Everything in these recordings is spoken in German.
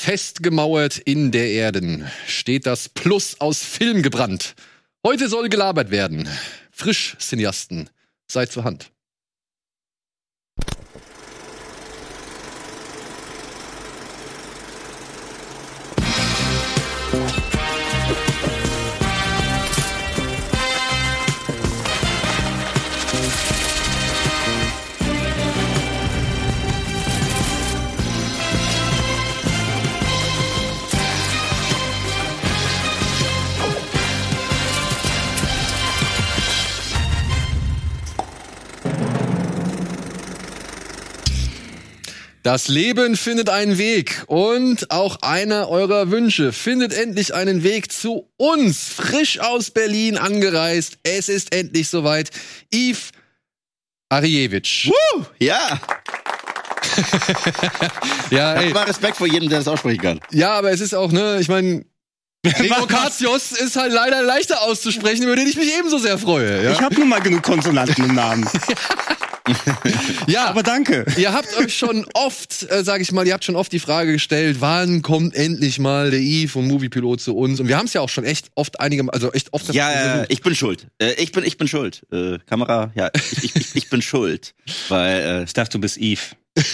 Festgemauert in der Erden steht das Plus aus Film gebrannt. Heute soll gelabert werden. Frisch, Cineasten, seid zur Hand. Das Leben findet einen Weg und auch einer eurer Wünsche findet endlich einen Weg zu uns. Frisch aus Berlin angereist. Es ist endlich soweit. Yves Ariewicz. Ja. Ja, ey. Ich hab mal Respekt vor jedem, der das aussprechen kann. Ja, aber es ist auch, ne, ich meine, Gregor Katios ist halt leider leichter auszusprechen, über den ich mich ebenso sehr freue. Ja? Ich habe nun mal genug Konsonanten im Namen. Ja, aber danke. Ihr habt euch schon oft, ihr habt schon oft die Frage gestellt, wann kommt endlich mal der Yves und Moviepilot zu uns? Und wir haben es ja auch schon echt oft Ja, ich bin schuld. Ich bin schuld. Kamera, ja, ich bin schuld. Weil, ich dachte, du bist Yves.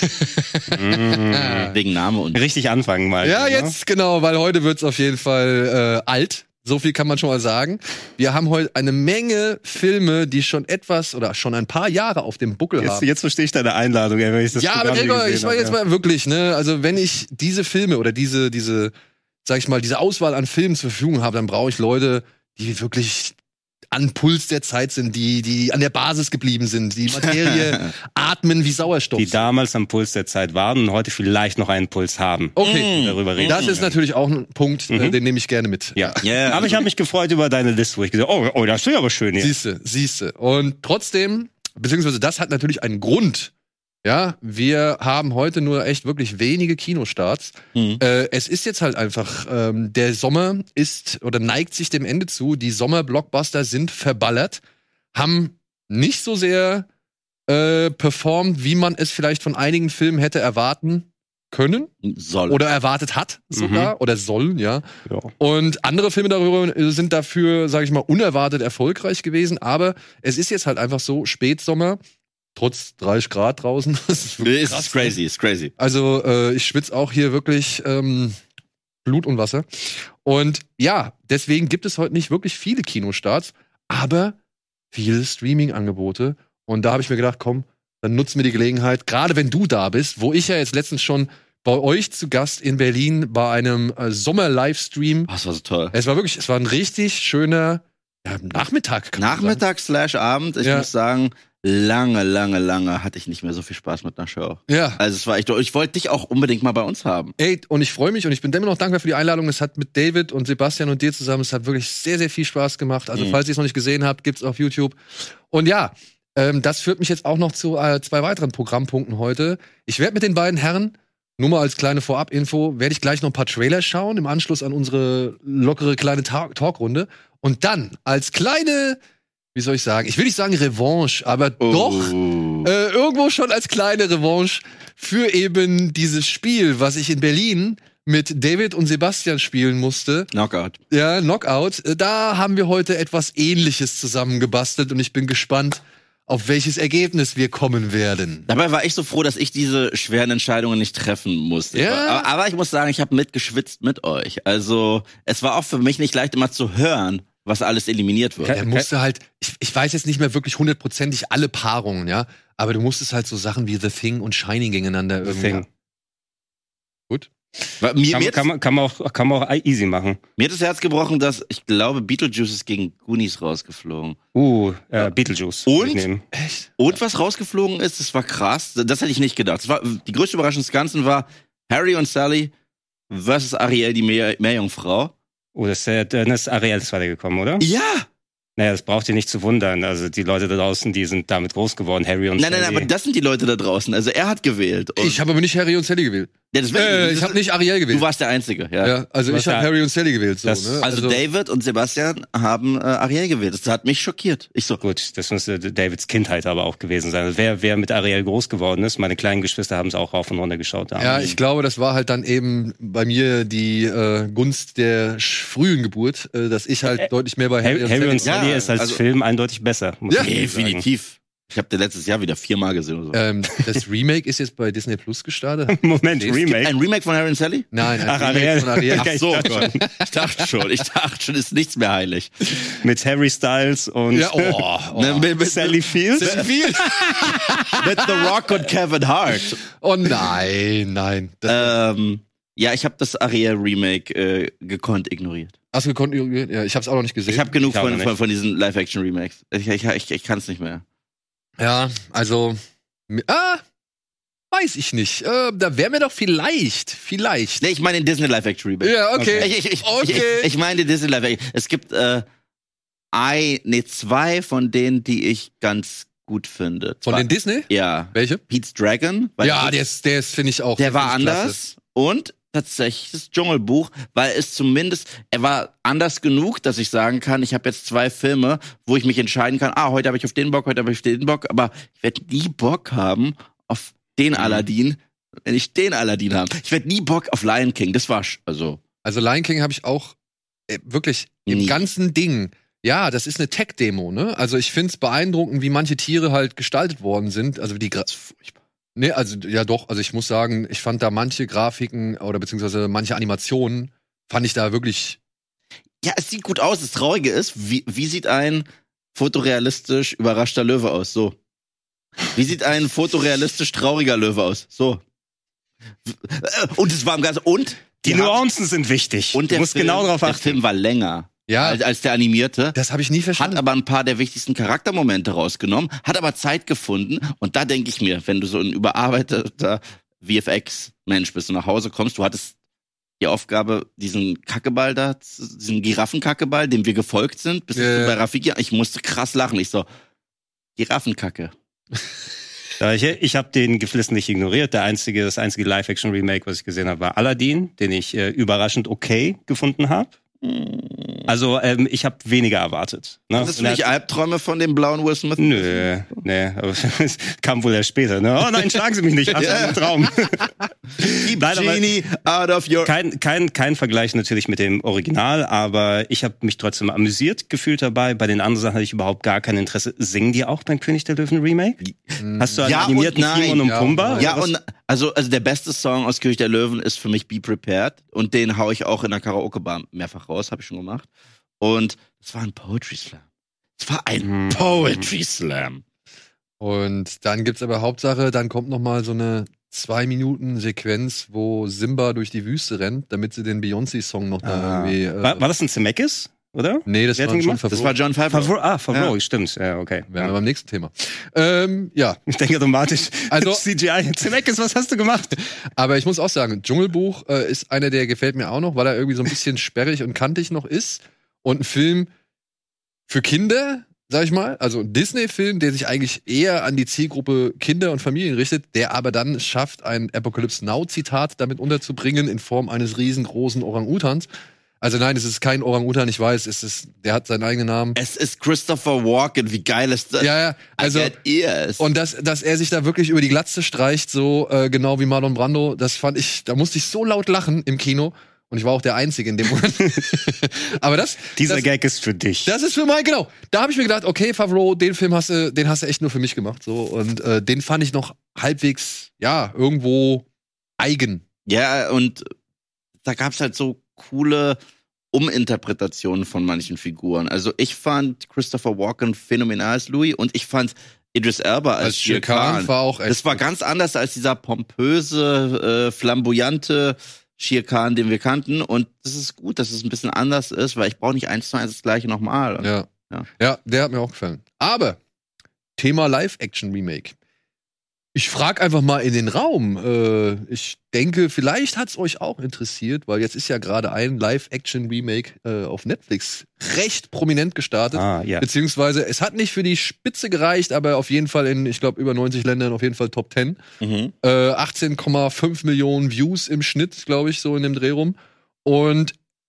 Wegen Name und. Richtig anfangen mal. Ja, jetzt genau, weil heute wird's auf jeden Fall alt. So viel kann man schon mal sagen. Wir haben heute eine Menge Filme, die schon ein paar Jahre auf dem Buckel haben. Jetzt verstehe ich deine Einladung, wenn ich das Ja, aber Gregor, ich war jetzt mal wirklich, ne, also wenn ich diese Filme oder diese Auswahl an Filmen zur Verfügung habe, dann brauche ich Leute, die wirklich an Puls der Zeit sind, die an der Basis geblieben sind, die Materie atmen wie Sauerstoff. Die damals am Puls der Zeit waren und heute vielleicht noch einen Puls haben. Okay, darüber reden. Das ist natürlich auch ein Punkt, den nehme ich gerne mit. Ja. Yeah. Aber ich habe mich gefreut über deine Liste, wo ich gesagt habe, oh, das ist ja aber schön hier. Siehste. Und trotzdem, beziehungsweise das hat natürlich einen Grund. Ja, wir haben heute nur echt wirklich wenige Kinostarts. Es ist jetzt halt einfach, der Sommer ist oder neigt sich dem Ende zu. Die Sommer-Blockbuster sind verballert, haben nicht so sehr performt, wie man es vielleicht von einigen Filmen hätte erwarten können. Oder erwartet hat sogar. Oder sollen, ja. Und andere Filme darüber sind dafür, sage ich mal, unerwartet erfolgreich gewesen. Aber es ist jetzt halt einfach so, Spätsommer. Trotz 30 Grad draußen. Das ist krass. Ist crazy. Also ich schwitze auch hier wirklich Blut und Wasser. Und ja, deswegen gibt es heute nicht wirklich viele Kinostarts, aber viele Streaming-Angebote. Und da habe ich mir gedacht, komm, dann nutzen wir die Gelegenheit, gerade wenn du da bist, wo ich ja jetzt letztens schon bei euch zu Gast in Berlin bei einem Sommer-Livestream. Das war so toll. Es war ein richtig schöner Nachmittag. Nachmittag/Abend. Ich muss sagen, lange hatte ich nicht mehr so viel Spaß mit einer Show. Ja. Also es war echt, ich wollte dich auch unbedingt mal bei uns haben. Ey, und ich freue mich und ich bin immer noch dankbar für die Einladung. Es hat mit David und Sebastian und dir zusammen, es hat wirklich sehr, sehr viel Spaß gemacht. Also falls ihr es noch nicht gesehen habt, gibt's auf YouTube. Und ja, das führt mich jetzt auch noch zu 2 weiteren Programmpunkten heute. Ich werde mit den beiden Herren, nur mal als kleine Vorab-Info, werde ich gleich noch ein paar Trailer schauen, im Anschluss an unsere lockere kleine Talkrunde. Und dann als kleine, wie soll ich sagen, ich will nicht sagen Revanche, aber doch irgendwo schon als kleine Revanche für eben dieses Spiel, was ich in Berlin mit David und Sebastian spielen musste. Knockout. Ja, Knockout. Da haben wir heute etwas Ähnliches zusammengebastelt und ich bin gespannt, auf welches Ergebnis wir kommen werden. Dabei war ich so froh, dass ich diese schweren Entscheidungen nicht treffen musste. Ja. Aber ich muss sagen, ich habe mitgeschwitzt mit euch. Also es war auch für mich nicht leicht, immer zu hören, was alles eliminiert wird. Er musste halt, ich weiß jetzt nicht mehr wirklich 100%ig alle Paarungen, ja, aber du musstest halt so Sachen wie The Thing und Shining gegeneinander irgendwie. Gut. Kann man auch easy machen. Mir hat das Herz gebrochen, dass ich glaube, Beetlejuice ist gegen Goonies rausgeflogen. Beetlejuice. Echt? Und was rausgeflogen ist, das war krass. Das hätte ich nicht gedacht. Die größte Überraschung des Ganzen war Harry und Sally versus Ariel, die Meerjungfrau. Das ist Ariel weitergekommen, oder? Ja! Naja, das braucht ihr nicht zu wundern. Also die Leute da draußen, die sind damit groß geworden, Harry und Sally. Nein, aber das sind die Leute da draußen. Also er hat gewählt. Ich habe aber nicht Harry und Sally gewählt. Ja, deswegen, Ich habe nicht Ariel gewählt. Du warst der Einzige, ja. Ja, also Was ich habe ja- Harry und Sally gewählt. So, Das- ne? Also David und Sebastian haben Ariel gewählt. Das hat mich schockiert. Ich so, Gut, das müsste Davids Kindheit aber auch gewesen sein. Also wer mit Ariel groß geworden ist, meine kleinen Geschwister haben es auch rauf und runter geschaut. Ja, ich glaube, das war halt dann eben bei mir die Gunst der frühen Geburt, dass ich halt deutlich mehr bei Harry und Sally Sally Ja, ist als also- Film eindeutig besser. Muss Ja. ich sagen. definitiv. Ich habe den letztes Jahr wieder 4-mal gesehen oder so. Das Remake ist jetzt bei Disney Plus gestartet. Moment, Es gibt Remake. Ein Remake von Harry und Sally? Nein, ein Ach, Remake Ariel. von Ariel. Okay. Ach so, ich dachte Gott. Ich dachte schon, ist nichts mehr heilig. Mit Harry Styles und Ja, Ne, mit Sally Fields. mit The Rock und Kevin Hart. Oh nein. Das, Ja, ich habe das Ariel-Remake gekonnt ignoriert. hast du gekonnt? Ja, ich habe es auch noch nicht gesehen. Ich habe genug Ich auch noch nicht. von diesen Live-Action-Remakes. Ich kann es nicht mehr. Ja, also. Weiß ich nicht. Da wäre mir doch vielleicht. Nee, ich meine den Disney Live-Action-Remake. Ja, okay. Okay. Ich meine den Disney Live-Action. Es gibt zwei von denen, die ich ganz gut finde. Von den Disney? Ja. Welche? Pete's Dragon. weil Ja, das- der ist finde ich auch. der war finde ich anders. Und tatsächlich das Dschungelbuch, weil er war anders genug, dass ich sagen kann, ich habe jetzt 2 Filme, wo ich mich entscheiden kann, heute habe ich auf den Bock, heute habe ich auf den Bock, aber ich werde nie Bock haben auf den Aladdin, wenn ich den Aladdin habe. Ich werde nie Bock auf Lion King, das war also Also Lion King habe ich auch wirklich im Nie. ganzen Ding. Ja, das ist eine Tech-Demo, ne? Also ich finde es beeindruckend, wie manche Tiere halt gestaltet worden sind. Also wie die Nee, also ja doch, also ich muss sagen, ich fand da manche Grafiken oder beziehungsweise manche Animationen fand ich da wirklich. ja, es sieht gut aus. Das Traurige ist, wie sieht ein fotorealistisch überraschter Löwe aus? So. Wie sieht ein fotorealistisch trauriger Löwe aus? So. Und es war im Ganzen. Und Die haben- Nuancen sind wichtig. Und du musst genau darauf der achten. Film war länger Ja, als der animierte. das habe ich nie Hat verstanden. aber ein paar der wichtigsten Charaktermomente rausgenommen, hat aber Zeit gefunden. Und da denke ich mir, wenn du so ein überarbeiteter VFX-Mensch bist und nach Hause kommst, du hattest die Aufgabe, diesen Kackeball da, diesen Giraffenkackeball, dem wir gefolgt sind, bis Ja. bei Rafiki, ich musste krass lachen. Ich so, Giraffenkacke. Ja, ich habe den geflissentlich ignoriert. Das einzige Live-Action-Remake, was ich gesehen habe, war Aladdin, den ich überraschend okay gefunden habe. Also ich habe weniger erwartet. Ne? Hattest du Und er nicht hat- Albträume von dem blauen Will Smith? Nö, aber es kam wohl erst später. Ne? Oh nein, schlagen Sie mich nicht, ach, das ist ein Traum. Keep Nein, aber- Genie out of your... Kein Vergleich natürlich mit dem Original, aber ich habe mich trotzdem amüsiert gefühlt dabei. Bei den anderen Sachen hatte ich überhaupt gar kein Interesse. Singen die auch beim König der Löwen Remake? Hast du einen Ja und animierten nein. Timon und Ja Pumba? und nein. Ja, oder was? und also der beste Song aus König der Löwen ist für mich Be Prepared. Und den hau ich auch in der Karaoke-Bar mehrfach raus, habe ich schon gemacht. Und es war ein Poetry Slam. Es war ein Poetry Slam. Und dann gibt's aber Hauptsache, dann kommt noch mal so eine 2-Minuten-Sequenz, wo Simba durch die Wüste rennt, damit sie den Beyoncé-Song noch da irgendwie. War das ein Zemeckis, oder? Nee, das Wer hat war den schon gemacht? Das war John Favreau. Favreau, stimmt. Ja, okay. Wären wir Ja. beim nächsten Thema. Ja, Ich denke automatisch, Also- CGI. Zemeckis, was hast du gemacht? aber ich muss auch sagen, Dschungelbuch ist einer, der gefällt mir auch noch, weil er irgendwie so ein bisschen sperrig und kantig noch ist. Und ein Film für Kinder, sag ich mal, also ein Disney-Film, der sich eigentlich eher an die Zielgruppe Kinder und Familien richtet, der aber dann schafft, ein Apocalypse Now-Zitat damit unterzubringen in Form eines riesengroßen Orang-Utans. Also nein, es ist kein Orang-Utan, ich weiß, der hat seinen eigenen Namen. Es ist Christopher Walken. Wie geil ist das? Ja, also er ist. und dass er sich da wirklich über die Glatze streicht, so genau wie Marlon Brando, das fand ich, da musste ich so laut lachen im Kino. Und ich war auch der Einzige in dem Moment. Aber Dieser Gag ist für dich. das ist für mein, genau. Da habe ich mir gedacht, okay, Favreau, den Film hast du echt nur für mich gemacht. So. Und den fand ich noch halbwegs, ja, irgendwo eigen. Ja, und da gab's halt so coole Uminterpretationen von manchen Figuren. Also ich fand Christopher Walken phänomenal als Louis und ich fand Idris Elba als Shere Khan war auch echt. Das war ganz anders als dieser pompöse, flamboyante Shere Khan, den wir kannten. Und das ist gut, dass es ein bisschen anders ist, weil ich brauche nicht 1:1 das gleiche nochmal. Ja. Ja. Ja, der hat mir auch gefallen. Aber Thema Live-Action-Remake. Ich frage einfach mal in den Raum. Ich denke, vielleicht hat's euch auch interessiert, weil jetzt ist ja gerade ein Live-Action-Remake auf Netflix recht prominent gestartet. Ja. Beziehungsweise, es hat nicht für die Spitze gereicht, aber auf jeden Fall in, ich glaube, über 90 Ländern auf jeden Fall Top 10. 18,5 Millionen Views im Schnitt, glaube ich, so in dem Dreh rum. Und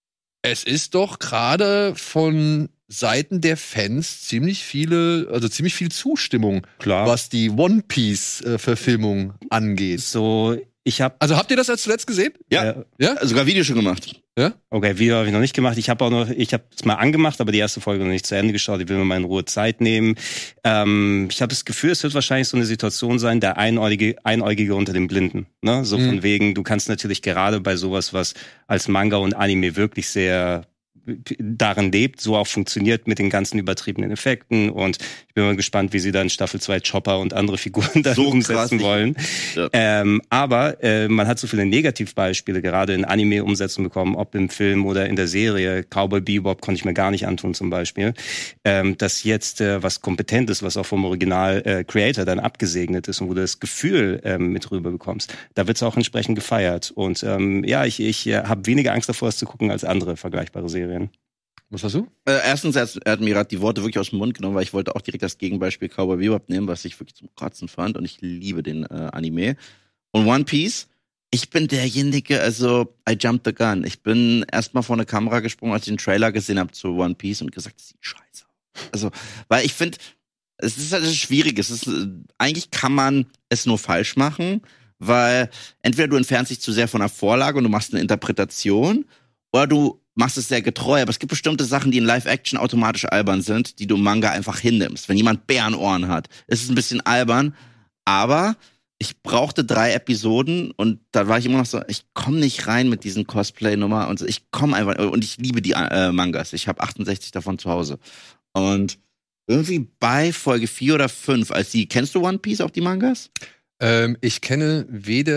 es ist doch gerade von Seiten der Fans ziemlich viel Zustimmung, Klar. was die One Piece Verfilmung angeht. So, Also habt ihr das als zuletzt gesehen? Ja. Ja? Sogar Video schon gemacht. Ja? Okay, Video habe ich noch nicht gemacht. Ich habe es mal angemacht, aber die erste Folge noch nicht zu Ende geschaut. Ich will mir mal in Ruhe Zeit nehmen. Ich habe das Gefühl, es wird wahrscheinlich so eine Situation sein, der Einäugige unter den Blinden. Ne? So von wegen, du kannst natürlich gerade bei sowas, was als Manga und Anime wirklich sehr darin lebt, so auch funktioniert mit den ganzen übertriebenen Effekten, und ich bin mal gespannt, wie sie dann Staffel 2 Chopper und andere Figuren dann so umsetzen wollen. Ja. Aber man hat so viele Negativbeispiele gerade in Anime-Umsetzungen bekommen, ob im Film oder in der Serie. Cowboy Bebop konnte ich mir gar nicht antun zum Beispiel. Dass jetzt was kompetent ist, was auch vom Original-Creator dann abgesegnet ist und wo du das Gefühl mit rüber bekommst, da wird es auch entsprechend gefeiert. Und ich habe weniger Angst davor, es zu gucken, als andere vergleichbare Serien. Was hast du? Erstens, er hat mir gerade die Worte wirklich aus dem Mund genommen, weil ich wollte auch direkt das Gegenbeispiel Cowboy Bebop nehmen, was ich wirklich zum Kotzen fand, und ich liebe den Anime. Und One Piece, ich bin derjenige, also I jumped the gun. Ich bin erstmal vor eine Kamera gesprungen, als ich den Trailer gesehen habe zu One Piece und gesagt, das sieht scheiße aus. Also, weil ich finde, es ist halt schwierig. Eigentlich kann man es nur falsch machen, weil entweder du entfernst dich zu sehr von der Vorlage und du machst eine Interpretation, oder du machst es sehr getreu, aber es gibt bestimmte Sachen, die in Live-Action automatisch albern sind, die du im Manga einfach hinnimmst. Wenn jemand Bärenohren hat, ist es ein bisschen albern, aber ich brauchte 3 Episoden und da war ich immer noch so, ich komme nicht rein mit diesen Cosplay-Nummer und so, ich komme einfach, und ich liebe die Mangas, ich habe 68 davon zu Hause. Und irgendwie bei Folge 4 oder 5, kennst du One Piece, auch die Mangas? Ich kenne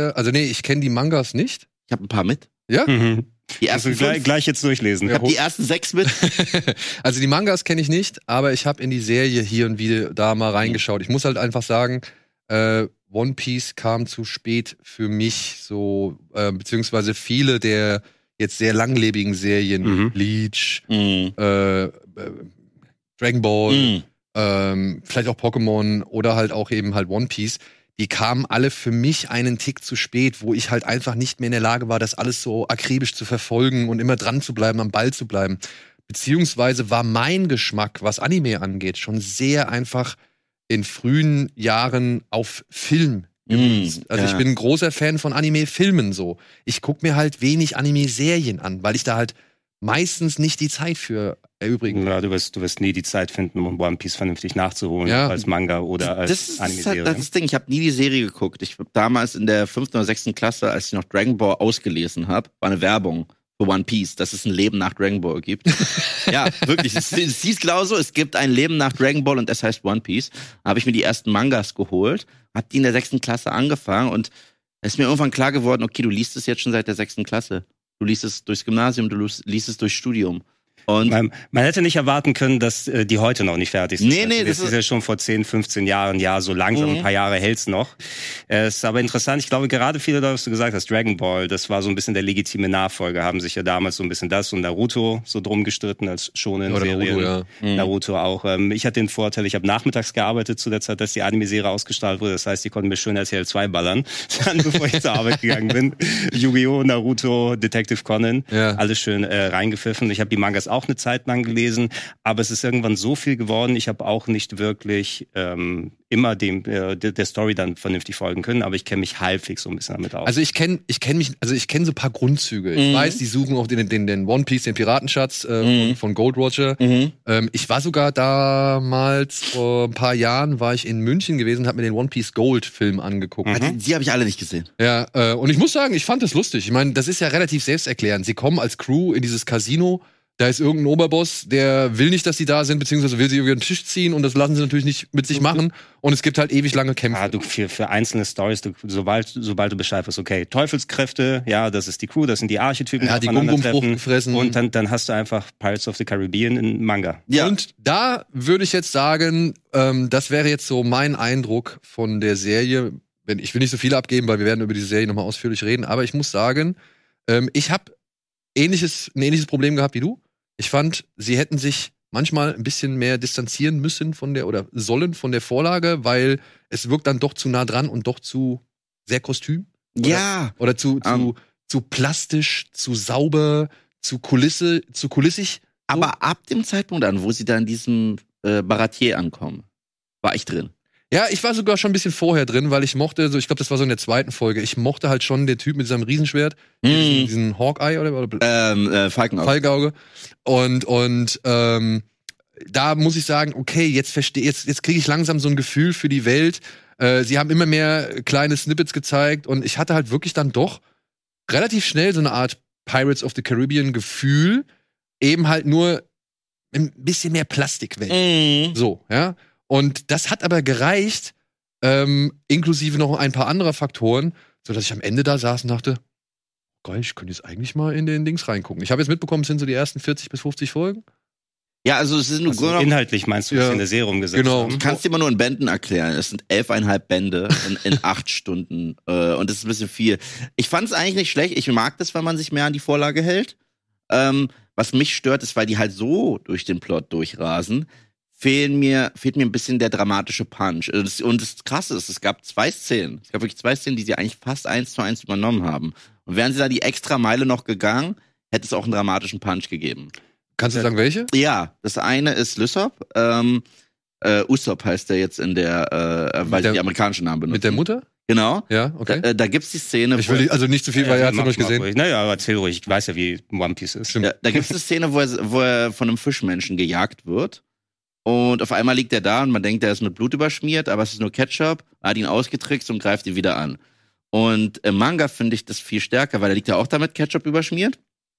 ich kenne die Mangas nicht. Ich habe ein paar mit. Ja? Mhm. Die ersten gleich jetzt durchlesen. Ich habe die ersten 6 mit. Also die Mangas kenne ich nicht, aber ich habe in die Serie hier und wieder da mal reingeschaut. Ich muss halt einfach sagen, One Piece kam zu spät für mich, so beziehungsweise viele der jetzt sehr langlebigen Serien, Bleach, Dragon Ball, vielleicht auch Pokémon oder halt auch eben halt One Piece, die kamen alle für mich einen Tick zu spät, wo ich halt einfach nicht mehr in der Lage war, das alles so akribisch zu verfolgen und immer dran zu bleiben, am Ball zu bleiben. Beziehungsweise war mein Geschmack, was Anime angeht, schon sehr einfach in frühen Jahren auf Film gemünzt. Also ich bin ein großer Fan von Anime-Filmen so. Ich gucke mir halt wenig Anime-Serien an, weil ich da halt meistens nicht die Zeit für erübrigen. Ja, du wirst nie die Zeit finden, um One Piece vernünftig nachzuholen, als Manga oder als Anime-Serie. Das ist das Ding, ich habe nie die Serie geguckt. Ich habe damals in der 5. oder 6. Klasse, als ich noch Dragon Ball ausgelesen habe, war eine Werbung für One Piece, dass es ein Leben nach Dragon Ball gibt. Ja, wirklich. Es hieß genauso, es gibt ein Leben nach Dragon Ball und das heißt One Piece. Da habe ich mir die ersten Mangas geholt, hab die in der 6. Klasse angefangen und es ist mir irgendwann klar geworden, okay, du liest es jetzt schon seit der 6. Klasse. Du liest es durchs Gymnasium, du liest es durchs Studium. Und man hätte nicht erwarten können, dass die heute noch nicht fertig sind. Nee, das ist ja schon vor 10, 15 Jahren, so langsam, ein paar Jahre hält's noch. Ist aber interessant, ich glaube, gerade viele, was du gesagt hast, Dragon Ball, das war so ein bisschen der legitime Nachfolger, haben sich ja damals so ein bisschen das und Naruto so drum gestritten als Shonen-Serien. Naruto auch. Ich hatte den Vorteil, ich habe nachmittags gearbeitet zu der Zeit, dass die Anime-Serie ausgestrahlt wurde. Das heißt, ich konnte mir schön RTL 2 ballern, dann, bevor ich zur Arbeit gegangen bin. Yu-Gi-Oh!, Naruto, Detective Conan, alles schön reingepfiffen. Ich habe die Mangas auch eine Zeit lang gelesen, aber es ist irgendwann so viel geworden, ich habe auch nicht wirklich immer der Story dann vernünftig folgen können, aber ich kenne mich halbwegs so ein bisschen damit aus. Also ich kenne so ein paar Grundzüge. Ich weiß, die suchen auch den One Piece, den Piratenschatz von Gold Roger. Ich war sogar damals, vor ein paar Jahren, war ich in München gewesen und habe mir den One Piece Gold Film angeguckt. Die habe ich alle nicht gesehen. Ja, und ich muss sagen, ich fand das lustig. Ich meine, das ist ja relativ selbsterklärend. Sie kommen als Crew in dieses Casino. Da ist irgendein Oberboss, der will nicht, dass sie da sind, beziehungsweise will sie über den Tisch ziehen und das lassen sie natürlich nicht mit sich machen. Und es gibt halt ewig lange Kämpfe. Du für einzelne Stories, sobald du Bescheid weißt, okay, Teufelskräfte, das ist die Crew, das sind die Archetypen, die Gum-Gum-Frucht gefressen. Und dann hast du einfach Pirates of the Caribbean in Manga. Ja. Und da würde ich jetzt sagen, das wäre jetzt so mein Eindruck von der Serie, ich will nicht so viel abgeben, weil wir werden über diese Serie nochmal ausführlich reden, aber ich muss sagen, ich habe ein ähnliches Problem gehabt wie du. Ich fand, sie hätten sich manchmal ein bisschen mehr distanzieren müssen von der Vorlage, weil es wirkt dann doch zu nah dran und doch zu sehr Kostüm. Oder zu plastisch, zu sauber, zu kulissig. Aber ab dem Zeitpunkt an, wo sie da in diesem Baratier ankommen, war ich drin. Ja, ich war sogar schon ein bisschen vorher drin, weil ich mochte, ich glaube, das war so in der zweiten Folge, ich mochte halt schon den Typ mit seinem Riesenschwert, diesen Hawkeye oder Falkenauge. Und da muss ich sagen, okay, jetzt kriege ich langsam so ein Gefühl für die Welt. Sie haben immer mehr kleine Snippets gezeigt und ich hatte halt wirklich dann doch relativ schnell so eine Art Pirates of the Caribbean Gefühl, eben halt nur ein bisschen mehr Plastikwelt. So, ja. Und das hat aber gereicht, inklusive noch ein paar anderer Faktoren, sodass ich am Ende da saß und dachte, geil, ich könnte jetzt eigentlich mal in den Dings reingucken. Ich habe jetzt mitbekommen, es sind so die ersten 40 bis 50 Folgen. Ja, also es ist nur inhaltlich meinst du, dass sie in der Serie umgesetzt haben? Du kannst dir immer nur in Bänden erklären. Es sind 11,5 Bände in 8 Stunden. Und das ist ein bisschen viel. Ich fand es eigentlich nicht schlecht. Ich mag das, wenn man sich mehr an die Vorlage hält. Was mich stört, ist, weil die halt so durch den Plot durchrasen, fehlt mir ein bisschen der dramatische Punch. Und das Krasse ist, es gab wirklich 2 Szenen, die sie eigentlich fast 1:1 übernommen haben. Und wären sie da die extra Meile noch gegangen, hätte es auch einen dramatischen Punch gegeben. Kannst du sagen, welche? Ja, das eine ist Lysop. Usopp heißt der jetzt in der, weil sie die amerikanischen Namen benutzen. Mit der Mutter? Genau. Ja, okay. Da gibt's die Szene. Ich will also nicht zu viel, weil er hat es noch nicht gesehen. Naja, aber erzähl ruhig. Ich weiß ja, wie One Piece ist. Ja, da gibt's eine Szene, wo er von einem Fischmenschen gejagt wird. Und auf einmal liegt er da und man denkt, er ist mit Blut überschmiert, aber es ist nur Ketchup. Er hat ihn ausgetrickst und greift ihn wieder an. Und im Manga finde ich das viel stärker, weil er liegt ja auch da mit Ketchup überschmiert.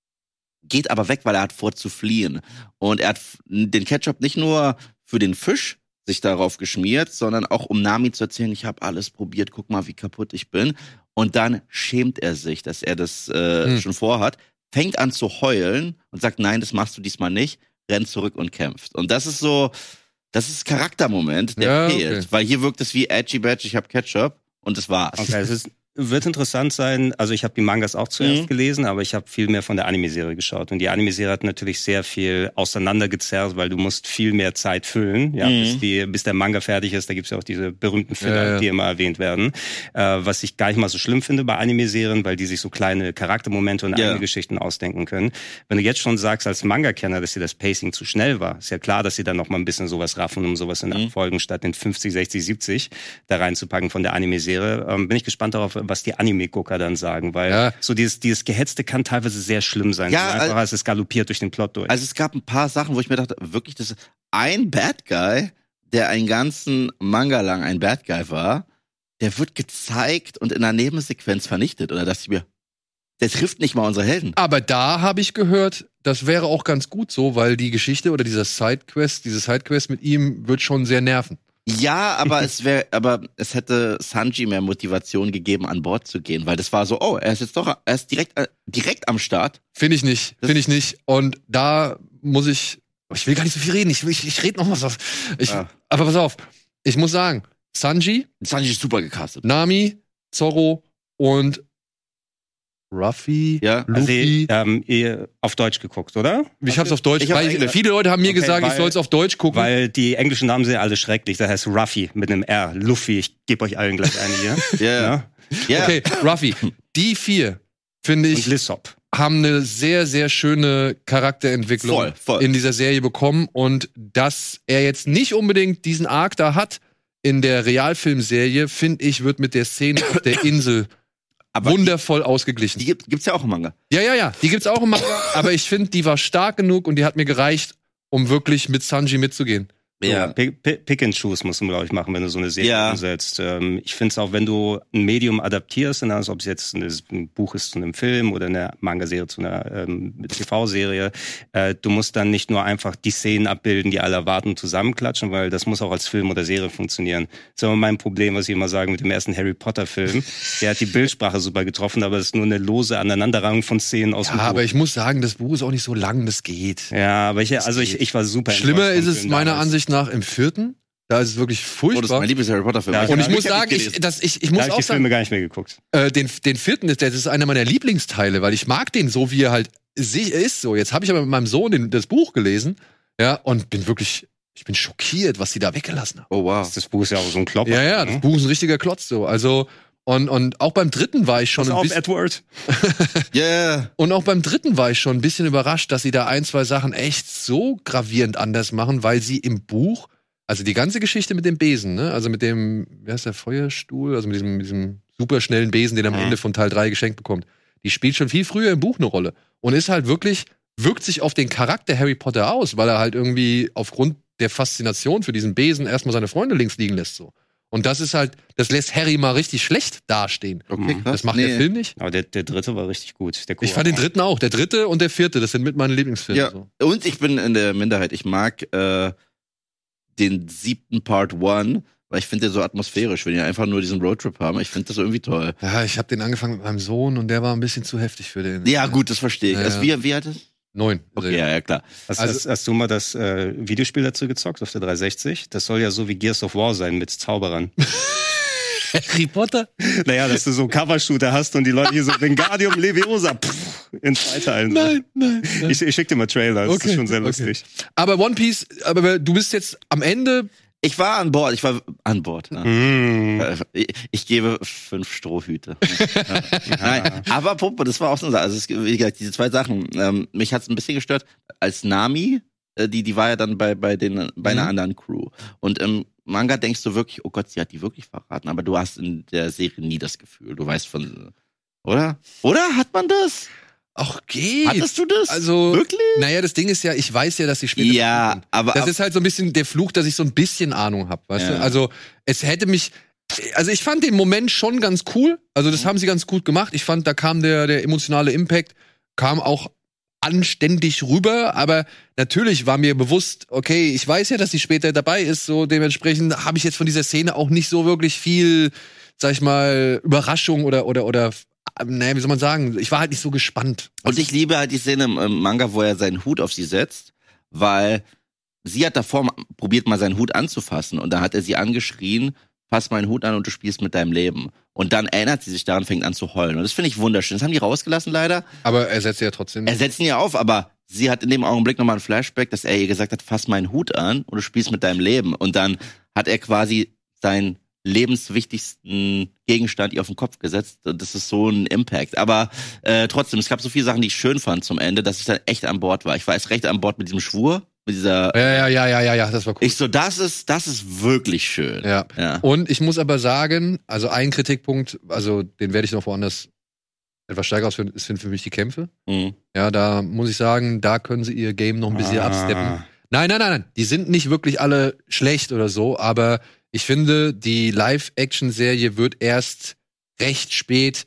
Geht aber weg, weil er hat vor zu fliehen. Und er hat den Ketchup nicht nur für den Fisch sich darauf geschmiert, sondern auch um Nami zu erzählen, ich habe alles probiert, guck mal, wie kaputt ich bin. Und dann schämt er sich, dass er das schon vorhat, fängt an zu heulen und sagt, nein, das machst du diesmal nicht, rennt zurück und kämpft. Und das ist Charaktermoment, der fehlt. Weil hier wirkt es wie edgy badge, ich habe Ketchup und das war's. Okay, wird interessant sein, also ich habe die Mangas auch zuerst gelesen, aber ich habe viel mehr von der Anime-Serie geschaut. Und die Anime-Serie hat natürlich sehr viel auseinandergezerrt, weil du musst viel mehr Zeit füllen, bis der Manga fertig ist. Da gibt's ja auch diese berühmten Filler, die immer erwähnt werden. Was ich gar nicht mal so schlimm finde bei Anime-Serien, weil die sich so kleine Charaktermomente und eigene Geschichten ausdenken können. Wenn du jetzt schon sagst als Manga-Kenner, dass dir das Pacing zu schnell war, ist ja klar, dass sie dann noch mal ein bisschen sowas raffen, um sowas in 8 Folgen statt in 50, 60, 70 da reinzupacken von der Anime-Serie. Bin ich gespannt darauf, was die Anime-Gucker dann sagen, weil so dieses Gehetzte kann teilweise sehr schlimm sein. Ja, einfach es galoppiert durch den Plot durch. Also es gab ein paar Sachen, wo ich mir dachte, wirklich, das ist ein Bad Guy, der einen ganzen Manga lang ein Bad Guy war, der wird gezeigt und in einer Nebensequenz vernichtet. Oder dachte ich mir, der trifft nicht mal unsere Helden. Aber da habe ich gehört, das wäre auch ganz gut so, weil die Geschichte oder diese Sidequest mit ihm wird schon sehr nerven. Ja, aber es hätte Sanji mehr Motivation gegeben, an Bord zu gehen, weil das war so, er ist direkt am Start. Finde ich nicht. Und da muss ich will gar nicht so viel reden. Ich rede noch was auf. Aber pass auf. Ich muss sagen, Sanji ist super gecastet. Nami, Zorro und Ruffy, Luffy. Ihr auf Deutsch geguckt, oder? Ich hab's auf Deutsch. Viele Leute haben mir gesagt, ich soll's auf Deutsch gucken. Weil die englischen Namen sind ja alle schrecklich. Das heißt Ruffy mit einem R. Luffy. Ich gebe euch allen gleich eine hier. Ja. Okay, Ruffy. Die 4, finde ich, und Lysop haben eine sehr, sehr schöne Charakterentwicklung in dieser Serie bekommen. Und dass er jetzt nicht unbedingt diesen Arc da hat in der Realfilmserie, finde ich, wird mit der Szene auf der Insel aber wundervoll ausgeglichen. Die gibt's ja auch im Manga. Ja, die gibt's auch im Manga, aber ich finde, die war stark genug und die hat mir gereicht, um wirklich mit Sanji mitzugehen. Ja, Pick and Choose musst du, glaube ich, machen, wenn du so eine Serie umsetzt. Ich finde es auch, wenn du ein Medium adaptierst, also ob es jetzt ein Buch ist zu einem Film oder eine Manga-Serie zu einer TV-Serie, du musst dann nicht nur einfach die Szenen abbilden, die alle erwarten, zusammenklatschen, weil das muss auch als Film oder Serie funktionieren. Das ist immer mein Problem, was ich immer sage mit dem ersten Harry Potter-Film. Der hat die Bildsprache super getroffen, aber es ist nur eine lose Aneinanderreihung von Szenen aus dem Buch. Aber ich muss sagen, das Buch ist auch nicht so lang, das geht. Ja, aber ich war super. Schlimmer ist es meiner Ansicht nach im 4., Da ist es wirklich Oh, das ist furchtbar. mein Lieblings-Harry Potter-Film. Ja, Und ich hab muss ich sagen, gelesen. ich Da muss habe ich auch die sagen, Filme gar nicht mehr geguckt. den vierten, das ist einer meiner Lieblingsteile, weil ich mag den so, wie er halt ist. So, jetzt habe ich aber mit meinem Sohn das Buch gelesen, ja, und ich bin schockiert, was die da weggelassen haben. Oh, wow. Das Buch ist ja auch so ein Klopper. Ja, das Buch ist ein richtiger Klotz, so. Also, und auch beim dritten war ich schon Pass ein auf, bisschen. Edward. Yeah. Und auch beim dritten war ich schon ein bisschen überrascht, dass sie da ein, zwei Sachen echt so gravierend anders machen, weil sie im Buch, also die ganze Geschichte mit dem Besen, ne, also mit dem, wie heißt der, Feuerstuhl, also mit diesem superschnellen Besen, den er am Ende von Teil 3 geschenkt bekommt, die spielt schon viel früher im Buch eine Rolle. Und ist halt wirklich, wirkt sich auf den Charakter Harry Potter aus, weil er halt irgendwie aufgrund der Faszination für diesen Besen erstmal seine Freunde links liegen lässt, so. Und das ist halt, das lässt Harry mal richtig schlecht dastehen. Okay, krass. Das macht der Film nicht. Aber der dritte war richtig gut. Der Ich fand den dritten auch. Der dritte und der vierte, das sind mit meinen Lieblingsfilmen. Ja, So. und ich bin in der Minderheit. Ich mag den 7. Part 1, weil ich finde den so atmosphärisch, wenn die einfach nur diesen Roadtrip haben. Ich finde das irgendwie toll. Ja, ich habe den angefangen mit meinem Sohn und der war ein bisschen zu heftig für den. Ja, gut, das verstehe ich. Ja, Also, wie hat es? 9. Okay, ja, klar. Hast du mal das Videospiel dazu gezockt auf der 360? Das soll ja so wie Gears of War sein mit Zauberern. Harry Potter? Naja, dass du so Cover-Shooter hast und die Leute hier so Wingardium Leviosa in 2 Teilen. Nein. Ich schick dir mal Trailer, das Okay, ist schon sehr okay. lustig. Aber One Piece, aber du bist jetzt am Ende. Ich war an Bord. Ja. Ich gebe 5 Strohhüte. Nein, aber Puppe, das war auch so eine Sache. Also, wie gesagt, diese 2 Sachen. Mich hat's ein bisschen gestört. Als Nami, die war ja dann bei einer anderen Crew. Und im Manga denkst du wirklich, oh Gott, sie hat die wirklich verraten. Aber du hast in der Serie nie das Gefühl. Du weißt von, oder? Oder hat man das? Ach, geht. Hattest du das? Also, Wirklich? naja, das Ding ist ja, ich weiß ja, dass sie später. Ja, aber das ist halt so ein bisschen der Fluch, dass ich so ein bisschen Ahnung habe, weißt Ja. du? Also, es hätte mich. Also, ich fand den Moment schon ganz cool. Also, das haben sie ganz gut gemacht. Ich fand, da kam der emotionale Impact, kam auch anständig rüber, aber natürlich war mir bewusst, okay, ich weiß ja, dass sie später dabei ist, so dementsprechend habe ich jetzt von dieser Szene auch nicht so wirklich viel, sag ich mal, Überraschung oder naja, wie soll man sagen, ich war halt nicht so gespannt. Und ich liebe halt die Szene im Manga, wo er seinen Hut auf sie setzt, weil sie hat davor probiert, mal seinen Hut anzufassen und da hat er sie angeschrien, fass meinen Hut an und du spielst mit deinem Leben. Und dann erinnert sie sich daran, fängt an zu heulen. Und das finde ich wunderschön. Das haben die rausgelassen leider. Aber er setzt ja trotzdem. Er setzt ihn ja auf, aber sie hat in dem Augenblick nochmal ein Flashback, dass er ihr gesagt hat, fass meinen Hut an und du spielst mit deinem Leben. Und dann hat er quasi seinen lebenswichtigsten Gegenstand ihr auf den Kopf gesetzt. Und das ist so ein Impact. Aber trotzdem, es gab so viele Sachen, die ich schön fand zum Ende, dass ich dann echt an Bord war. Ich war erst recht an Bord mit diesem Schwur, mit dieser... Ja, das war cool. Ich so, das ist wirklich schön. Ja. Und ich muss aber sagen, also ein Kritikpunkt, also den werde ich noch woanders etwas stärker ausführen, sind für mich die Kämpfe. Mhm. Ja, da muss ich sagen, da können sie ihr Game noch ein bisschen absteppen. Nein. Die sind nicht wirklich alle schlecht oder so, aber ich finde, die Live-Action-Serie wird erst recht spät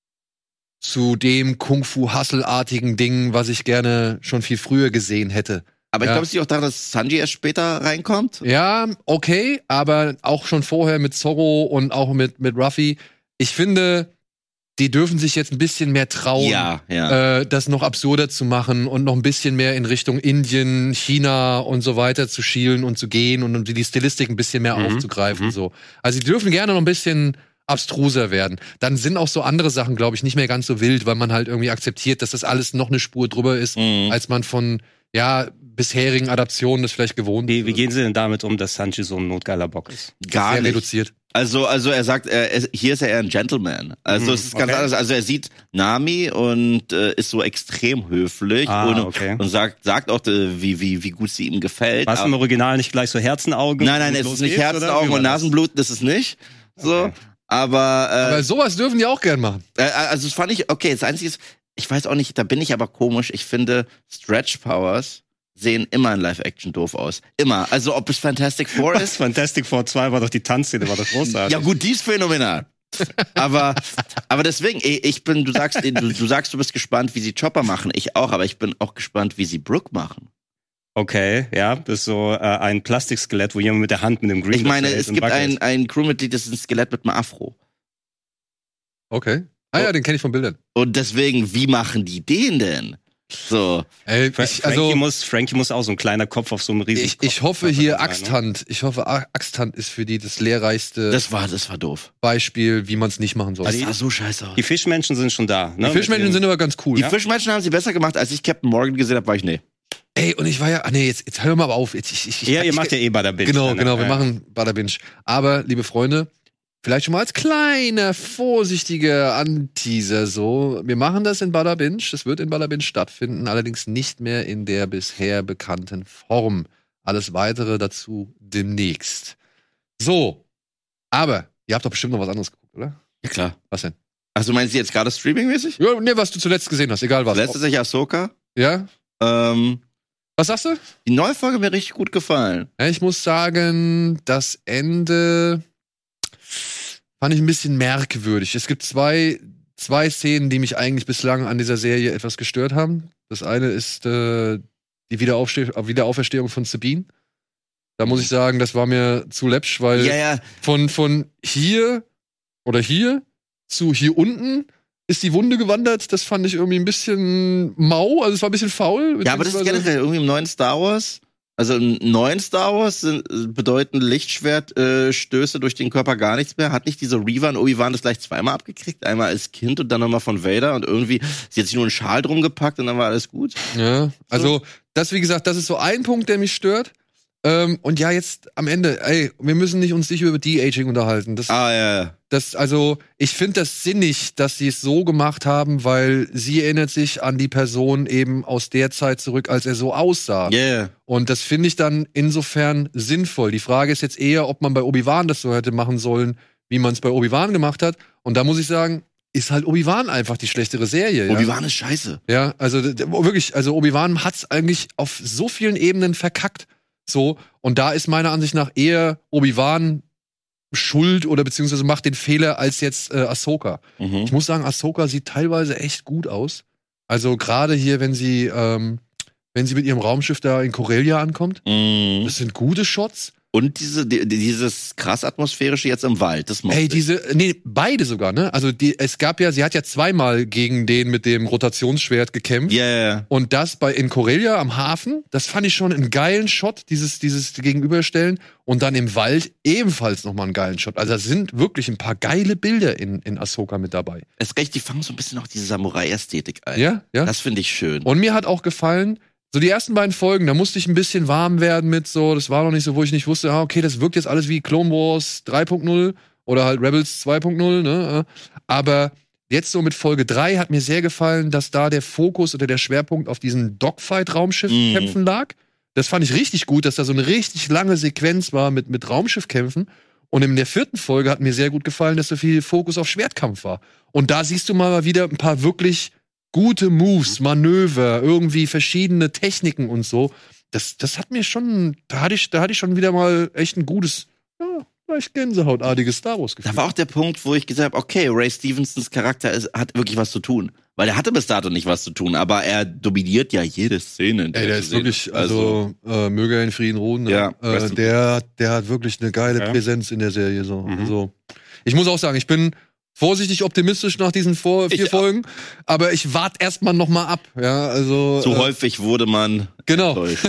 zu dem Kung-Fu-Hustle-artigen Ding, was ich gerne schon viel früher gesehen hätte. Aber ich Ja. glaube, es liegt auch daran, dass Sanji erst später reinkommt. Ja, okay, aber auch schon vorher mit Zorro und auch mit Ruffy. Ich finde, die dürfen sich jetzt ein bisschen mehr trauen, Ja. das noch absurder zu machen und noch ein bisschen mehr in Richtung Indien, China und so weiter zu schielen und zu gehen und die Stilistik ein bisschen mehr aufzugreifen. So. Also die dürfen gerne noch ein bisschen abstruser werden. Dann sind auch so andere Sachen, glaube ich, nicht mehr ganz so wild, weil man halt irgendwie akzeptiert, dass das alles noch eine Spur drüber ist, als man von bisherigen Adaptionen das vielleicht gewohnt ist. Wie gehen sie denn damit um, dass Sanji so ein notgeiler Bock ist? Gar Sehr nicht. reduziert. Also er sagt, hier ist er eher ein Gentleman. Also es ist ganz anders. Also er sieht Nami und ist so extrem höflich und sagt auch, wie gut sie ihm gefällt. War es im Original nicht gleich so Herzenaugen? Nein, es ist nicht Herzenaugen und Nasenbluten, das ist nicht. So. Okay. Aber sowas dürfen die auch gern machen. also das fand ich, okay, das Einzige ist, ich weiß auch nicht, da bin ich aber komisch, ich finde Stretch Powers sehen immer in Live-Action doof aus. Immer. Also ob es Fantastic Four ist. Fantastic Four 2 war doch die Tanzszene, war doch großartig. Ja gut, die ist phänomenal. aber deswegen, du sagst, du bist gespannt, wie sie Chopper machen. Ich auch, aber ich bin auch gespannt, wie sie Brooke machen. Okay, ja, das ist so ein Plastikskelett, wo jemand mit der Hand mit dem Green. Ich meine, es gibt ein Crewmitglied, das ist ein Skelett mit einem Afro. Okay. Ah ja, den kenne ich von Bildern. Und deswegen, wie machen die den denn? So. Frankie muss auch so ein kleiner Kopf auf so einem riesigen Ich hoffe hier Axthand. Ich hoffe, Axthand ist für die das lehrreichste Das war doof. Beispiel, wie man es nicht machen soll. Das sah so scheiße aus. Die Fischmenschen sind schon da. Ne? Die Fischmenschen sind aber ganz cool. Die Fischmenschen haben sie besser gemacht, als ich Captain Morgan gesehen habe, war ich nee. Ey, und ich war ja, jetzt hör mal auf. Ihr macht ja eh Bada Binge. Genau, wir machen Bada Binge. Aber, liebe Freunde, vielleicht schon mal als kleiner, vorsichtiger Anteaser so. Wir machen das in Bada Binge. Das wird in Bada Binge stattfinden, allerdings nicht mehr in der bisher bekannten Form. Alles Weitere dazu demnächst. So, aber ihr habt doch bestimmt noch was anderes geguckt, oder? Ja, klar. Was denn? Also meinst du jetzt gerade streamingmäßig? Ja, nee, was du zuletzt gesehen hast, egal was. Letztes Jahr Ahsoka. Ja? Was sagst du? Die neue Folge hat mir richtig gut gefallen. Ja, ich muss sagen, das Ende fand ich ein bisschen merkwürdig. Es gibt zwei Szenen, die mich eigentlich bislang an dieser Serie etwas gestört haben. Das eine ist die Wiederauferstehung von Sabine. Da muss ich sagen, das war mir zu läppsch, weil von hier oder hier zu hier unten ist die Wunde gewandert. Das fand ich irgendwie ein bisschen mau, also es war ein bisschen faul. Ja, aber das ist generell irgendwie im neuen Star Wars. Also im neuen Star Wars bedeuten Lichtschwertstöße durch den Körper gar nichts mehr. Hat nicht diese Revan und Obi-Wan das gleich zweimal abgekriegt? Einmal als Kind und dann nochmal von Vader und irgendwie, sie hat sich nur einen Schal drum gepackt und dann war alles gut. Ja, also das, wie gesagt, das ist so ein Punkt, der mich stört. Und ja, jetzt am Ende, wir müssen nicht uns nicht über De-Aging unterhalten. Ich finde das sinnig, dass sie es so gemacht haben, weil sie erinnert sich an die Person eben aus der Zeit zurück, als er so aussah. Yeah. Und das finde ich dann insofern sinnvoll. Die Frage ist jetzt eher, ob man bei Obi-Wan das so hätte machen sollen, wie man es bei Obi-Wan gemacht hat. Und da muss ich sagen, ist halt Obi-Wan einfach die schlechtere Serie. Ja? Obi-Wan ist scheiße. Ja, also wirklich, also Obi-Wan hat's eigentlich auf so vielen Ebenen verkackt. So, und da ist meiner Ansicht nach eher Obi-Wan schuld oder beziehungsweise macht den Fehler als jetzt Ahsoka. Mhm. Ich muss sagen, Ahsoka sieht teilweise echt gut aus. Also gerade hier, wenn sie mit ihrem Raumschiff da in Corellia ankommt, das sind gute Shots. Und dieses krass atmosphärische jetzt im Wald, das mochte ich. Beide sogar, ne? Also sie hat ja zweimal gegen den mit dem Rotationsschwert gekämpft. Yeah. Und das in Corellia am Hafen, das fand ich schon einen geilen Shot, dieses Gegenüberstellen. Und dann im Wald ebenfalls nochmal einen geilen Shot. Also da sind wirklich ein paar geile Bilder in Ahsoka mit dabei. Es ist recht, die fangen so ein bisschen auch diese Samurai-Ästhetik ein. Ja. Das finde ich schön. Und mir hat auch gefallen, so die ersten beiden Folgen, da musste ich ein bisschen warm werden mit so, das war noch nicht so, wo ich nicht wusste, okay, das wirkt jetzt alles wie Clone Wars 3.0 oder halt Rebels 2.0, ne? Aber jetzt so mit Folge 3 hat mir sehr gefallen, dass da der Fokus oder der Schwerpunkt auf diesen Dogfight-Raumschiffkämpfen lag. Das fand ich richtig gut, dass da so eine richtig lange Sequenz war mit Raumschiffkämpfen. Und in der 4. Folge hat mir sehr gut gefallen, dass so viel Fokus auf Schwertkampf war. Und da siehst du mal wieder ein paar wirklich gute Moves, Manöver, irgendwie verschiedene Techniken und so. Das hat mir schon, da hatte ich schon wieder mal echt ein gutes, vielleicht gänsehautartiges Star Wars Gefühl. Da war auch der Punkt, wo ich gesagt habe, okay, Ray Stevensons Charakter hat wirklich was zu tun. Weil er hatte bis dato nicht was zu tun, aber er dominiert ja jede Szene. Der ist wirklich, also möge er in Frieden ruhen. Ne? Ja, der hat wirklich eine geile Präsenz in der Serie. So. Also, ich muss auch sagen, ich bin vorsichtig optimistisch nach diesen 4 Folgen, aber ich warte erstmal noch mal ab. Ja, also zu häufig wurde man enttäuscht.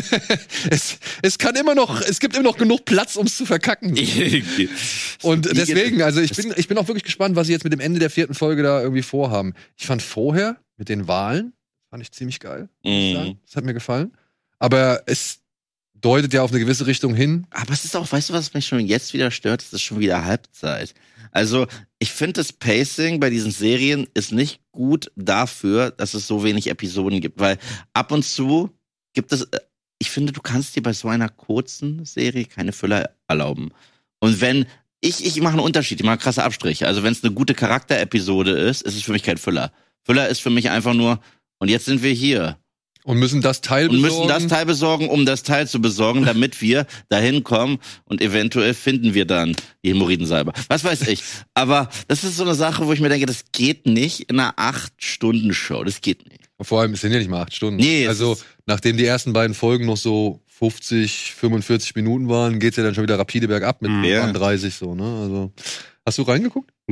es gibt immer noch genug Platz, um es zu verkacken. Und deswegen, also ich bin auch wirklich gespannt, was sie jetzt mit dem Ende der 4. Folge da irgendwie vorhaben. Ich fand vorher mit den Wahlen, fand ich ziemlich geil. Das hat mir gefallen. Aber es deutet ja auf eine gewisse Richtung hin. Aber es ist auch, weißt du, was mich schon jetzt wieder stört? Es ist schon wieder Halbzeit. Also, ich finde, das Pacing bei diesen Serien ist nicht gut dafür, dass es so wenig Episoden gibt. Weil ab und zu gibt es, ich finde, du kannst dir bei so einer kurzen Serie keine Füller erlauben. Und wenn, ich mache einen Unterschied, ich mache krasse Abstriche. Also, wenn es eine gute Charakterepisode ist es für mich kein Füller. Füller ist für mich einfach nur, und jetzt sind wir hier. Und müssen das Teil besorgen, um das Teil zu besorgen, damit wir dahin kommen und eventuell finden wir dann die Hämorrhoidensalbe. Was weiß ich. Aber das ist so eine Sache, wo ich mir denke, das geht nicht in einer 8-Stunden-Show. Das geht nicht. Vor allem, es sind ja nicht mal 8 Stunden. Nee, also, nachdem die ersten beiden Folgen noch so 50, 45 Minuten waren, geht's ja dann schon wieder rapide bergab mit 30 so, ne? Also, hast du reingeguckt? Nee.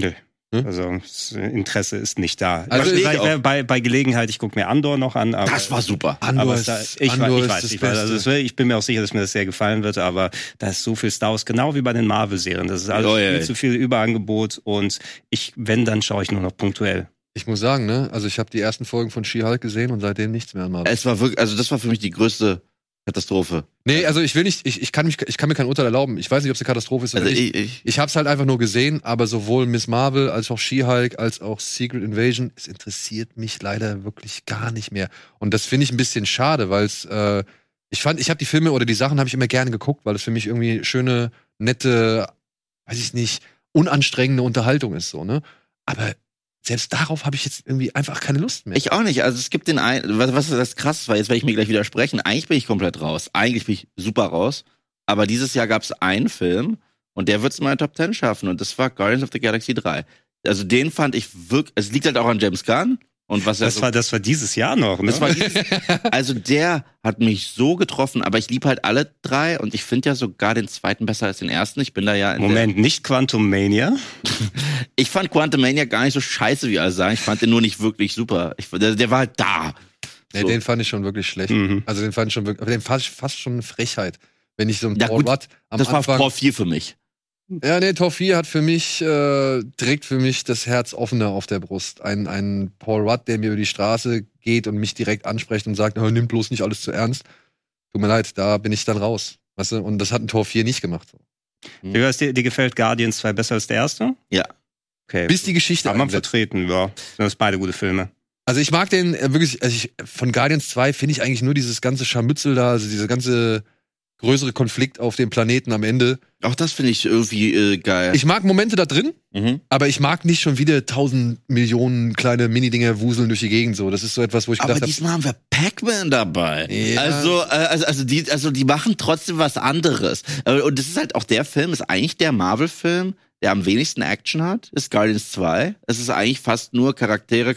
Also das Interesse ist nicht da. Also bei Gelegenheit, ich gucke mir Andor noch an. Aber, das war super. Andor aber ist ich das weiß. Also ich bin mir auch sicher, dass mir das sehr gefallen wird, aber da ist so viel Star Wars, genau wie bei den Marvel-Serien. Das ist alles viel zu viel Überangebot und wenn, dann schaue ich nur noch punktuell. Ich muss sagen, ne, also ich habe die ersten Folgen von She-Hulk gesehen und seitdem nichts mehr an Marvel. Es war wirklich, also das war für mich die größte Katastrophe. Nee, also ich will nicht, ich kann mir kein Urteil erlauben. Ich weiß nicht, ob es eine Katastrophe ist oder Also nicht. Ich hab's halt einfach nur gesehen, aber sowohl Miss Marvel als auch She-Hulk als auch Secret Invasion, es interessiert mich leider wirklich gar nicht mehr. Und das finde ich ein bisschen schade, weil es, ich habe die Filme oder die Sachen habe ich immer gerne geguckt, weil es für mich irgendwie schöne, nette, weiß ich nicht, unanstrengende Unterhaltung ist so, ne? Aber selbst darauf habe ich jetzt irgendwie einfach keine Lust mehr. Ich auch nicht. Also es gibt den einen, was das krass war, jetzt werde ich mir gleich widersprechen. Eigentlich bin ich komplett raus. Eigentlich bin ich super raus. Aber dieses Jahr gab es einen Film und der wird es in meine Top 10 schaffen und das war Guardians of the Galaxy 3. Also den fand ich wirklich, es liegt halt auch an James Gunn. Und was das war dieses Jahr noch, ne? Also der hat mich so getroffen, aber ich liebe halt alle drei und ich finde ja sogar den zweiten besser als den ersten. Ich bin da ja nicht Quantum Mania. Ich fand Quantum Mania gar nicht so scheiße, wie alle sagen. Ich fand den nur nicht wirklich super. Der war halt da. Nee, den fand ich schon wirklich schlecht. Also den fand ich schon wirklich, aber den fand ich fast schon eine Frechheit. Wenn ich so ein Paul Rudd am Das Anfang, war Tor 4 für mich. Ja, nee, Tor 4 hat für mich, trägt für mich das Herz offener auf der Brust. Ein Paul Rudd, der mir über die Straße geht und mich direkt anspricht und sagt, nimm bloß nicht alles zu ernst. Tut mir leid, da bin ich dann raus. Weißt du? Und das hat ein Tor 4 nicht gemacht. Dir gefällt Guardians 2 besser als der erste? Ja. Okay. Bis die Geschichte Kann man vertreten, ja. Das sind beide gute Filme. Also ich mag den wirklich, von Guardians 2 finde ich eigentlich nur dieses ganze Scharmützel da, also dieser ganze größere Konflikt auf dem Planeten am Ende. Auch das finde ich irgendwie geil. Ich mag Momente da drin, aber ich mag nicht schon wieder 1000 Millionen kleine Mini-Dinger wuseln durch die Gegend so. Das ist so etwas, wo ich gedacht habe. Aber diesmal haben wir Pac-Man dabei. Ja. Also die machen trotzdem was anderes. Und das ist halt auch der Film, ist eigentlich der Marvel-Film, der am wenigsten Action hat, ist Guardians 2. Es ist eigentlich fast nur Charaktere.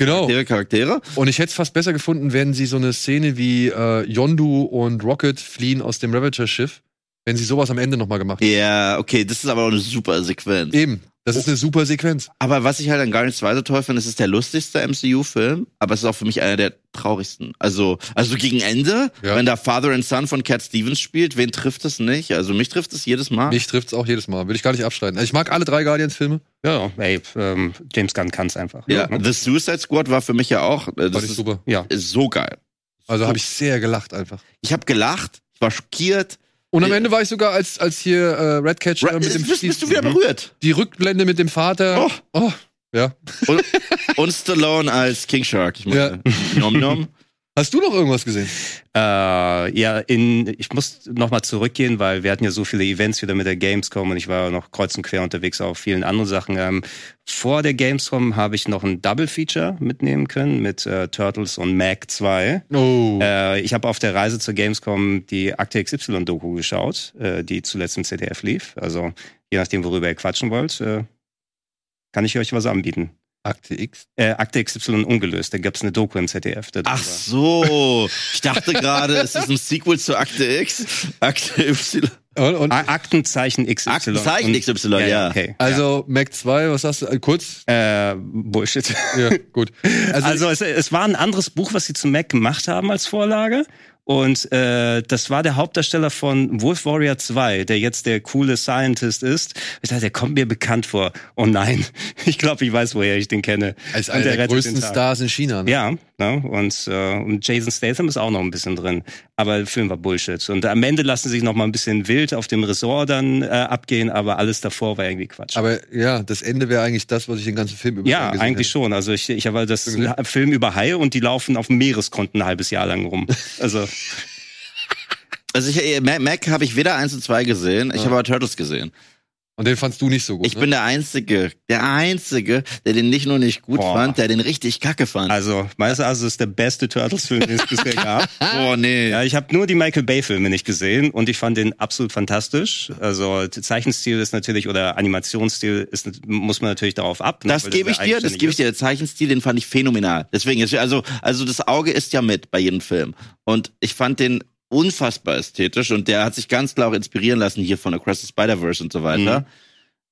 Und ich hätte es fast besser gefunden, wenn sie so eine Szene wie Yondu und Rocket fliehen aus dem Ravager-Schiff, wenn sie sowas am Ende nochmal gemacht hätten. Ja, okay, das ist aber auch eine super Sequenz. Eben, das ist eine super Sequenz. Aber was ich halt an Guardians 2 so toll finde, es ist der lustigste MCU-Film, aber es ist auch für mich einer der traurigsten. Also gegen Ende, wenn da Father and Son von Cat Stevens spielt, wen trifft es nicht? Also mich trifft es jedes Mal. Mich trifft es auch jedes Mal, will ich gar nicht abstreiten. Also ich mag alle 3 Guardians-Filme. Ja, James Gunn kann es einfach. Ja, The Suicide Squad war für mich ja auch, das ist super. Ist so geil. Also habe ich sehr gelacht einfach. Ich habe gelacht, ich war schockiert. Und am Ende war ich sogar, als hier Ratcatcher mit dem bist du wieder berührt? Die Rückblende mit dem Vater. Oh ja. Und Stallone als King Shark. Ich meine, Nom Nom. Hast du noch irgendwas gesehen? Ich muss noch mal zurückgehen, weil wir hatten ja so viele Events wieder mit der Gamescom und ich war noch kreuz und quer unterwegs auf vielen anderen Sachen. Vor der Gamescom habe ich noch ein Double-Feature mitnehmen können mit Turtles und Mac 2. Oh. Ich habe auf der Reise zur Gamescom die Akte XY-Doku geschaut, die zuletzt im ZDF lief. Also je nachdem, worüber ihr quatschen wollt, kann ich euch was anbieten. Akte X? Akte XY ungelöst. Da gab es eine Doku im ZDF. Ach so. Ich dachte gerade, es ist ein Sequel zu Akte X. Akte Y. Und Aktenzeichen XY. Aktenzeichen XY, ja. Okay. Also, Mac 2, was sagst du? Kurz? Bullshit. Ja, gut. Also es war ein anderes Buch, was sie zu Mac gemacht haben als Vorlage. Und das war der Hauptdarsteller von Wolf Warrior 2, der jetzt der coole Scientist ist. Ich dachte, der kommt mir bekannt vor. Oh nein, ich glaube, ich weiß, woher ich den kenne. Er ist einer der größten Stars in China. Ne? Ja, ne? Und Jason Statham ist auch noch ein bisschen drin. Aber der Film war Bullshit. Und am Ende lassen sie sich noch mal ein bisschen wild auf dem Ressort dann abgehen, aber alles davor war irgendwie Quatsch. Aber ja, das Ende wäre eigentlich das, was ich den ganzen Film über gesehen eigentlich hätte. Schon. Also ich habe das Film über Haie und die laufen auf dem Meeresgrund ein halbes Jahr lang rum. Also Mac habe ich weder 1 und 2 gesehen, ich habe aber Turtles gesehen. Und den fandst du nicht so gut, Ich bin der Einzige, der den nicht nur nicht gut fand, der den richtig kacke fand. Also, meinst du, das ist der beste Turtles-Film, den es bisher gab? Nee. Ja, ich habe nur die Michael Bay-Filme nicht gesehen und ich fand den absolut fantastisch. Also, Zeichenstil ist natürlich, oder Animationsstil muss man natürlich darauf ab. Das gebe ich dir, Der Zeichenstil, den fand ich phänomenal. Deswegen, also das Auge ist ja mit bei jedem Film. Und ich fand den unfassbar ästhetisch und der hat sich ganz klar auch inspirieren lassen hier von Across the Spider-Verse und so weiter.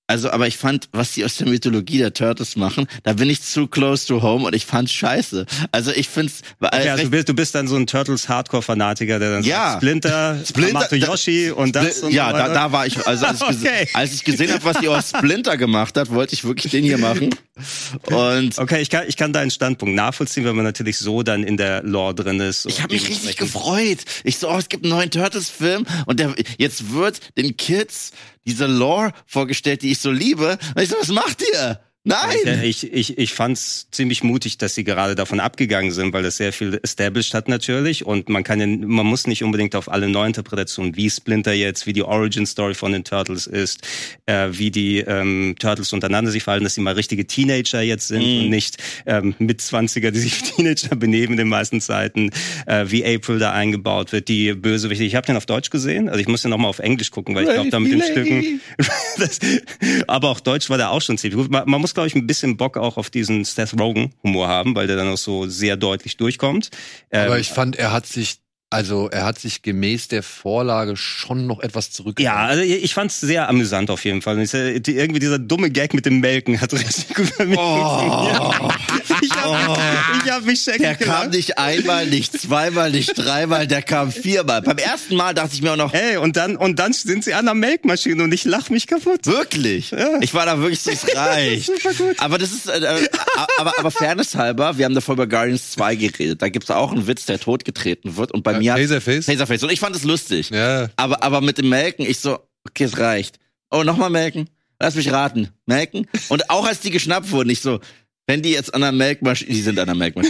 Also, aber ich fand, was die aus der Mythologie der Turtles machen, da bin ich zu close to home und ich fand's scheiße. Also ich find's... Okay, also du bist dann so ein Turtles-Hardcore-Fanatiker, der dann sagt, Splinter, Hamato Yoshi und das und ja, so weiter. da war ich, also als ich gesehen habe, was die aus Splinter gemacht hat, wollte ich wirklich den hier machen. Und okay, ich kann deinen Standpunkt nachvollziehen, wenn man natürlich so dann in der Lore drin ist. Ich habe mich richtig gefreut. Ich so, es gibt einen neuen Turtles-Film und jetzt wird den Kids diese Lore vorgestellt, die ich so liebe. Und ich so, was macht ihr? Nein! Ich fand's ziemlich mutig, dass sie gerade davon abgegangen sind, weil das sehr viel established hat natürlich und man muss nicht unbedingt auf alle Neuinterpretationen, wie Splinter jetzt, wie die Origin-Story von den Turtles ist, wie die Turtles untereinander sich verhalten, dass sie mal richtige Teenager jetzt sind und nicht Mitzwanziger, die sich wie Teenager benehmen in den meisten Zeiten, wie April da eingebaut wird, die Bösewichte. Ich habe den auf Deutsch gesehen, also ich muss den nochmal auf Englisch gucken, weil ich glaube, da mit den Stücken... aber auch Deutsch war der auch schon ziemlich gut. Man muss, glaube ich, ein bisschen Bock auch auf diesen Seth Rogen-Humor haben, weil der dann auch so sehr deutlich durchkommt. Aber ich fand, er hat sich gemäß der Vorlage schon noch etwas zurückgehalten. Ja, also ich fand's sehr amüsant auf jeden Fall. Irgendwie dieser dumme Gag mit dem Melken hat richtig gut bei mir funktioniert. Ich hab mich Der kam nicht einmal, nicht zweimal, nicht dreimal, der kam viermal. Beim ersten Mal dachte ich mir auch noch, hey, und dann sind sie an der Melkmaschine und ich lach mich kaputt. Wirklich? Ja. Ich war da wirklich so, es reicht. Super gut. Aber das ist, aber Fairness halber, wir haben davor über Guardians 2 geredet. Da gibt's auch einen Witz, der totgetreten wird und bei mir Taserface. Und ich fand es lustig. Ja. Aber mit dem Melken, ich so, okay, es reicht. Oh, nochmal melken? Lass mich raten. Melken? Und auch als die geschnappt wurden, ich so, wenn die jetzt an der Melkmaschine, die sind an der Melkmaschine.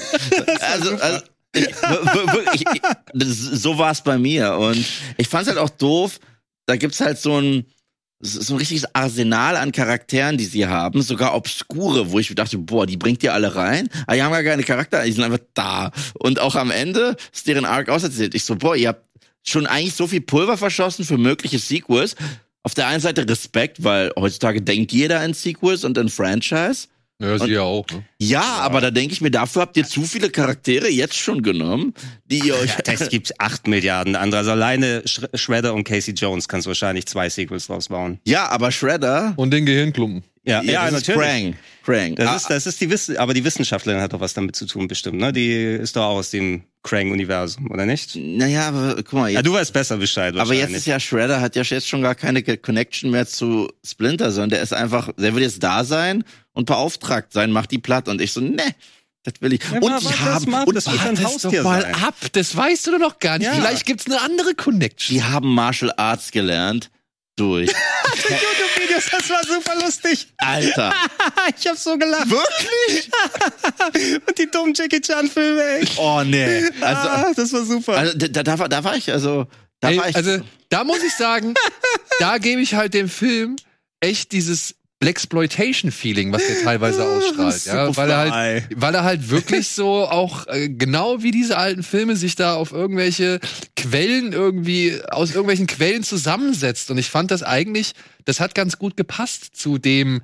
So war es bei mir. Und ich fand's halt auch doof, da gibt's halt so ein richtiges Arsenal an Charakteren, die sie haben, sogar obskure, wo ich dachte, boah, die bringt ihr alle rein, aber die haben gar keine Charakter, die sind einfach da. Und auch am Ende ist deren Arc auserzählt. Ich so, boah, ihr habt schon eigentlich so viel Pulver verschossen für mögliche Sequels. Auf der einen Seite Respekt, weil heutzutage denkt jeder in Sequels und in Franchise. Ja, sie ja auch. Ne? Ja, aber da denke ich mir, dafür habt ihr zu viele Charaktere jetzt schon genommen, die ihr euch... Ja, es gibt 8 Milliarden andere. Also alleine Shredder und Casey Jones kannst du wahrscheinlich 2 Sequels draus bauen. Ja, aber Shredder... Und den Gehirnklumpen. Ja, natürlich. Krang. Das ist aber die Wissenschaftlerin hat doch was damit zu tun bestimmt, ne? Die ist doch auch aus dem Krang-Universum, oder nicht? Naja, aber guck mal. Ja, du weißt besser Bescheid. Aber jetzt ist ja Shredder, hat ja jetzt schon gar keine Connection mehr zu Splinter, sondern der ist einfach, der will jetzt da sein und beauftragt sein, macht die platt. Und ich so, ne, das will ich. Ja, und die haben, und das wird ein Haustier mal sein. ab, das weißt du doch noch gar nicht. Ja. Vielleicht gibt's eine andere Connection. die haben Martial Arts gelernt durch. Die YouTube-Videos, das war super lustig. Alter. Ich hab so gelacht. Wirklich? Und die dummen Jackie Chan-Filme, ey. Oh, nee. Also, Das war super. also da war ich, also, da Ey, war ich. also, da muss ich sagen, da gebe ich halt dem Film echt dieses Blaxploitation-Feeling, was der teilweise ausstrahlt, ja, weil er halt wirklich so auch genau wie diese alten Filme sich da auf irgendwelche Quellen aus irgendwelchen Quellen zusammensetzt. Und ich fand das eigentlich, das hat ganz gut gepasst zu dem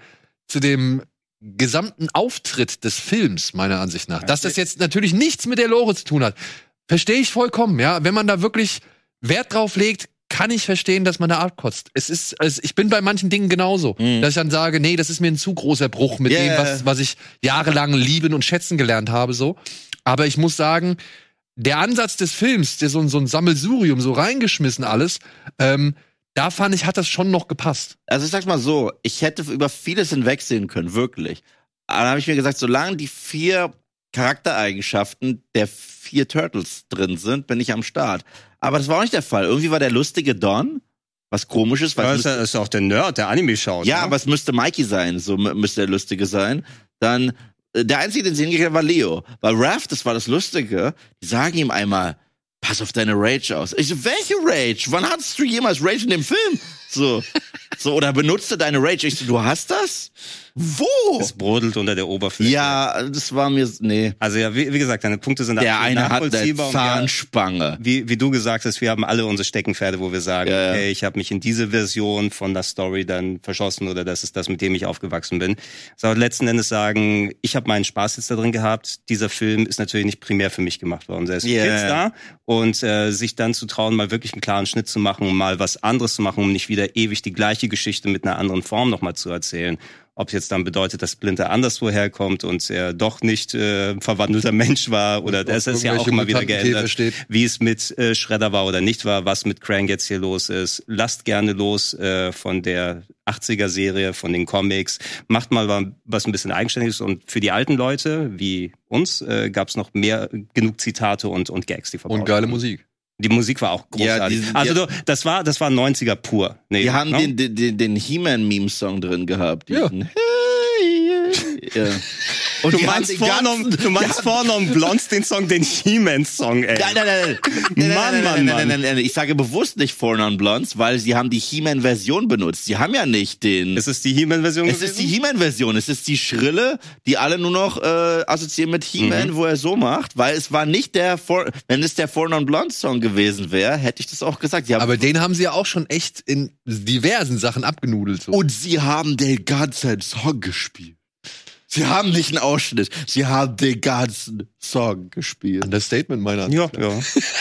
gesamten Auftritt des Films, meiner Ansicht nach. Dass das jetzt natürlich nichts mit der Lore zu tun hat, verstehe ich vollkommen, ja. Wenn man da wirklich Wert drauf legt, kann ich verstehen, dass man da abkotzt. Ich bin bei manchen Dingen genauso, dass ich dann sage, nee, das ist mir ein zu großer Bruch mit dem, was ich jahrelang lieben und schätzen gelernt habe, so. Aber ich muss sagen, der Ansatz des Films, der so ein Sammelsurium, so reingeschmissen alles, da fand ich, hat das schon noch gepasst. Also ich sag's mal so, ich hätte über vieles hinwegsehen können, wirklich. Aber dann habe ich mir gesagt, solange die 4 Charaktereigenschaften der 4 Turtles drin sind, bin ich am Start. Aber das war auch nicht der Fall. Irgendwie war der lustige Don, was komisch ist. Weil das ist auch der Nerd, der Anime schaut. Ja, ne? aber es müsste Mikey sein, so müsste der Lustige sein. Dann, der Einzige, den sie hingekriegt hat, war Leo. Weil Raph, das war das Lustige, die sagen ihm einmal, pass auf deine Rage aus. Ich so, welche Rage? Wann hattest du jemals Rage in dem Film? So, oder benutze deine Rage. Ich so, du hast das? Wo? Es brodelt unter der Oberfläche. Ja, das war mir, nee. Also ja, wie gesagt, deine Punkte sind Der eine hat eine nachvollziehbar. Zahnspange. Wie du gesagt hast, wir haben alle unsere Steckenpferde, wo wir sagen, Ja. okay, ich habe mich in diese Version von der Story dann verschossen oder das ist das, mit dem ich aufgewachsen bin. So, letzten Endes sagen, ich habe meinen Spaß jetzt da drin gehabt. Dieser Film ist natürlich nicht primär für mich gemacht worden. Der ist für Kids da und sich dann zu trauen, mal wirklich einen klaren Schnitt zu machen, mal was anderes zu machen, um nicht wieder wieder ewig die gleiche Geschichte mit einer anderen Form nochmal zu erzählen. Ob es jetzt dann bedeutet, dass Splinter anderswo herkommt und er doch nicht verwandelter Mensch war oder das ist ja auch immer wieder geändert, wie es mit Shredder war oder nicht war, was mit Krang jetzt hier los ist. Lasst gerne los von der 80er-Serie, von den Comics. Macht mal was ein bisschen Eigenständiges und für die alten Leute, wie uns, gab es noch genug Zitate und Gags, die verbaut Und geile wurden. Musik. Die Musik war auch großartig. Das war 90er pur. Nee, Die haben no? den He-Man-Meme-Song drin gehabt. Ja. Ja. Und Du die meinst haben Vornom Blondes den Song, den He-Man-Song, ey. Nein. Ich sage bewusst nicht Four Non Blondes, weil sie haben die He-Man-Version benutzt. Sie haben ja nicht den... Ist es die He-Man-Version Es ist die He-Man-Version. Es ist die Schrille, die alle nur noch assoziieren mit He-Man, wo er so macht, weil es war nicht wenn es der Four Non Blondes Song gewesen wäre, hätte ich das auch gesagt. Aber den haben sie ja auch schon echt in diversen Sachen abgenudelt. So. Und sie haben den ganzen Song gespielt. Sie haben nicht einen Ausschnitt, sie haben den ganzen Song gespielt. Understatement meiner Ansicht. Ja.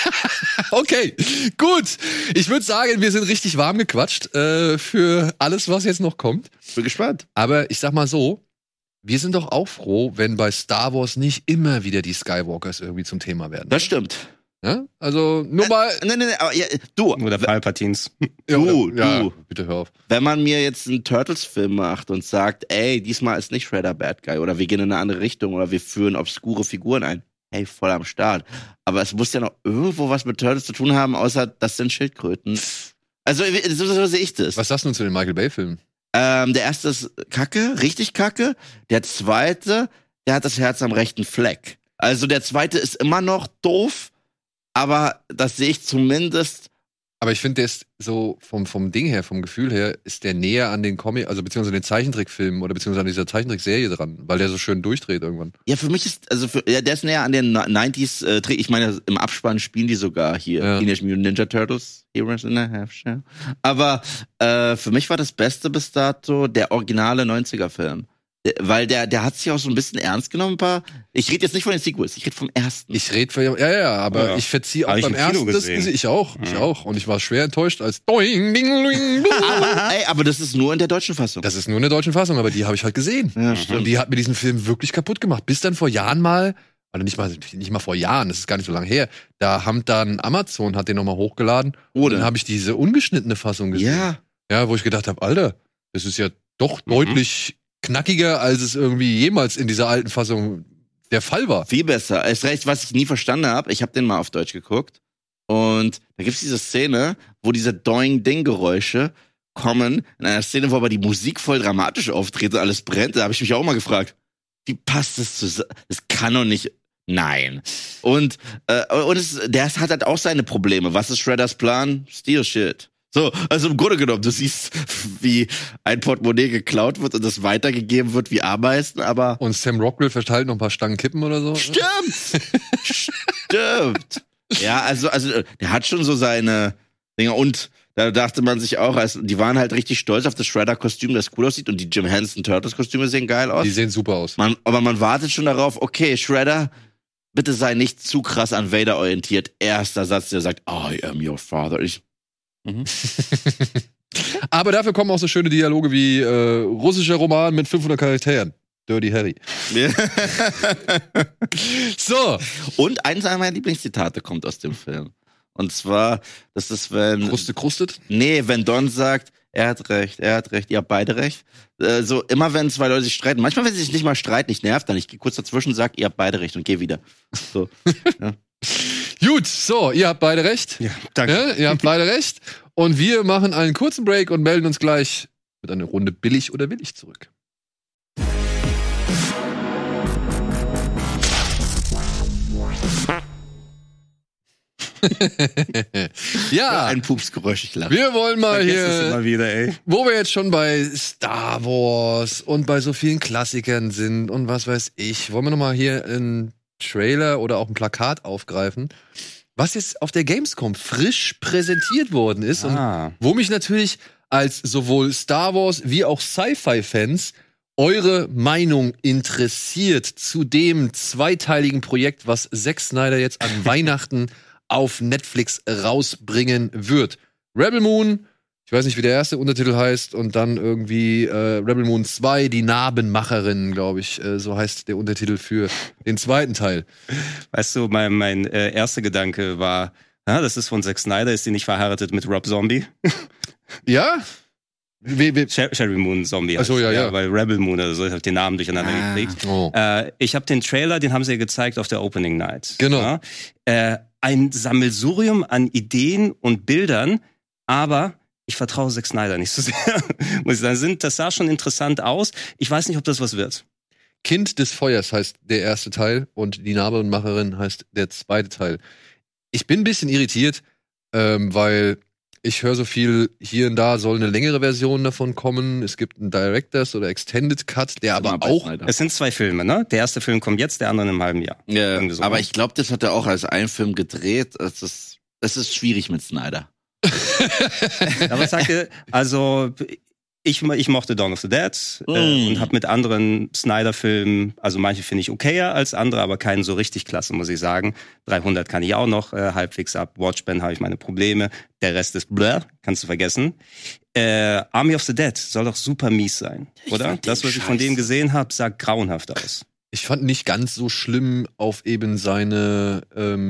Okay, gut. Ich würde sagen, wir sind richtig warm gequatscht für alles, was jetzt noch kommt. Bin gespannt. Aber ich sag mal so, wir sind doch auch froh, wenn bei Star Wars nicht immer wieder die Skywalkers irgendwie zum Thema werden. Das stimmt. Ja? Also nur mal... Nein, aber ja, du. Oder Palpatines. Du. Bitte hör auf. Wenn man mir jetzt einen Turtles-Film macht und sagt, ey, diesmal ist nicht Shredder Bad Guy oder wir gehen in eine andere Richtung oder wir führen obskure Figuren ein. Hey, voll am Start. Aber es muss ja noch irgendwo was mit Turtles zu tun haben, außer das sind Schildkröten. Also, so sehe ich das. Was sagst du nun zu den Michael Bay-Filmen? Der erste ist kacke, richtig kacke. Der zweite, der hat das Herz am rechten Fleck. Also der zweite ist immer noch doof, aber das sehe ich zumindest. Aber ich finde, der ist so vom Ding her, vom Gefühl her, ist der näher an den Comic, also beziehungsweise den Zeichentrickfilmen oder beziehungsweise an dieser Zeichentrickserie dran, weil der so schön durchdreht irgendwann. Ja, für mich ist, der ist näher an den 90s, ich meine, im Abspann spielen die sogar hier Teenage Mutant Ninja Turtles, Heroes in a Half Shell. Aber für mich war das Beste bis dato der originale 90er-Film. Weil der hat sich auch so ein bisschen ernst genommen, ich rede jetzt nicht von den Sequels, ich rede vom ersten. Ich rede von, aber ich verziehe auch beim ersten das gesehen. Ich auch. Und ich war schwer enttäuscht als Doing, Ding, Ding, aber das ist nur in der deutschen Fassung. Das ist nur in der deutschen Fassung, aber die habe ich halt gesehen. Ja, stimmt. Und die hat mir diesen Film wirklich kaputt gemacht. Bis dann vor Jahren mal, oder nicht mal vor Jahren, das ist gar nicht so lange her, da haben dann Amazon hat den nochmal hochgeladen. Und dann habe ich diese ungeschnittene Fassung gesehen. Ja, wo ich gedacht habe, Alter, das ist ja doch deutlich knackiger, als es irgendwie jemals in dieser alten Fassung der Fall war. Viel besser. Ist recht, was ich nie verstanden habe. Ich habe den mal auf Deutsch geguckt. Und da gibt's diese Szene, wo diese Doing-Ding-Geräusche kommen. In einer Szene, wo aber die Musik voll dramatisch auftritt und alles brennt. Da habe ich mich auch mal gefragt, wie passt das zusammen? Das kann doch nicht... Nein. Und der hat halt auch seine Probleme. Was ist Shredders Plan? Steal Shit. So, also im Grunde genommen, du siehst, wie ein Portemonnaie geklaut wird und das weitergegeben wird wie Ameisen, aber... Und Sam Rockwell verteilt noch ein paar Stangen Kippen oder so? Stimmt! Stimmt! Ja, also der hat schon so seine Dinge und da dachte man sich auch, die waren halt richtig stolz auf das Shredder-Kostüm, das cool aussieht und die Jim Henson Turtles-Kostüme sehen geil aus. Die sehen super aus. Aber man wartet schon darauf, okay, Shredder, bitte sei nicht zu krass an Vader orientiert. Erster Satz, der sagt, I am your father. Aber dafür kommen auch so schöne Dialoge wie russischer Roman mit 500 Charakteren. Dirty Harry. So. Und eines meiner Lieblingszitate kommt aus dem Film. Und zwar, das ist, wenn... Kruste krustet? Nee, wenn Don sagt, er hat recht, ihr habt beide recht. So, immer wenn zwei Leute sich streiten, manchmal, wenn sie sich nicht mal streiten, ich nerv dann, ich gehe kurz dazwischen, sag, ihr habt beide recht und geh wieder. So, ja. Gut, so, ihr habt beide recht. Ja, danke. Ja, ihr habt beide recht. Und wir machen einen kurzen Break und melden uns gleich mit einer Runde billig oder willig zurück. Ja. Ein Pupsgeräusch, ich lache. Wir wollen mal Vergiss es immer wieder, ey. wo wir jetzt schon bei Star Wars und bei so vielen Klassikern sind und was weiß ich, wollen wir nochmal hier einen Trailer oder auch ein Plakat aufgreifen, was jetzt auf der Gamescom frisch präsentiert worden ist und wo mich natürlich als sowohl Star Wars wie auch Sci-Fi-Fans eure Meinung interessiert zu dem zweiteiligen Projekt, was Zack Snyder jetzt an Weihnachten auf Netflix rausbringen wird. Rebel Moon, ich weiß nicht, wie der erste Untertitel heißt, und dann irgendwie Rebel Moon 2, die Narbenmacherin, glaube ich, so heißt der Untertitel für den zweiten Teil. Weißt du, mein erster Gedanke war, das ist von Zack Snyder, ist die nicht verheiratet mit Rob Zombie? Ja? Sherry Moon Zombie. Ach so, ja. Weil Rebel Moon oder so, ich habe den Namen durcheinander gekriegt. Oh. Ich habe den Trailer, den haben sie ja gezeigt auf der Opening Night. Genau. Ja? Ein Sammelsurium an Ideen und Bildern, aber ich vertraue Zack Snyder nicht so sehr. Muss ich sagen, das sah schon interessant aus. Ich weiß nicht, ob das was wird. Kind des Feuers heißt der erste Teil und die Narbenmacherin heißt der zweite Teil. Ich bin ein bisschen irritiert, weil ich höre so viel, hier und da soll eine längere Version davon kommen. Es gibt einen Director's oder Extended Cut, der aber auch... Es sind 2 Filme, ne? Der erste Film kommt jetzt, der andere in einem halben Jahr. Ja, so, aber ich glaube, das hat er auch als einen Film gedreht. Es ist schwierig mit Snyder. Aber ich sage, also ich mochte Dawn of the Dead und habe mit anderen Snyder-Filmen, also manche finde ich okayer als andere, aber keinen so richtig klasse, muss ich sagen. 300 kann ich auch noch halbwegs ab. Watchmen habe ich meine Probleme. Der Rest ist blur, kannst du vergessen. Army of the Dead soll doch super mies sein, oder? Das, was ich von dem gesehen habe, sah grauenhaft aus. Ich fand nicht ganz so schlimm auf eben seine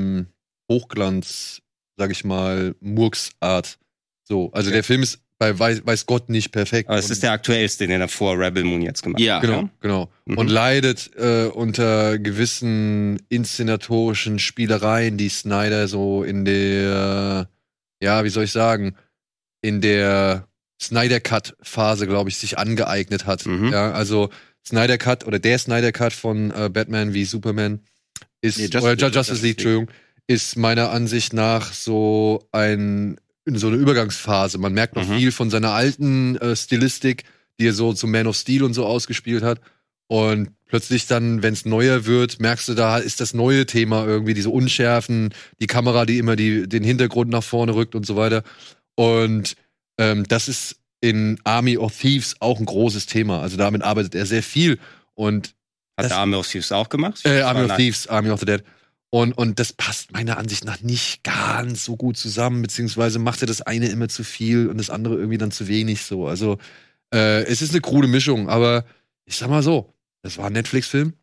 Hochglanz, sag ich mal, Murksart. So, also der Film ist bei weiß Gott nicht perfekt. Aber es ist der aktuellste, den er vor Rebel Moon jetzt gemacht hat. Ja, genau. Mhm. Und leidet unter gewissen inszenatorischen Spielereien, die Snyder so in der, ja, wie soll ich sagen, in der Snyder-Cut-Phase, glaube ich, sich angeeignet hat. Mhm. Ja, also Snyder Cut oder der Snyder Cut von Batman wie Superman ist, Justice League, Entschuldigung, ist meiner Ansicht nach so eine Übergangsphase. Man merkt noch viel von seiner alten Stilistik, die er so zum Man of Steel und so ausgespielt hat. Und plötzlich dann, wenn es neuer wird, merkst du, da ist das neue Thema irgendwie, diese Unschärfen, die Kamera, die immer den Hintergrund nach vorne rückt und so weiter. Und das ist in Army of Thieves auch ein großes Thema. Also damit arbeitet er sehr viel. Und hat er Army of Thieves auch gemacht? Army of Thieves, Army of the Dead. Und das passt meiner Ansicht nach nicht ganz so gut zusammen, beziehungsweise macht er das eine immer zu viel und das andere irgendwie dann zu wenig so. Also es ist eine krude Mischung, aber ich sag mal so, das war ein Netflix-Film.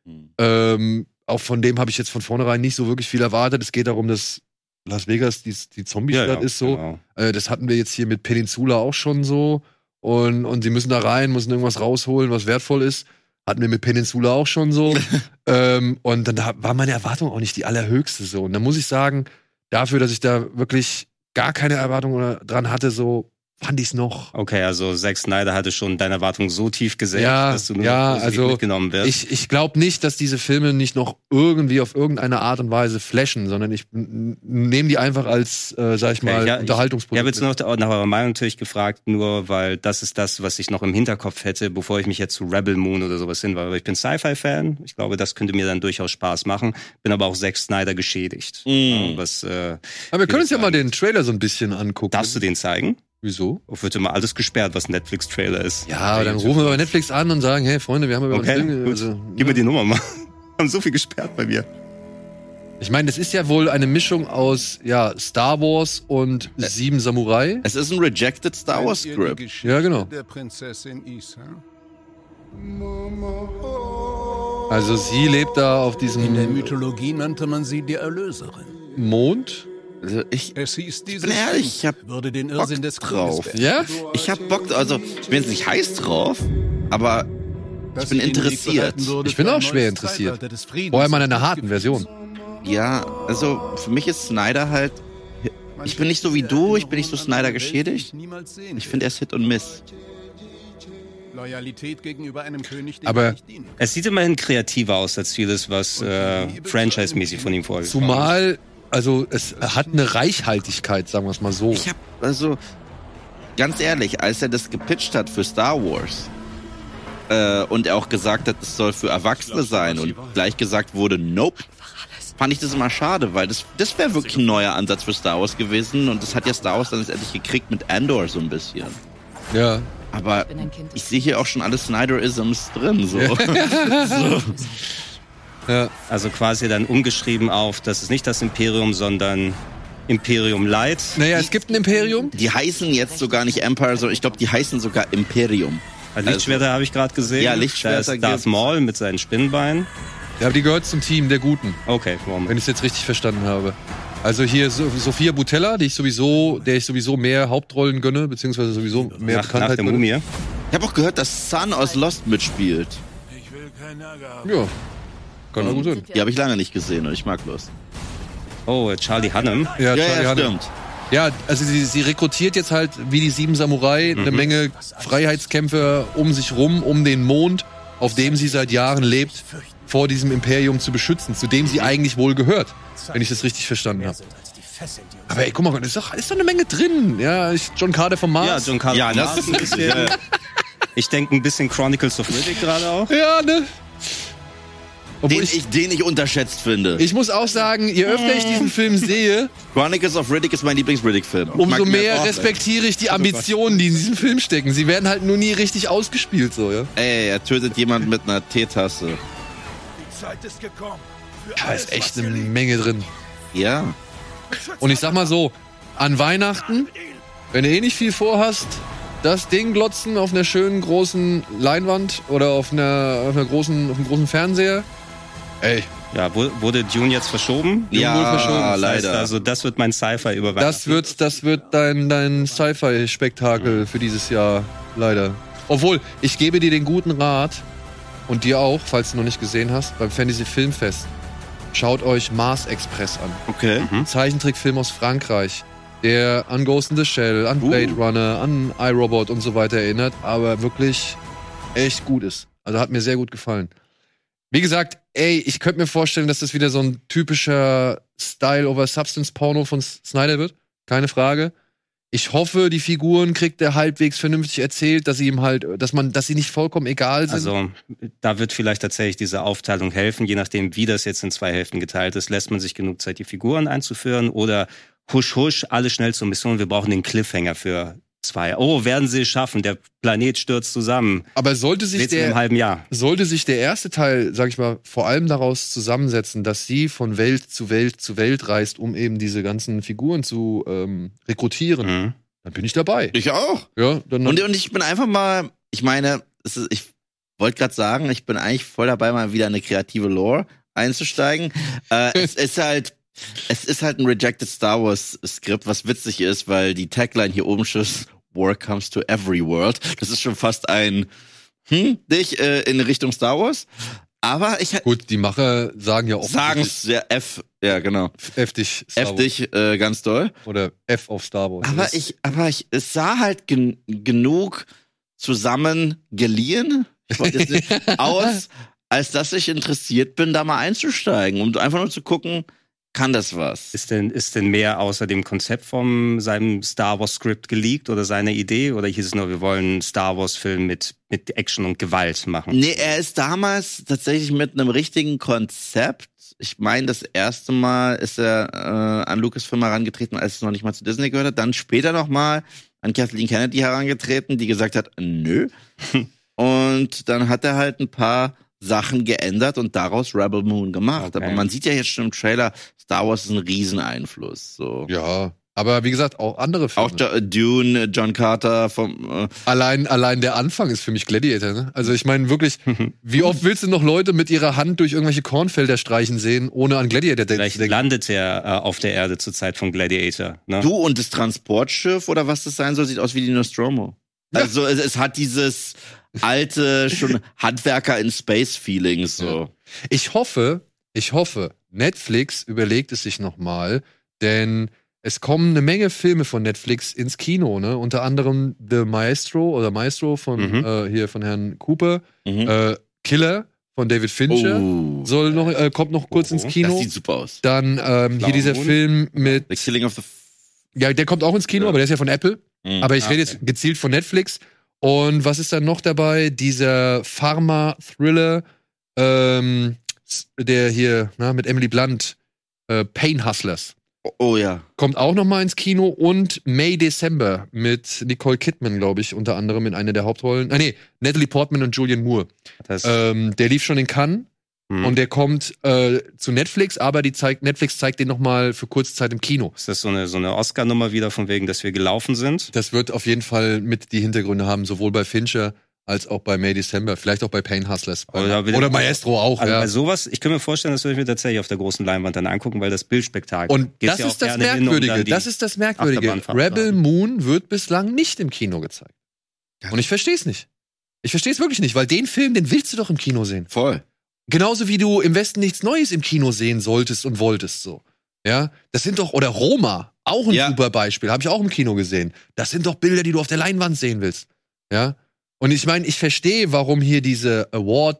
Auch von dem habe ich jetzt von vornherein nicht so wirklich viel erwartet. Es geht darum, dass Las Vegas die Zombie-Stadt ist so. Genau. Das hatten wir jetzt hier mit Peninsula auch schon so. Und sie müssen da rein, müssen irgendwas rausholen, was wertvoll ist. Hatten wir mit Peninsula auch schon so. Und dann war meine Erwartung auch nicht die allerhöchste so. Und dann muss ich sagen, dafür, dass ich da wirklich gar keine Erwartung dran hatte, so fand ich's noch. Okay, also Zack Snyder hatte schon deine Erwartung so tief gesenkt, dass du nur mitgenommen wirst. Ich glaube nicht, dass diese Filme nicht noch irgendwie auf irgendeine Art und Weise flashen, sondern ich nehme die einfach als, sag ich mal, Unterhaltungsprodukt. Ich habe jetzt noch nach eurer Meinung natürlich gefragt, nur weil das ist das, was ich noch im Hinterkopf hätte, bevor ich mich jetzt zu Rebel Moon oder sowas hinweise. Ich bin Sci-Fi-Fan, ich glaube, das könnte mir dann durchaus Spaß machen, bin aber auch Zack Snyder geschädigt. Aber wir können uns ja mal den Trailer so ein bisschen angucken. Darfst du den zeigen? Wieso? Wird immer alles gesperrt, was Netflix-Trailer ist. Ja, aber dann rufen wir bei Netflix an und sagen, hey Freunde, wir haben über uns Film. Gib mir die Nummer mal. Haben so viel gesperrt bei mir. Ich meine, das ist ja wohl eine Mischung aus Star Wars und 7 Samurai. Es ist ein rejected Star Wars Script. Ja, genau. Der Prinzessin Isa. Also sie lebt da auf diesem... In der Mythologie nannte man sie die Erlöserin. Mond? Also ich bin ehrlich, ich hab würde den Bock Irrsinn des drauf. Ja? Ich hab Bock, also ich bin jetzt nicht heiß drauf, aber ich bin interessiert. Ich bin auch schwer interessiert. Vorher mal in einer harten Version. Ja, also für mich ist Snyder halt, ich bin nicht so wie du, ich bin nicht so Snyder geschädigt. Ich finde, er ist Hit und Miss. Loyalität gegenüber einem König, aber es sieht immerhin kreativer aus als vieles, was franchise-mäßig von ihm vorgeht. Zumal, also es hat eine Reichhaltigkeit, sagen wir es mal so. Ich hab, also ganz ehrlich, als er das gepitcht hat für Star Wars und er auch gesagt hat, es soll für Erwachsene sein und gleich gesagt wurde, nope, fand ich das immer schade, weil das wäre wirklich ein neuer Ansatz für Star Wars gewesen und das hat ja Star Wars dann letztendlich gekriegt mit Andor so ein bisschen. Ja. Aber ich sehe hier auch schon alle Snyder-Isms drin, so. Ja. Also quasi dann umgeschrieben auf, das ist nicht das Imperium, sondern Imperium Light. Naja, es gibt ein Imperium. Die heißen jetzt sogar nicht Empire, sondern ich glaube, die heißen sogar Imperium. Lichtschwerter habe ich gerade gesehen. Ja, Lichtschwerter Da ist Darth Maul mit seinen Spinnenbeinen. Ja, aber die gehört zum Team der Guten, Okay, Moment. wenn ich es jetzt richtig verstanden habe. Also hier Sophia Boutella, der ich sowieso mehr Hauptrollen gönne, beziehungsweise sowieso mehr Nach Bekanntheit der gönne. Mumie. Ich habe auch gehört, dass Sun aus Lost mitspielt. Ich will keinen Ärger haben. Ja, kann ja gut sein. Die habe ich lange nicht gesehen und ich mag Lost. Oh, Charlie Hunnam. Ja, Charlie Hunnam. stimmt. Ja, also sie rekrutiert jetzt halt wie die 7 Samurai eine Menge Freiheitskämpfer um sich rum, um den Mond, auf dem sie seit Jahren lebt, vor diesem Imperium zu beschützen, zu dem sie eigentlich wohl gehört, wenn ich das richtig verstanden habe. Aber ey, guck mal, ist doch eine Menge drin. Ja, John Carter vom Ja, Mars. John Carter. Ja, das Mars ist ein bisschen. Ich denke ein bisschen Chronicles of Riddick gerade auch. Ja, ne? Obwohl Den ich unterschätzt finde. ich muss auch sagen, je öfter ich diesen Film sehe, Chronicles of Riddick ist mein Lieblings-Riddick-Film. umso mehr respektiere ich die Ambitionen, die in diesem Film stecken. Sie werden halt nur nie richtig ausgespielt, so, ja. Ey, er tötet jemand mit einer Teetasse. Die Zeit ist gekommen. Da ist echt eine Menge drin. Ja. Und ich sag mal so, an Weihnachten, wenn du eh nicht viel vorhast, das Ding glotzen auf einer schönen großen Leinwand oder auf einem großen Fernseher. Ey, Ja, wurde Dune jetzt verschoben? Ja, wohl verschoben. Das heißt leider. also, das wird mein Sci-Fi über Weihnachten. das wird dein Sci-Fi-Spektakel für dieses Jahr, leider. Obwohl, ich gebe dir den guten Rat und dir auch, falls du noch nicht gesehen hast, beim Fantasy Filmfest. Schaut euch Mars Express an. Okay. Zeichentrickfilm aus Frankreich, der an Ghost in the Shell, an Blade Runner, an iRobot und so weiter erinnert, aber wirklich echt gut ist. Also hat mir sehr gut gefallen. Wie gesagt, ey, ich könnte mir vorstellen, dass das wieder so ein typischer Style-over-Substance-Porno von Snyder wird. Keine Frage. Ich hoffe, die Figuren kriegt er halbwegs vernünftig erzählt, dass sie ihm halt, dass sie nicht vollkommen egal sind. Also, da wird vielleicht tatsächlich diese Aufteilung helfen, je nachdem, wie das jetzt in 2 Hälften geteilt ist. Lässt man sich genug Zeit, die Figuren einzuführen oder husch, husch, alle schnell zur Mission. Wir brauchen den Cliffhanger für 2. Oh, werden sie es schaffen? Der Planet stürzt zusammen. Aber sollte sich Seht's in einem halben Jahr. Sollte sich der erste Teil, sag ich mal, vor allem daraus zusammensetzen, dass sie von Welt zu Welt zu Welt reist, um eben diese ganzen Figuren zu rekrutieren, dann bin ich dabei. Ich auch. Ja, dann Und ich bin einfach mal, ich meine, ich wollte gerade sagen, ich bin eigentlich voll dabei, mal wieder eine kreative Lore einzusteigen. Es ist halt ein Rejected Star Wars Skript, was witzig ist, weil die Tagline hier oben steht, War comes to every world. Das ist schon fast ein nicht in Richtung Star Wars. Aber gut, die Macher sagen ja auch sagen es ja ja genau. heftig Star Wars. Heftig, ganz doll. Oder F auf Star Wars. Aber es sah halt genug zusammen geliehen aus, als dass ich interessiert bin, da mal einzusteigen, um einfach nur zu gucken, kann das was? Ist denn mehr außer dem Konzept von seinem Star Wars Skript geleakt oder seiner Idee? Oder hieß es nur, wir wollen einen Star Wars Film mit Action und Gewalt machen? Nee, er ist damals tatsächlich mit einem richtigen Konzept. Ich meine, das erste Mal ist er an Lucasfilm herangetreten, als es noch nicht mal zu Disney gehört hat. Dann später noch mal an Kathleen Kennedy herangetreten, die gesagt hat, nö. Und dann hat er halt ein paar Sachen geändert und daraus Rebel Moon gemacht. Okay. Aber man sieht ja jetzt schon im Trailer, Star Wars ist ein Rieseneinfluss. So. Ja, aber wie gesagt, auch andere Filme. Auch Dune, John Carter vom Allein der Anfang ist für mich Gladiator, ne? Also ich meine wirklich, wie oft willst du noch Leute mit ihrer Hand durch irgendwelche Kornfelder streichen sehen, ohne an Gladiator zu Vielleicht denken? landet er auf der Erde zur Zeit von Gladiator. Ne? Du und das Transportschiff oder was das sein soll, sieht aus wie die Nostromo. Ja. Also es hat dieses alte, schon Handwerker in Space-Feeling so. Ich hoffe, Netflix überlegt es sich nochmal, denn es kommen eine Menge Filme von Netflix ins Kino, ne? Unter anderem The Maestro von hier von Herrn Cooper, Killer von David Fincher kommt noch kurz ins Kino. Das sieht super aus. Dann hier dieser Film mit The Killing of the ja, der kommt auch ins Kino, aber der ist ja von Apple. Aber ich rede jetzt gezielt von Netflix. Und was ist dann noch dabei? Dieser Pharma-Thriller, der hier mit Emily Blunt, Pain Hustlers. Oh ja. Kommt auch noch mal ins Kino. Und May December mit Nicole Kidman, glaube ich, unter anderem in einer der Hauptrollen. Natalie Portman und Julianne Moore. Der lief schon in Cannes. Und der kommt zu Netflix, aber Netflix zeigt den noch mal für kurze Zeit im Kino. Ist das so eine Oscar-Nummer wieder, von wegen, dass wir gelaufen sind? Das wird auf jeden Fall mit die Hintergründe haben, sowohl bei Fincher als auch bei May December, vielleicht auch bei Pain Hustlers. Oder Maestro auch. Also ja. bei sowas, ich kann mir vorstellen, das würde ich mir tatsächlich auf der großen Leinwand dann angucken, weil das Bildspektakel. Und das ist das Merkwürdige. Das ist das Merkwürdige. Rebel Moon wird bislang nicht im Kino gezeigt. Und ich verstehe es nicht. Ich verstehe es wirklich nicht, weil den Film, den willst du doch im Kino sehen. Voll. Genauso wie du im Westen nichts Neues im Kino sehen solltest und wolltest, so. Ja, das sind doch, oder Roma, auch ein super Beispiel, habe ich auch im Kino gesehen. Das sind doch Bilder, die du auf der Leinwand sehen willst. Ja. Und ich meine, ich verstehe, warum hier diese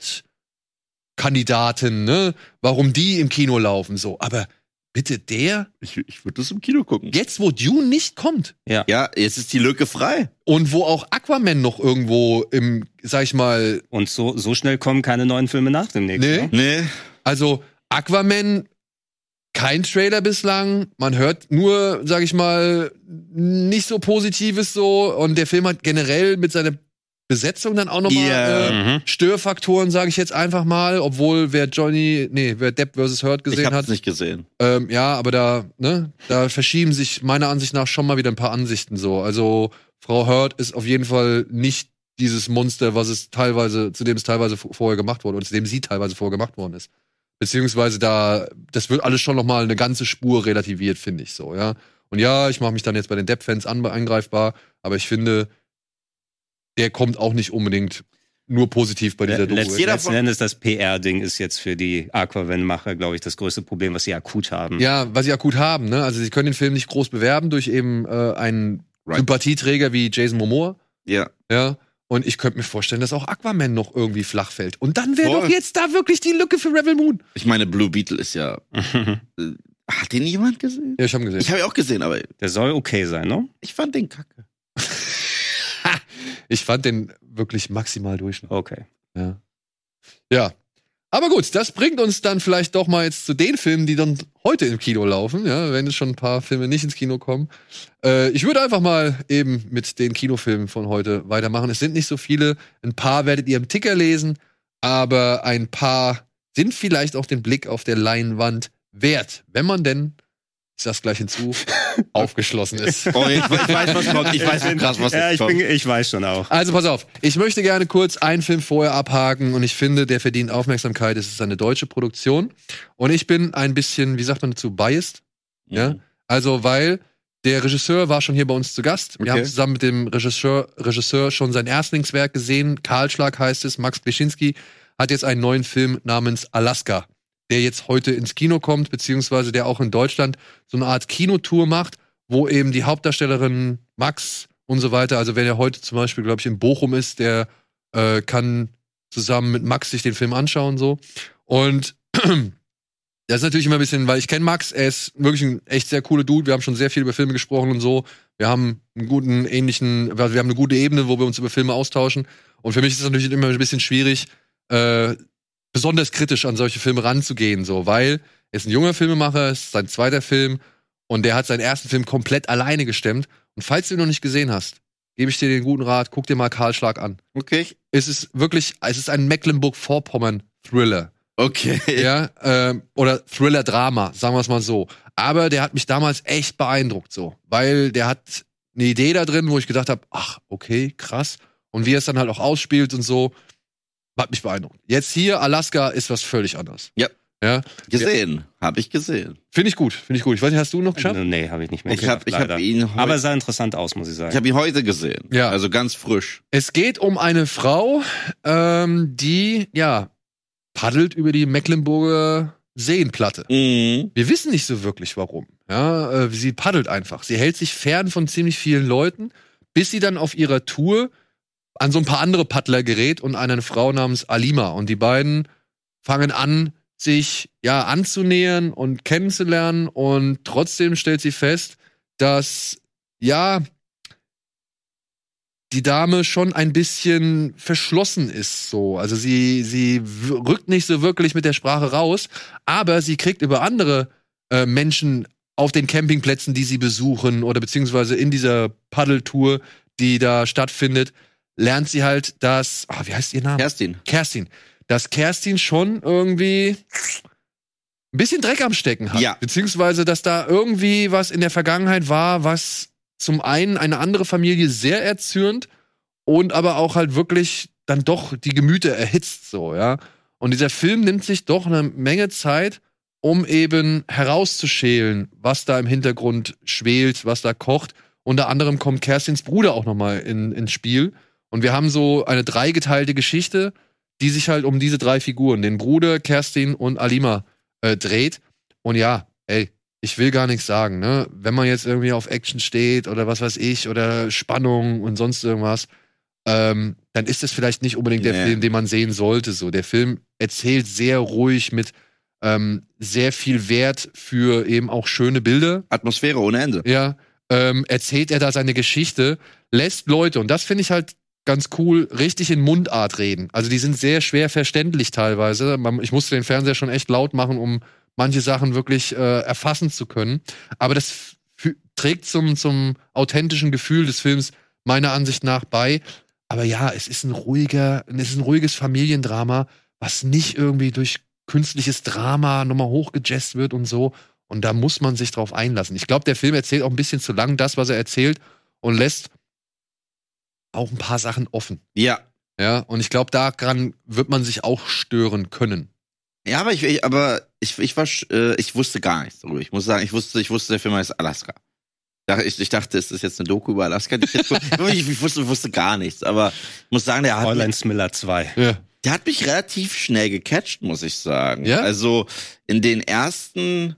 Award-Kandidaten, ne, warum die im Kino laufen, so. Aber bitte Ich würde das im Kino gucken. jetzt, wo Dune nicht kommt. Ja, jetzt ist die Lücke frei. Und wo auch Aquaman noch irgendwo im, sag ich mal. Und so schnell kommen keine neuen Filme nach demnächst. Nee. Ne? Nee. Also, Aquaman, kein Trailer bislang. Man hört nur, sag ich mal, nicht so Positives so. Und der Film hat generell mit seiner Besetzung dann auch nochmal Störfaktoren, sage ich jetzt einfach mal. Obwohl, wer Depp vs. Heard gesehen Ich hab's hat. nicht gesehen. Ja, aber da verschieben sich meiner Ansicht nach schon mal wieder ein paar Ansichten so. Also, Frau Heard ist auf jeden Fall nicht dieses Monster, zu dem es teilweise vorher gemacht wurde, oder zu dem sie teilweise vorher gemacht worden ist. Beziehungsweise das wird alles schon noch mal eine ganze Spur relativiert, finde ich so, ja. Und ja, ich mache mich dann jetzt bei den Depp-Fans angreifbar, aber ich finde, der kommt auch nicht unbedingt nur positiv bei dieser Doku. Letzten Endes, das PR-Ding ist jetzt für die Aquaman-Macher, glaube ich, das größte Problem, was sie akut haben. Ja, was sie akut haben, ne? Also sie können den Film nicht groß bewerben durch eben einen Sympathieträger wie Jason Momoa. Ja. Ja. Und ich könnte mir vorstellen, dass auch Aquaman noch irgendwie flach fällt. Und dann wäre doch jetzt da wirklich die Lücke für Rebel Moon. Ich meine, Blue Beetle ist ja. Hat den jemand gesehen? Ja, ich habe ihn gesehen. Ich habe ihn auch gesehen, aber Der soll okay sein, ne? ich fand den kacke. Ich fand den wirklich maximal Durchschnitt. Okay. Ja. Aber gut, das bringt uns dann vielleicht doch mal jetzt zu den Filmen, die dann heute im Kino laufen, ja, wenn es schon ein paar Filme nicht ins Kino kommen. Ich würde einfach mal eben mit den Kinofilmen von heute weitermachen. Es sind nicht so viele. Ein paar werdet ihr im Ticker lesen, aber ein paar sind vielleicht auch den Blick auf der Leinwand wert, wenn man denn, ich sag's gleich hinzu, aufgeschlossen ist. Oh, ich weiß, was kommt. Ich weiß krass, was jetzt kommt. Ich weiß schon auch. Also pass auf, ich möchte gerne kurz einen Film vorher abhaken und ich finde, der verdient Aufmerksamkeit. Es ist eine deutsche Produktion und ich bin ein bisschen, wie sagt man dazu, biased. Ja, also weil der Regisseur war schon hier bei uns zu Gast. Wir haben zusammen mit dem Regisseur schon sein Erstlingswerk gesehen. Kahlschlag heißt es. Max Bleschinski hat jetzt einen neuen Film namens Alaska, der jetzt heute ins Kino kommt, beziehungsweise der auch in Deutschland so eine Art Kinotour macht, wo eben die Hauptdarstellerin Max und so weiter, also wenn er heute zum Beispiel, glaube ich, in Bochum ist, der kann zusammen mit Max sich den Film anschauen so. Und das ist natürlich immer ein bisschen, weil ich kenne Max, er ist wirklich ein echt sehr cooler Dude, wir haben schon sehr viel über Filme gesprochen und so. Wir haben eine gute Ebene, wo wir uns über Filme austauschen. Und für mich ist es natürlich immer ein bisschen schwierig, besonders kritisch an solche Filme ranzugehen, so, weil er ist ein junger Filmemacher, es ist sein zweiter Film und der hat seinen ersten Film komplett alleine gestemmt. Und falls du ihn noch nicht gesehen hast, gebe ich dir den guten Rat, guck dir mal Kahlschlag an. Okay. Es ist ein Mecklenburg-Vorpommern-Thriller. Okay. Ja, oder Thriller-Drama, sagen wir es mal so. Aber der hat mich damals echt beeindruckt, so, weil der hat eine Idee da drin, wo ich gedacht habe, ach, okay, krass. Und wie er es dann halt auch ausspielt und so, hat mich beeindruckt. Jetzt hier, Alaska ist was völlig anderes. Ja. Ja. Gesehen. Habe ich gesehen. Finde ich gut. Ich weiß nicht, hast du noch geschafft? Nee, habe ich nicht mehr Ich hab ihn heute, aber sah interessant aus, muss ich sagen. Ich habe ihn heute gesehen. Ja. Also ganz frisch. Es geht um eine Frau, die, paddelt über die Mecklenburger Seenplatte. Mhm. Wir wissen nicht so wirklich, warum. Ja, sie paddelt einfach. Sie hält sich fern von ziemlich vielen Leuten, bis sie dann auf ihrer Tour an so ein paar andere Paddler gerät und eine Frau namens Alima. Und die beiden fangen an, sich anzunähern und kennenzulernen. Und trotzdem stellt sie fest, dass die Dame schon ein bisschen verschlossen ist. So. Also sie rückt nicht so wirklich mit der Sprache raus, aber sie kriegt über andere Menschen auf den Campingplätzen, die sie besuchen oder beziehungsweise in dieser Paddeltour, die da stattfindet, lernt sie halt, dass, wie heißt ihr Name? Kerstin. Kerstin. dass Kerstin schon irgendwie ein bisschen Dreck am Stecken hat. Ja. Beziehungsweise, dass da irgendwie was in der Vergangenheit war, was zum einen eine andere Familie sehr erzürnt und aber auch halt wirklich dann doch die Gemüter erhitzt, so, ja. Und dieser Film nimmt sich doch eine Menge Zeit, um eben herauszuschälen, was da im Hintergrund schwelt, was da kocht. Unter anderem kommt Kerstins Bruder auch nochmal ins Spiel. Und wir haben so eine dreigeteilte Geschichte, die sich halt um diese drei Figuren, den Bruder, Kerstin und Alima, dreht. Und ja, ey, ich will gar nichts sagen, ne? Wenn man jetzt irgendwie auf Action steht oder was weiß ich, oder Spannung und sonst irgendwas, dann ist es vielleicht nicht unbedingt der Film, den man sehen sollte. So, der Film erzählt sehr ruhig mit sehr viel Wert für eben auch schöne Bilder. Atmosphäre ohne Ende. Ja, erzählt er da seine Geschichte, lässt Leute, und das finde ich halt ganz cool, richtig in Mundart reden. Also die sind sehr schwer verständlich teilweise. Ich musste den Fernseher schon echt laut machen, um manche Sachen wirklich erfassen zu können. Aber das trägt zum authentischen Gefühl des Films meiner Ansicht nach bei. Aber ja, es ist ein ruhiges Familiendrama, was nicht irgendwie durch künstliches Drama nochmal hochgejazzt wird und so. Und da muss man sich drauf einlassen. Ich glaube, der Film erzählt auch ein bisschen zu lang das, was er erzählt, und lässt auch ein paar Sachen offen. Ja. Ja, und ich glaube, daran wird man sich auch stören können. Ja, aber ich wusste gar nichts darüber. Ich muss sagen, ich wusste, der Film heißt Alaska. Ich dachte, es ist jetzt eine Doku über Alaska. Ich wusste gar nichts, aber ich muss sagen, Fräulein Smiller 2. Ja. Der hat mich relativ schnell gecatcht, muss ich sagen. Ja? Also in den ersten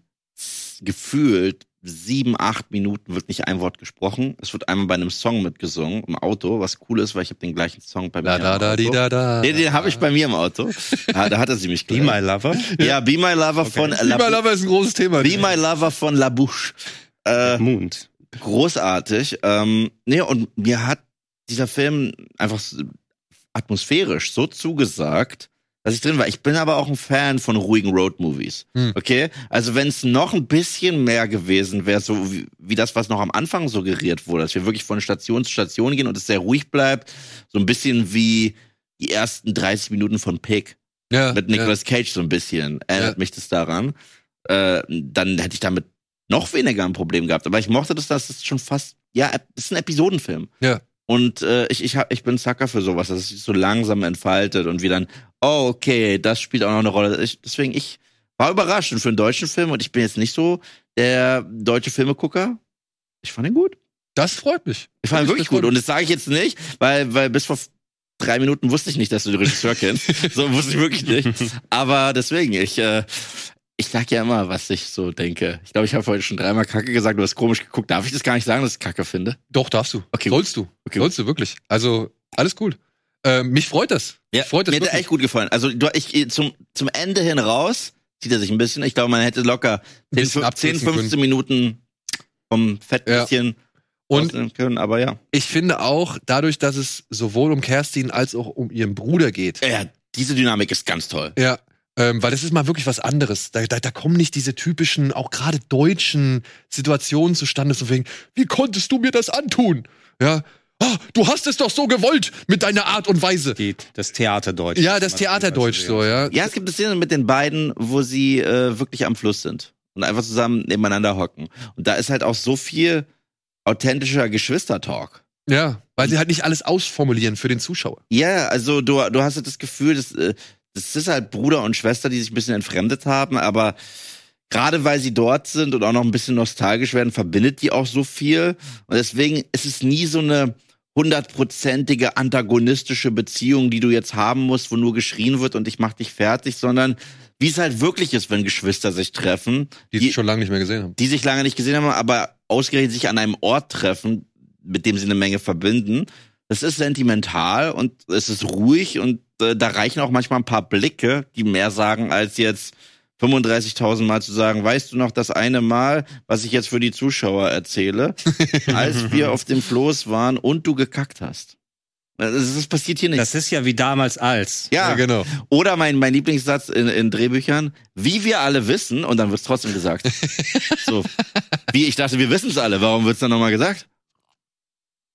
gefühlt 7-8 Minuten wird nicht ein Wort gesprochen. Es wird einmal bei einem Song mitgesungen im Auto, was cool ist, weil ich habe den gleichen Song bei mir im Auto. Den habe ich bei mir im Auto. Da hatte sie mich gleich. Be My Lover? Ja, Be My Lover von Be My Lover ist ein großes Thema. Be My Lover von La Bouche. Mond. Großartig. Nee, und mir hat dieser Film einfach atmosphärisch so zugesagt, dass ich drin war. Ich bin aber auch ein Fan von ruhigen Road-Movies. Okay? Also wenn es noch ein bisschen mehr gewesen wäre, so wie das, was noch am Anfang suggeriert wurde, dass wir wirklich von Station zu Station gehen und es sehr ruhig bleibt, so ein bisschen wie die ersten 30 Minuten von Pig. Ja, mit Nicolas Cage so ein bisschen. Erinnert mich das daran. Dann hätte ich damit noch weniger ein Problem gehabt. Aber ich mochte das ist schon fast, ja, es ist ein Episodenfilm. Ja. Und ich bin Sucker für sowas, dass es sich so langsam entfaltet und wie dann, oh, okay, das spielt auch noch eine Rolle. Deswegen, ich war überrascht für einen deutschen Film, und ich bin jetzt nicht so der deutsche Filmegucker. Ich fand ihn gut. Das freut mich. Ich fand ihn wirklich gut. Und das sage ich jetzt nicht, weil bis vor 3 Minuten wusste ich nicht, dass du den Regisseur kennst. So wusste ich wirklich nicht. Aber deswegen, ich sag ja immer, was ich so denke. Ich glaube, ich habe heute schon 3-mal Kacke gesagt, du hast komisch geguckt. Darf ich das gar nicht sagen, dass ich Kacke finde? Doch, darfst du. Okay. Sollst du. Okay. Sollst du, wirklich. Also, alles cool. Mich freut das. Ja, mir hat der echt gut gefallen. Also zum Ende hin raus zieht er sich ein bisschen. Ich glaube, man hätte locker 10, 15 Minuten vom Fettbäckchen und können, aber ja. Ich finde auch, dadurch, dass es sowohl um Kerstin als auch um ihren Bruder geht. Ja, diese Dynamik ist ganz toll. Ja. Weil das ist mal wirklich was anderes. Da kommen nicht diese typischen, auch gerade deutschen Situationen zustande, so wegen, wie konntest du mir das antun? Ja. Oh, du hast es doch so gewollt mit deiner Art und Weise. Das Theaterdeutsch. Ja, das Theaterdeutsch so, ja. Ja, es gibt eine Szene mit den beiden, wo sie wirklich am Fluss sind und einfach zusammen nebeneinander hocken. Und da ist halt auch so viel authentischer Geschwistertalk. Ja, weil sie halt nicht alles ausformulieren für den Zuschauer. Ja, also du hast halt das Gefühl, das ist halt Bruder und Schwester, die sich ein bisschen entfremdet haben, aber gerade weil sie dort sind und auch noch ein bisschen nostalgisch werden, verbindet die auch so viel. Und deswegen ist es nie so eine 100%ige antagonistische Beziehung, die du jetzt haben musst, wo nur geschrien wird und ich mach dich fertig, sondern wie es halt wirklich ist, wenn Geschwister sich treffen. Die sich schon lange nicht mehr gesehen haben. Die sich lange nicht gesehen haben, aber ausgerechnet sich an einem Ort treffen, mit dem sie eine Menge verbinden. Das ist sentimental und es ist ruhig und da reichen auch manchmal ein paar Blicke, die mehr sagen, als jetzt 35.000 Mal zu sagen, weißt du noch das eine Mal, was ich jetzt für die Zuschauer erzähle, als wir auf dem Floß waren und du gekackt hast. Das passiert hier nicht. Das ist ja wie damals als. Ja, genau. Oder mein Lieblingssatz in Drehbüchern, wie wir alle wissen, und dann wird's trotzdem gesagt. So, wie ich dachte, wir wissen's alle, warum wird's dann nochmal gesagt?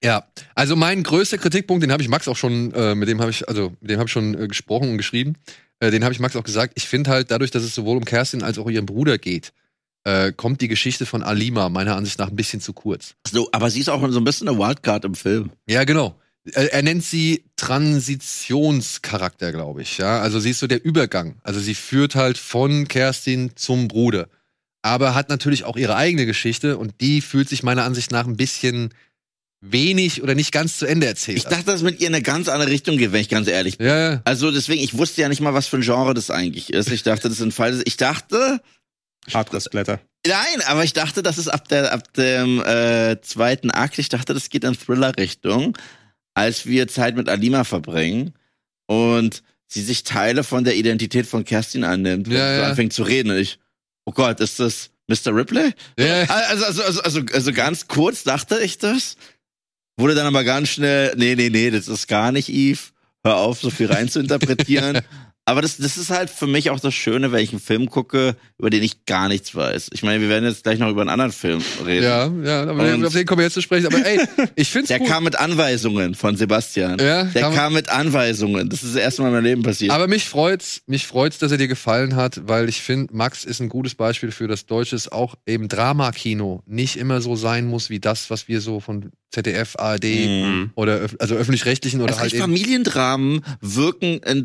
Ja, also mein größter Kritikpunkt, den habe ich Max auch schon, mit dem habe ich schon gesprochen und geschrieben. Den habe ich Max auch gesagt. Ich finde halt, dadurch, dass es sowohl um Kerstin als auch ihren Bruder geht, kommt die Geschichte von Alima meiner Ansicht nach ein bisschen zu kurz. So, aber sie ist auch so ein bisschen eine Wildcard im Film. Ja, genau. Er nennt sie Transitionscharakter, glaube ich. Ja, also sie ist so der Übergang. Also sie führt halt von Kerstin zum Bruder. Aber hat natürlich auch ihre eigene Geschichte und die fühlt sich meiner Ansicht nach ein bisschen wenig oder nicht ganz zu Ende erzählt. Ich dachte, dass mit ihr in eine ganz andere Richtung geht, wenn ich ganz ehrlich bin. Ja. Also deswegen, ich wusste ja nicht mal, was für ein Genre das eigentlich ist. Ich dachte, das ist ein Fall. Ich dachte. Hardcore-Splatter. Nein, aber ich dachte, das ist ab dem zweiten Akt. Ich dachte, das geht in Thriller-Richtung, als wir Zeit mit Alima verbringen und sie sich Teile von der Identität von Kerstin annimmt und so anfängt zu reden. Und ich, oh Gott, ist das Mr. Ripley? Ja. Also ganz kurz dachte ich das. Wurde dann aber ganz schnell, nee, das ist gar nicht Eve. Hör auf, so viel rein zu interpretieren. Aber das ist halt für mich auch das Schöne, wenn ich einen Film gucke, über den ich gar nichts weiß. Ich meine, wir werden jetzt gleich noch über einen anderen Film reden. Ja, aber auf den kommen wir jetzt zu sprechen. Aber ey, ich find's Der gut. kam mit Anweisungen von Sebastian. Ja, Der kam mit Anweisungen. Das ist das erste Mal in meinem Leben passiert. Aber mich freut's, dass er dir gefallen hat, weil ich finde, Max ist ein gutes Beispiel für, dass deutsches auch eben Dramakino nicht immer so sein muss wie das, was wir so von ZDF, ARD oder also öffentlich-rechtlichen oder halt eben Familiendramen wirken in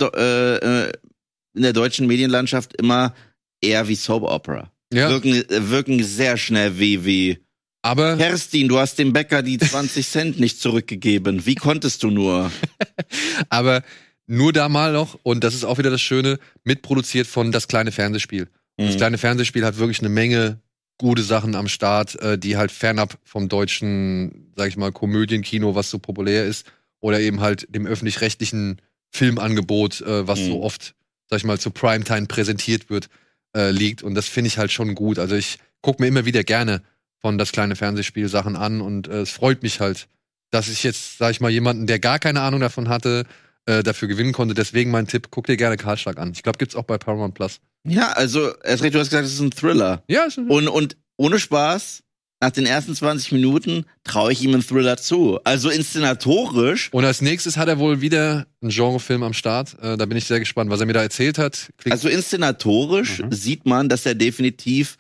der deutschen Medienlandschaft immer eher wie Soap Opera. Ja. Wirken sehr schnell wie aber Kerstin, du hast dem Bäcker die 20 Cent nicht zurückgegeben. Wie konntest du nur? aber nur da mal noch, und das ist auch wieder das Schöne, mitproduziert von Das kleine Fernsehspiel. Das kleine Fernsehspiel hat wirklich eine Menge gute Sachen am Start, die halt fernab vom deutschen, sag ich mal, Komödienkino, was so populär ist, oder eben halt dem öffentlich-rechtlichen Filmangebot, was so oft, sag ich mal, zu Primetime präsentiert wird, liegt. Und das finde ich halt schon gut. Also ich gucke mir immer wieder gerne von Das kleine Fernsehspiel Sachen an und es freut mich halt, dass ich jetzt, sag ich mal, jemanden, der gar keine Ahnung davon hatte, dafür gewinnen konnte. Deswegen mein Tipp, guck dir gerne Kahlschlag an. Ich glaube, gibt's auch bei Paramount Plus. Ja, also, Esrit, du hast gesagt, es ist ein Thriller. Ja, ist ein Und ohne Spaß, nach den ersten 20 Minuten traue ich ihm einen Thriller zu. Also inszenatorisch. Und als nächstes hat er wohl wieder einen Genrefilm am Start. Da bin ich sehr gespannt, was er mir da erzählt hat. Also inszenatorisch sieht man, dass er definitiv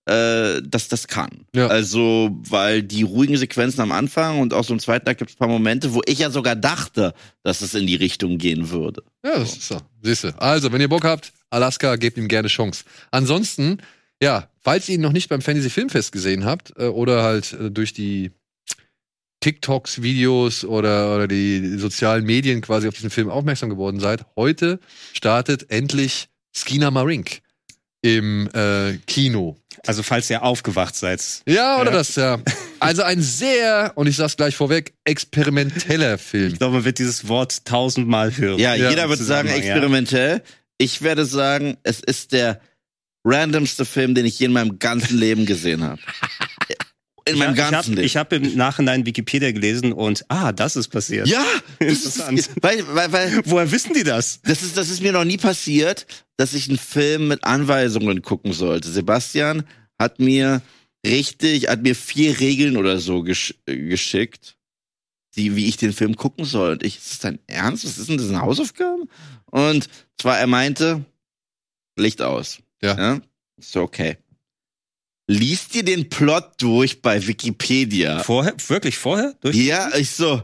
das kann. Ja. Also, weil die ruhigen Sequenzen am Anfang und auch so im zweiten Tag gibt es ein paar Momente, wo ich ja sogar dachte, dass es in die Richtung gehen würde. Ja, das ist so. Siehst du. Also, wenn ihr Bock habt, Alaska, gebt ihm gerne Chance. Ansonsten, ja, falls ihr ihn noch nicht beim Fantasy Filmfest gesehen habt oder halt durch die TikToks, Videos oder die sozialen Medien quasi auf diesen Film aufmerksam geworden seid, heute startet endlich Skeena Marink im Kino. Also falls ihr aufgewacht seid. Ja, oder das, ja. Also ein sehr, und ich sag's gleich vorweg, experimenteller Film. Ich glaube, man wird dieses Wort 1000-mal hören. Ja, jeder wird sagen, experimentell. Ich werde sagen, es ist der randomste Film, den ich je in meinem ganzen Leben geseben habe. In meinem ganzen Leben. Ich habe im Nachhinein Wikipedia gelesen und, das ist passiert. Ja, interessant. Weil, woher wissen die das? Das ist mir noch nie passiert, dass ich einen Film mit Anweisungen gucken sollte. Sebastian hat mir 4 Regeln oder so geschickt, wie ich den Film gucken soll. Und ist das dein Ernst? Was ist denn das, eine Hausaufgabe? Und zwar, er meinte, Licht aus. Ja? So, okay. Lies dir den Plot durch bei Wikipedia. Vorher? Wirklich vorher? Ja, ich so.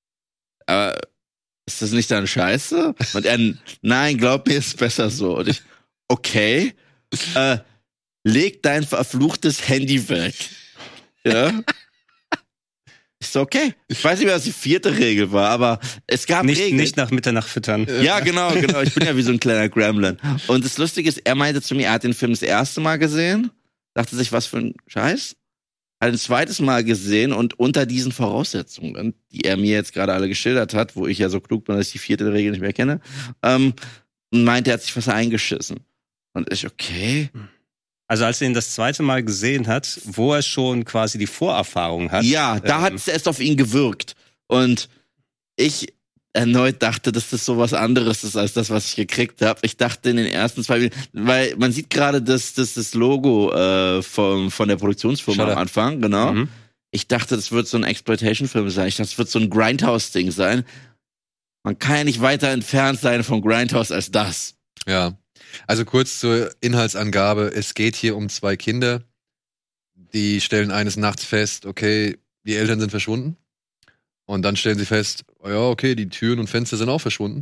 Ist das nicht dann scheiße? Und er, nein, glaub mir, ist besser so. Und ich, okay. Leg dein verfluchtes Handy weg. Ja. Ist so, okay. Ich weiß nicht mehr, was die 4. Regel war, aber es gab Regeln. Nicht nach Mitternacht füttern. Ja, genau. Ich bin ja wie so ein kleiner Gremlin. Und das Lustige ist, er meinte zu mir, er hat den Film das erste Mal gesehen, dachte sich, was für ein Scheiß. Hat ein zweites Mal gesehen und unter diesen Voraussetzungen, die er mir jetzt gerade alle geschildert hat, wo ich ja so klug bin, dass ich die 4. Regel nicht mehr kenne, meinte, er hat sich was eingeschissen. Und ich, okay. Also als er ihn das zweite Mal gesehen hat, wo er schon quasi die Vorerfahrung hat. Ja, da hat es erst auf ihn gewirkt. Und ich erneut dachte, dass das sowas anderes ist, als das, was ich gekriegt habe. Ich dachte in den ersten 2 Minuten, weil man sieht gerade das Logo von der Produktionsfirma am Anfang, genau. Ich dachte, das wird so ein Exploitation-Film sein. Ich dachte, das wird so ein Grindhouse-Ding sein. Man kann ja nicht weiter entfernt sein vom Grindhouse als das. Ja. Also kurz zur Inhaltsangabe. Es geht hier um 2 Kinder, die stellen eines Nachts fest, okay, die Eltern sind verschwunden. Und dann stellen sie fest, oh ja, okay, die Türen und Fenster sind auch verschwunden.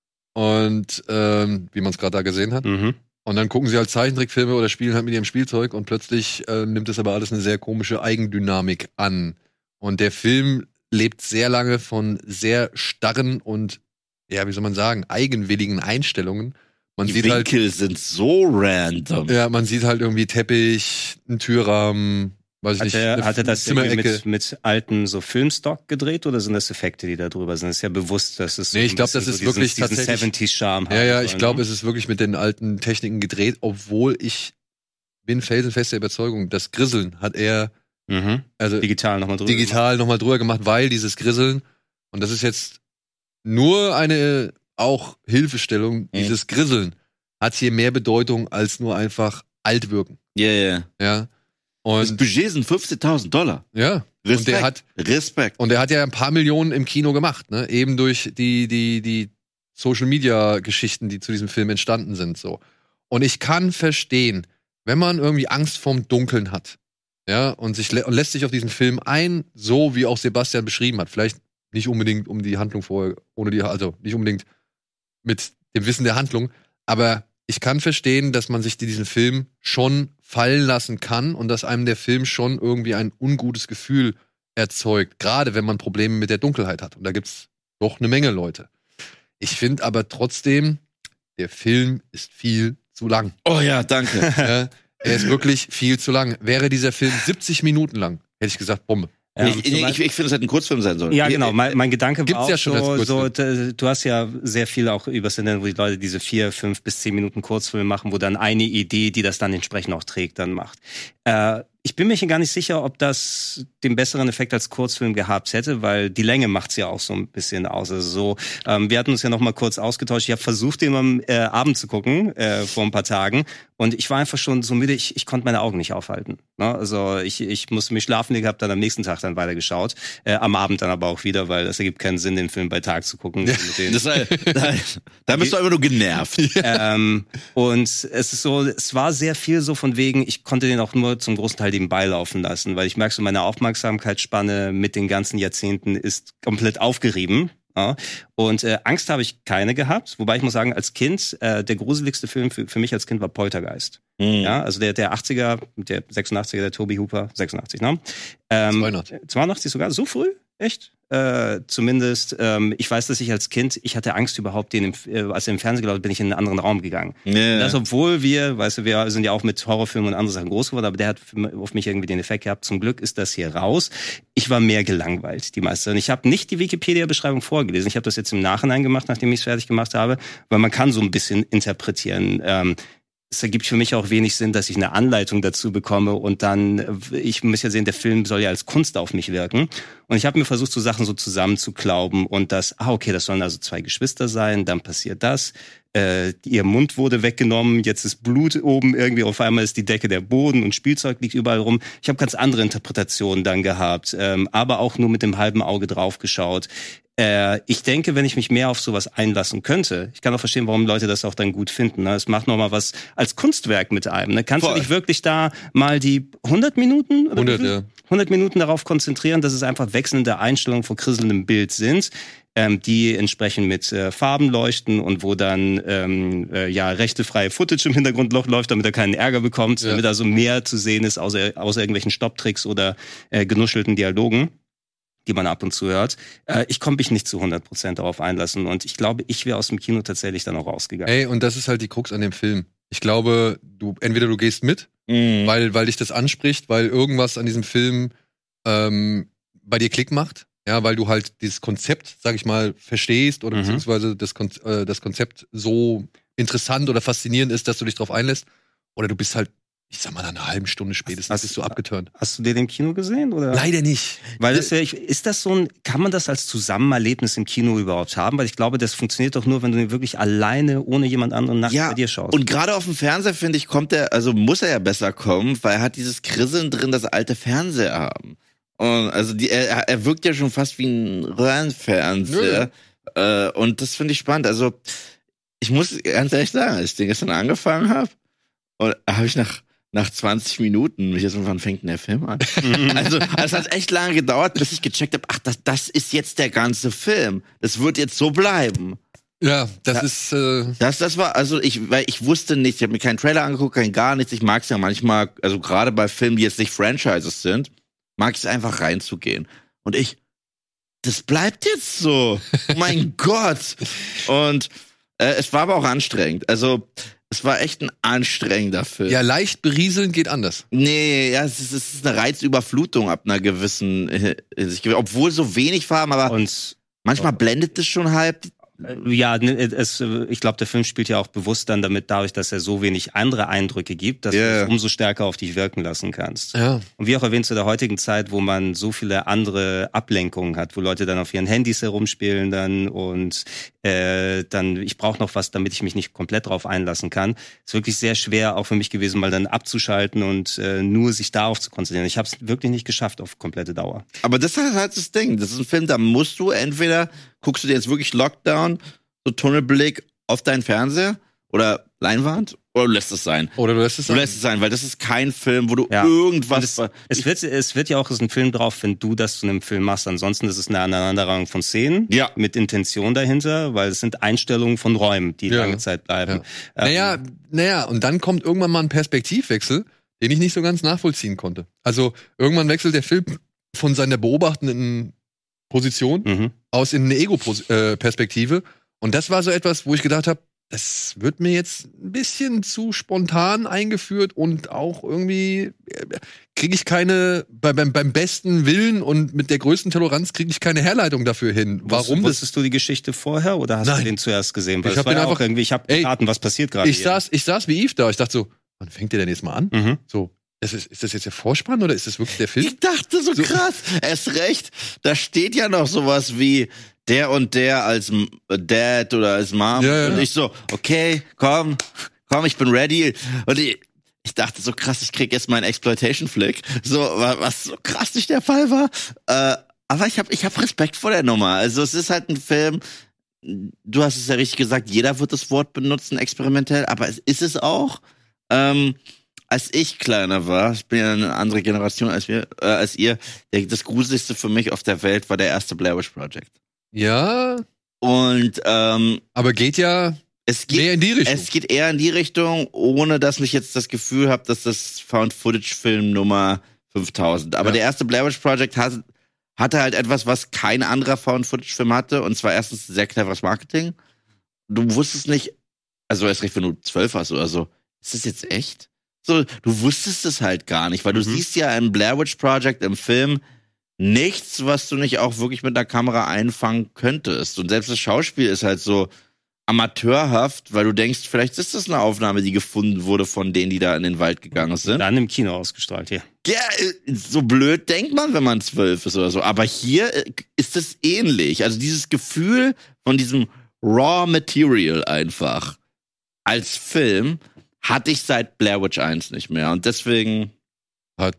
Und wie man es gerade da gesehen hat. Mhm. Und dann gucken sie halt Zeichentrickfilme oder spielen halt mit ihrem Spielzeug und plötzlich nimmt es aber alles eine sehr komische Eigendynamik an. Und der Film lebt sehr lange von sehr starren und, ja, wie soll man sagen, eigenwilligen Einstellungen. Man Die sieht Winkel sind so random. ja, man sieht halt irgendwie Teppich, einen Türrahmen, weiß ich nicht, eine Hat er das irgendwie Zimmerecke. mit alten so Filmstock gedreht oder sind das Effekte, die da drüber sind? Es ist ja bewusst, dass es so Nee, ich ein glaube, bisschen das ist so wirklich diesen tatsächlich 70s-Charme Ja, ja, haben ich soll, glaube, ne? es ist wirklich mit den alten Techniken gedreht, obwohl ich bin felsenfest der Überzeugung, das Grisseln hat er also Digital nochmal drüber. digital nochmal drüber gemacht, weil dieses Grisseln, und das ist jetzt nur eine auch Hilfestellung, dieses Grisseln hat hier mehr Bedeutung als nur einfach alt wirken. Ja, ja. Ja. Das Und Budget sind $50.000. ja. Respekt. Respekt. Und er hat ja ein paar Millionen im Kino gemacht, ne? Eben durch die Social-Media-Geschichten, die zu diesem Film entstanden sind, so. Und ich kann verstehen, wenn man irgendwie Angst vorm Dunkeln hat, ja, und lässt sich auf diesen Film ein, so wie auch Sebastian beschrieben hat. Vielleicht nicht unbedingt um die Handlung vorher, also nicht unbedingt mit dem Wissen der Handlung, aber ich kann verstehen, dass man sich diesen Film schon fallen lassen kann und dass einem der Film schon irgendwie ein ungutes Gefühl erzeugt, gerade wenn man Probleme mit der Dunkelheit hat. Und da gibt's doch eine Menge Leute. Ich finde aber trotzdem, der Film ist viel zu lang. Oh ja, danke. Er ist wirklich viel zu lang. Wäre dieser Film 70 Minuten lang, hätte ich gesagt, Bombe. Ja, ich finde, es hätte ein Kurzfilm sein sollen. Ja, genau. Mein Gedanke Gibt's war auch ja schon als so, du hast ja sehr viel auch übers Internet, wo die Leute diese 4, 5 bis 10 Minuten Kurzfilme machen, wo dann eine Idee, die das dann entsprechend auch trägt, dann macht. Ich bin mir hier gar nicht sicher, ob das den besseren Effekt als Kurzfilm gehabt hätte, weil die Länge macht's ja auch so ein bisschen aus. Also so, wir hatten uns ja noch mal kurz ausgetauscht. Ich habe versucht, den am Abend zu gucken, vor ein paar Tagen. Und ich war einfach schon so müde, ich konnte meine Augen nicht aufhalten. Ne? Also ich musste mich schlafen legen, habe dann am nächsten Tag dann weitergeschaut. Am Abend dann aber auch wieder, weil es ergibt keinen Sinn, den Film bei Tag zu gucken. Ja. Da bist du einfach nur genervt. Und es ist so, es war sehr viel so von wegen, ich konnte den auch nur zum großen Teil nebenbei laufen lassen, weil ich merke so, meine Aufmerksamkeitsspanne mit den ganzen Jahrzehnten ist komplett aufgerieben. Ja. Und Angst habe ich keine gehabt, wobei ich muss sagen, als Kind, der gruseligste Film für mich als Kind war Poltergeist. Mhm. Ja, also der 80er, der 86er, der Tobe Hooper, 86, ne? 82 sogar, so früh? Echt? Zumindest, ich weiß, dass ich als Kind, ich hatte Angst überhaupt, als er im Fernsehen gelaufen bin ich in einen anderen Raum gegangen. Yeah. Das, obwohl wir sind ja auch mit Horrorfilmen und anderen Sachen groß geworden, aber der hat auf mich irgendwie den Effekt gehabt. Zum Glück ist das hier raus. Ich war mehr gelangweilt, die meiste. Und ich habe nicht die Wikipedia-Beschreibung vorgelesen. Ich habe das jetzt im Nachhinein gemacht, nachdem ich es fertig gemacht habe, weil man kann so ein bisschen interpretieren. Es ergibt für mich auch wenig Sinn, dass ich eine Anleitung dazu bekomme und dann, ich muss ja sehen, der Film soll ja als Kunst auf mich wirken. Und ich habe mir versucht, so Sachen so zusammenzuklauben und okay, das sollen also 2 Geschwister sein, dann passiert das. Ihr Mund wurde weggenommen, jetzt ist Blut oben irgendwie, auf einmal ist die Decke der Boden und Spielzeug liegt überall rum. Ich habe ganz andere Interpretationen dann gehabt, aber auch nur mit dem halben Auge draufgeschaut. Ich denke, wenn ich mich mehr auf sowas einlassen könnte, ich kann auch verstehen, warum Leute das auch dann gut finden. Ne? Es macht nochmal was als Kunstwerk mit einem. Ne? Kannst du dich wirklich da mal die 100 Minuten? Oder 100 Minuten darauf konzentrieren, dass es einfach wechselnde Einstellungen vor krisselndem Bild sind, die entsprechend mit Farben leuchten und wo dann rechtefreie Footage im Hintergrund läuft, damit er keinen Ärger bekommt, damit also mehr zu sehen ist, außer irgendwelchen Stopptricks oder genuschelten Dialogen, die man ab und zu hört. Ich konnte mich nicht zu 100% darauf einlassen und ich glaube, ich wäre aus dem Kino tatsächlich dann auch rausgegangen. Ey, und das ist halt die Krux an dem Film. Ich glaube, entweder du gehst mit, weil dich das anspricht, weil irgendwas an diesem Film bei dir Klick macht, ja, weil du halt dieses Konzept, sag ich mal, verstehst oder beziehungsweise das Konzept so interessant oder faszinierend ist, dass du dich drauf einlässt, oder du bist halt, ich sag mal, nach einer halben Stunde spätestens bist du abgeturnt. Hast du den im Kino gesehen, oder? Leider nicht. Weil ist das so kann man das als Zusammenerlebnis im Kino überhaupt haben? Weil ich glaube, das funktioniert doch nur, wenn du den wirklich alleine, ohne jemand anderen nachts bei dir schaust. Und gerade auf dem Fernseher, finde ich, muss er ja besser kommen, weil er hat dieses Krisseln drin, das alte Fernseher haben. Und also er wirkt ja schon fast wie ein Röhrenfernseher. Und das finde ich spannend. Also, ich muss ganz ehrlich sagen, als ich den gestern angefangen habe, und habe ich nach 20 Minuten mich jetzt, wann fängt denn der Film an? Also, es hat echt lange gedauert, bis ich gecheckt habe, ach, das ist jetzt der ganze Film. Das wird jetzt so bleiben. Ja, das ist. Das war, also weil ich wusste nicht, ich habe mir keinen Trailer angeguckt, gar nichts. Ich mag es ja manchmal, also gerade bei Filmen, die jetzt nicht Franchises sind, mag ich es einfach reinzugehen. Und das bleibt jetzt so. Oh mein Gott. Und es war aber auch anstrengend. Also, es war echt ein anstrengender Film. Ja, leicht berieseln geht anders. Nee, ja, es ist eine Reizüberflutung ab einer gewissen Hinsicht. Obwohl so wenig Farben, aber manchmal blendet es schon halb. Ja, ich glaube, der Film spielt ja auch bewusst dann damit, dadurch, dass er so wenig andere Eindrücke gibt, dass du es umso stärker auf dich wirken lassen kannst. Ja. Und wie auch erwähnt, zu der heutigen Zeit, wo man so viele andere Ablenkungen hat, wo Leute dann auf ihren Handys herumspielen dann und dann, ich brauche noch was, damit ich mich nicht komplett drauf einlassen kann. Ist wirklich sehr schwer auch für mich gewesen, mal dann abzuschalten und nur sich darauf zu konzentrieren. Ich habe es wirklich nicht geschafft auf komplette Dauer. Aber das ist halt das Ding. Das ist ein Film, da musst du entweder guckst du dir jetzt wirklich Lockdown, so Tunnelblick auf deinen Fernseher oder Leinwand, oder du lässt es sein. Oder du lässt es sein. Du lässt es sein, weil das ist kein Film, wo du irgendwas... Es wird ja auch ein Film drauf, wenn du das zu einem Film machst. Ansonsten ist es eine Aneinanderreihung von Szenen mit Intention dahinter, weil es sind Einstellungen von Räumen, die lange Zeit bleiben. Ja. Naja, und dann kommt irgendwann mal ein Perspektivwechsel, den ich nicht so ganz nachvollziehen konnte. Also irgendwann wechselt der Film von seiner beobachtenden Position aus in eine Ego-Perspektive. Und das war so etwas, wo ich gedacht habe, das wird mir jetzt ein bisschen zu spontan eingeführt und auch irgendwie kriege ich keine, beim besten Willen und mit der größten Toleranz kriege ich keine Herleitung dafür hin. Warum? Wusstest du die Geschichte vorher oder hast du den zuerst gesehen? Weil ich habe einfach irgendwie, ich habe geraten, was passiert gerade. Ich saß wie Yves da. Ich dachte so, wann fängt der denn jetzt mal an? So. Ist das jetzt der Vorspann oder ist das wirklich der Film? Ich dachte so krass, erst recht, da steht ja noch sowas wie der und der als Dad oder als Mom. Ja. Und ich so, okay, komm, ich bin ready. Und ich dachte so krass, ich krieg jetzt meinen Exploitation-Flick. So, was so krass nicht der Fall war. Aber ich hab Respekt vor der Nummer. Also es ist halt ein Film, du hast es ja richtig gesagt, jeder wird das Wort benutzen, experimentell, aber es ist es auch. Als ich kleiner war, ich bin ja eine andere Generation als ihr, das Gruseligste für mich auf der Welt war der erste Blair Witch Project. Ja. Und aber geht ja mehr in die Richtung. Es geht eher in die Richtung, ohne dass ich jetzt das Gefühl habe, dass das Found-Footage-Film Nummer 5000. Aber der erste Blair Witch Project hatte halt etwas, was kein anderer Found-Footage-Film hatte. Und zwar erstens sehr cleveres Marketing. Du wusstest nicht, also erst recht, wenn du 12 warst oder so, ist das jetzt echt? So, du wusstest es halt gar nicht, weil du siehst ja im Blair Witch Project im Film nichts, was du nicht auch wirklich mit einer Kamera einfangen könntest. Und selbst das Schauspiel ist halt so amateurhaft, weil du denkst, vielleicht ist das eine Aufnahme, die gefunden wurde von denen, die da in den Wald gegangen sind. Dann im Kino ausgestrahlt, ja. Ja, so blöd denkt man, wenn man 12 ist oder so. Aber hier ist es ähnlich. Also dieses Gefühl von diesem Raw Material einfach als Film hatte ich seit Blair Witch 1 nicht mehr. Und deswegen hat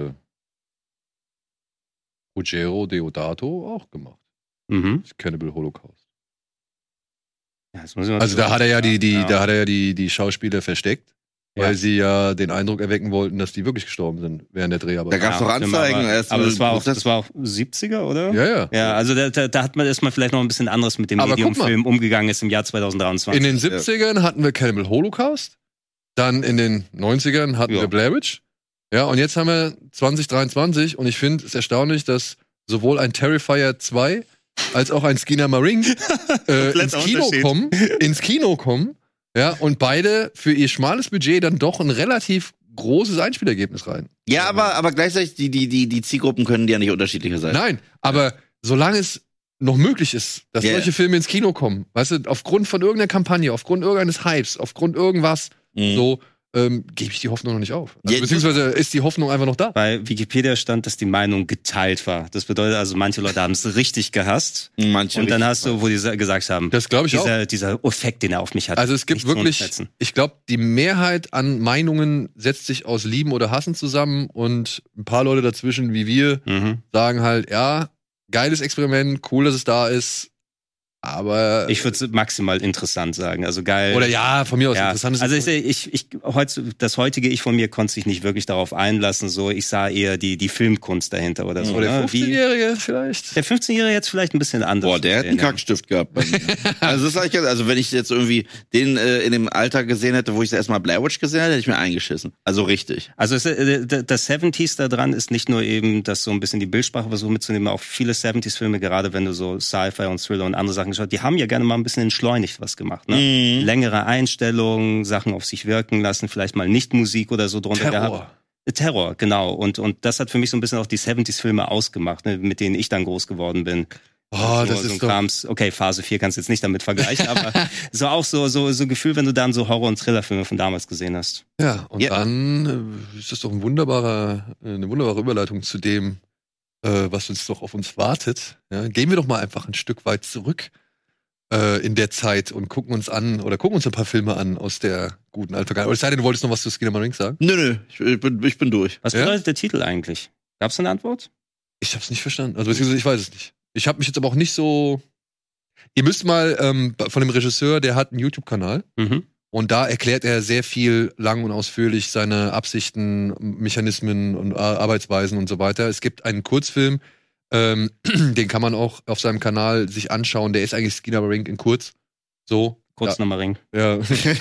Ruggero Deodato auch gemacht. Das Cannibal Holocaust. Ja, das muss ich mal also da hat er ja die Schauspieler versteckt, weil sie ja den Eindruck erwecken wollten, dass die wirklich gestorben sind während der Dreharbeiten. Da gab es doch Anzeigen. Aber das war auch 70er, oder? Ja. Ja, also da hat man erstmal vielleicht noch ein bisschen anderes mit dem Medium-Film umgegangen ist im Jahr 2023. In den 70ern hatten wir Cannibal Holocaust. Dann in den 90ern hatten wir Blair Witch. Ja, und jetzt haben wir 2023 und ich finde es erstaunlich, dass sowohl ein Terrifier 2 als auch ein Skinner Maring ins Kino kommen. Ja, und beide für ihr schmales Budget dann doch ein relativ großes Einspielergebnis rein. Ja, aber gleichzeitig, die Zielgruppen können ja nicht unterschiedlicher sein. Nein, aber solange es noch möglich ist, dass solche Filme ins Kino kommen, weißt du, aufgrund von irgendeiner Kampagne, aufgrund irgendeines Hypes, aufgrund irgendwas, so, gebe ich die Hoffnung noch nicht auf. Also, Ja, beziehungsweise ist die Hoffnung einfach noch da. Bei Wikipedia stand, dass die Meinung geteilt war. Das bedeutet also, manche Leute haben es richtig gehasst. Manche Und dann richtig. hast du, wo die gesagt haben, Das glaube ich auch. dieser Effekt, den er auf mich hat. Also es gibt nicht zu wirklich, unterschätzen. ich glaube, die Mehrheit an Meinungen setzt sich aus Lieben oder Hassen zusammen und ein paar Leute dazwischen, wie wir, sagen halt, ja, geiles Experiment, cool, dass es da ist, aber Ich würde es maximal interessant sagen. Also geil. oder ja, von mir aus Ja, interessant ist also es. das heutige Ich von mir konnte sich nicht wirklich darauf einlassen. So, ich sah eher die Filmkunst dahinter oder so. Oder der Ne? 15-Jährige vielleicht. Der 15-Jährige jetzt vielleicht ein bisschen anders. Boah, der hat einen gesehen, ja. Kackstift gehabt bei mir. Also das sag ich jetzt, also wenn ich jetzt irgendwie den in dem Alter gesehen hätte, wo ich erstmal Blair Witch gesehen hätte, hätte ich mir eingeschissen. Also richtig. Also das 70s da dran ist nicht nur eben, dass so ein bisschen die Bildsprache versucht mitzunehmen, auch viele 70s-Filme, gerade wenn du so Sci-Fi und Thriller und andere Sachen geschaut, die haben ja gerne mal ein bisschen entschleunigt was gemacht. Ne? Längere Einstellungen, Sachen auf sich wirken lassen, vielleicht mal nicht Musik oder so drunter gehabt. Terror, genau. Und das hat für mich so ein bisschen auch die 70s-Filme ausgemacht, ne, mit denen ich dann groß geworden bin. Oh, das so ist ein doch. Krams. Okay, Phase 4 kannst du jetzt nicht damit vergleichen, aber so auch so Gefühl, wenn du dann so Horror- und Thriller-Filme von damals gesehen hast. Ja, und Ja. dann ist das doch eine wunderbare Überleitung zu dem, was uns doch auf uns wartet. Ja, gehen wir doch mal einfach ein Stück weit zurück in der Zeit und gucken uns ein paar Filme an aus der guten alten Vergangenheit. Oder es sei denn, du wolltest noch was zu Skin Rings sagen? Nö, ich bin durch. Was Ja? bedeutet der Titel eigentlich? Gab's eine Antwort? Ich hab's nicht verstanden. Also beziehungsweise ich weiß es nicht. Ich habe mich jetzt aber auch nicht so. Ihr müsst mal von dem Regisseur, der hat einen YouTube-Kanal. Mhm. Und da erklärt er sehr viel lang und ausführlich seine Absichten, Mechanismen und Arbeitsweisen und so weiter. Es gibt einen Kurzfilm, den kann man auch auf seinem Kanal sich anschauen. Der ist eigentlich Skinamarink in kurz. So. Kurz nochmal Ring. Ja.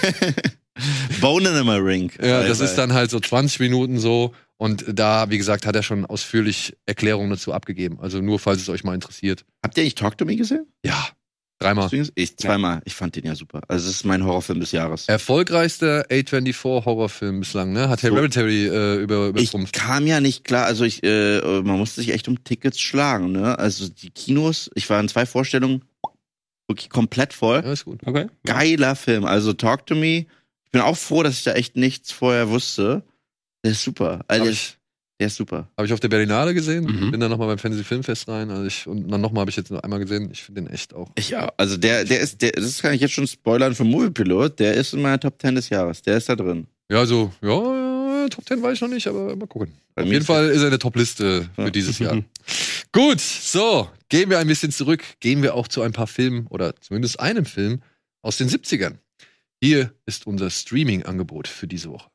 Bone in a Ring. Ja, das ist dann halt so 20 Minuten so. Und da, wie gesagt, hat er schon ausführlich Erklärungen dazu abgegeben. Also nur, falls es euch mal interessiert. Habt ihr eigentlich Talk to Me gesehen? Ja, 3-mal. Ich zweimal. Ich fand den ja super. Also es ist mein Horrorfilm des Jahres. Erfolgreichster A24-Horrorfilm bislang, ne? Hat Hereditary Ich übertrumpft. kam ja nicht klar, also man musste sich echt um Tickets schlagen, ne? Also die Kinos, ich war in 2 Vorstellungen wirklich komplett voll. Ja, ist gut. Okay. Geiler Film. Also Talk to Me. Ich bin auch froh, dass ich da echt nichts vorher wusste. Der ist super. Also der ist super. Habe ich auf der Berlinale gesehen. Mhm. Bin dann nochmal beim Fantasy Filmfest rein. Und dann nochmal habe ich jetzt noch einmal gesehen. Ich finde den echt auch. Ja, also das kann ich jetzt schon spoilern für Moviepilot. Der ist in meiner Top 10 des Jahres. Der ist da drin. Ja, so, ja, Top 10 weiß ich noch nicht, aber mal gucken. Bei Auf mir jeden ist Fall ist er in der Top-Liste für Ja. dieses Jahr. Gut, so, gehen wir ein bisschen zurück. Gehen wir auch zu ein paar Filmen oder zumindest einem Film aus den 70ern. Hier ist unser Streaming-Angebot für diese Woche.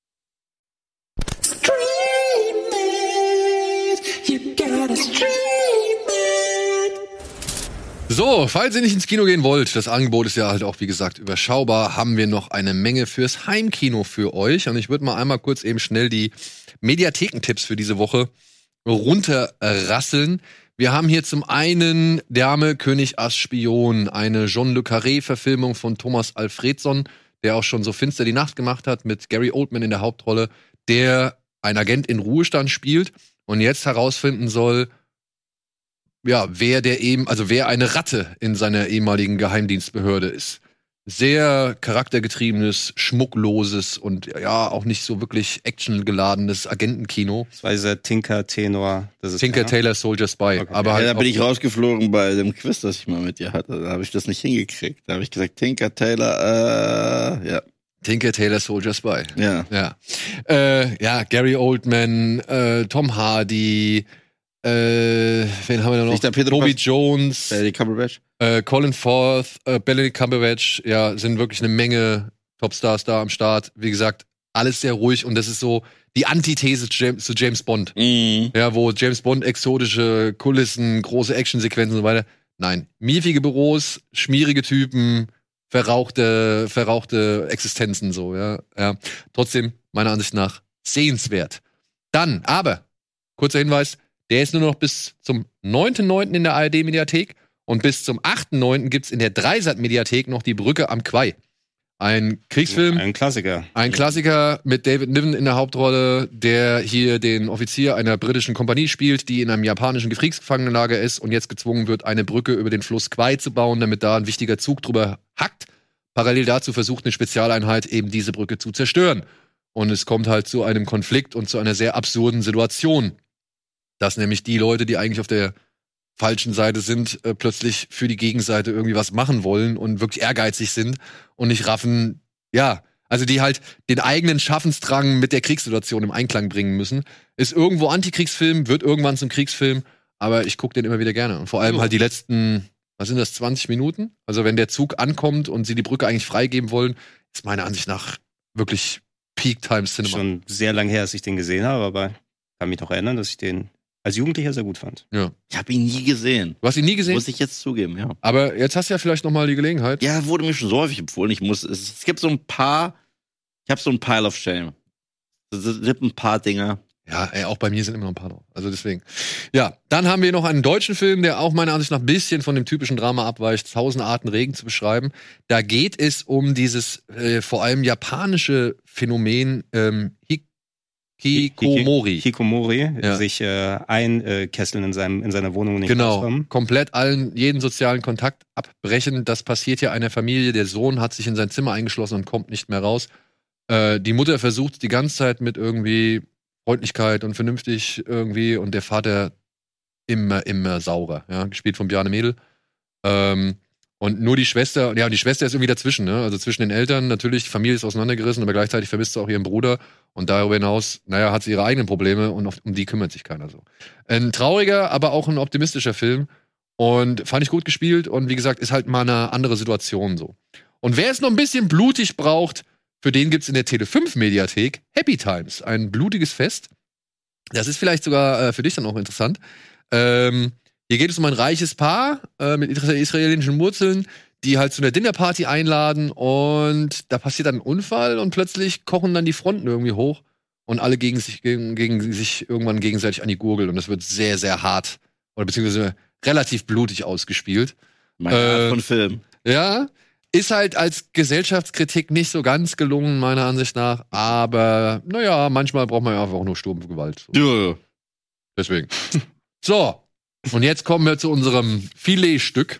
So, falls ihr nicht ins Kino gehen wollt, das Angebot ist ja halt auch, wie gesagt, überschaubar, haben wir noch eine Menge fürs Heimkino für euch. Und ich würde mal einmal kurz eben schnell die Mediathekentipps für diese Woche runterrasseln. Wir haben hier zum einen Dame, König, Ass, Spion, eine Jean Le Carré-Verfilmung von Thomas Alfredson, der auch schon so Finster die Nacht gemacht hat, mit Gary Oldman in der Hauptrolle, der ein Agent in Ruhestand spielt und jetzt herausfinden soll, ja, wer eine Ratte in seiner ehemaligen Geheimdienstbehörde ist. Sehr charaktergetriebenes, schmuckloses und ja, auch nicht so wirklich actiongeladenes Agentenkino. Das war dieser Tinker-Tenor. Das ist Tinker der, ne? Tailor Soldier Spy. Okay. Aber halt Ja, da bin auch ich rausgeflogen bei dem Quiz, das ich mal mit dir hatte. Da habe ich das nicht hingekriegt. Da habe ich gesagt, Tinker Tailor, ja. Tinker Tailor Soldier Spy. Ja. Ja, Gary Oldman, Tom Hardy, wen haben wir da noch? Nicht der Pedro Toby Pas- Jones, Die Cumberbatch. Colin Firth, Benedict Cumberbatch, ja, sind wirklich eine Menge Topstars da am Start. Wie gesagt, alles sehr ruhig und das ist so die Antithese zu James Bond. Mhm. Ja, wo James Bond exotische Kulissen, große Actionsequenzen und so weiter. Nein, miefige Büros, schmierige Typen, verrauchte Existenzen so, ja. Trotzdem, meiner Ansicht nach, sehenswert. Dann, aber, kurzer Hinweis, der ist nur noch bis zum 9.9. in der ARD-Mediathek und bis zum 8.9. gibt's in der Dreisat-Mediathek noch Die Brücke am Quai. Ein Kriegsfilm. Ein Klassiker. Ein Klassiker mit David Niven in der Hauptrolle, der hier den Offizier einer britischen Kompanie spielt, die in einem japanischen Kriegsgefangenenlager ist und jetzt gezwungen wird, eine Brücke über den Fluss Kwai zu bauen, damit da ein wichtiger Zug drüber hackt. Parallel dazu versucht eine Spezialeinheit eben diese Brücke zu zerstören. Und es kommt halt zu einem Konflikt und zu einer sehr absurden Situation. Dass nämlich die Leute, die eigentlich auf der falschen Seite sind, plötzlich für die Gegenseite irgendwie was machen wollen und wirklich ehrgeizig sind und nicht raffen, ja, also die halt den eigenen Schaffensdrang mit der Kriegssituation im Einklang bringen müssen. Ist irgendwo Antikriegsfilm, wird irgendwann zum Kriegsfilm, aber ich gucke den immer wieder gerne. Und vor allem halt die letzten, was sind das, 20 Minuten? Also wenn der Zug ankommt und sie die Brücke eigentlich freigeben wollen, ist meiner Ansicht nach wirklich Peak-Time-Cinema. Schon sehr lange her, dass ich den gesehen habe, aber ich kann mich noch erinnern, dass ich den als Jugendlicher sehr gut fand. Ja. Ich habe ihn nie gesehen. Du hast ihn nie gesehen? Muss ich jetzt zugeben, ja. Aber jetzt hast du ja vielleicht noch mal die Gelegenheit. Ja, wurde mir schon so häufig empfohlen. Es gibt so ein paar, ich habe so ein Pile of Shame. Es gibt ein paar Dinge. Ja, ey, auch bei mir sind immer noch ein paar drauf. Also deswegen. Ja, dann haben wir noch einen deutschen Film, der auch meiner Ansicht nach ein bisschen von dem typischen Drama abweicht, 1000 Arten Regen zu beschreiben. Da geht es um dieses vor allem japanische Phänomen Hikikomori. Hikikomori, Ja. sich einkesseln in seiner Wohnung und nicht Genau, rauskommen. komplett jeden sozialen Kontakt abbrechen. Das passiert ja einer Familie. Der Sohn hat sich in sein Zimmer eingeschlossen und kommt nicht mehr raus. Die Mutter versucht die ganze Zeit mit irgendwie Freundlichkeit und vernünftig irgendwie und der Vater immer saurer, ja, gespielt von Bjarne Mädel. Und nur die Schwester, ja, die Schwester ist irgendwie dazwischen, ne? Also zwischen den Eltern, natürlich, die Familie ist auseinandergerissen, aber gleichzeitig vermisst sie auch ihren Bruder und darüber hinaus, naja, hat sie ihre eigenen Probleme und um die kümmert sich keiner so. Ein trauriger, aber auch ein optimistischer Film und fand ich gut gespielt und wie gesagt, ist halt mal eine andere Situation so. Und wer es noch ein bisschen blutig braucht, für den gibt's in der Tele5-Mediathek Happy Times, ein blutiges Fest. Das ist vielleicht sogar für dich dann auch interessant. Hier geht es um ein reiches Paar mit israelischen Wurzeln, die halt zu einer Dinnerparty einladen und da passiert dann ein Unfall und plötzlich kochen dann die Fronten irgendwie hoch und alle gegen sich irgendwann gegenseitig an die Gurgel und das wird sehr, sehr hart oder beziehungsweise relativ blutig ausgespielt. Meine Art von Film. Ja, ist halt als Gesellschaftskritik nicht so ganz gelungen, meiner Ansicht nach. Aber, naja, manchmal braucht man ja einfach auch nur stumpfe Gewalt. So. Ja. Deswegen. So, und jetzt kommen wir zu unserem Filetstück,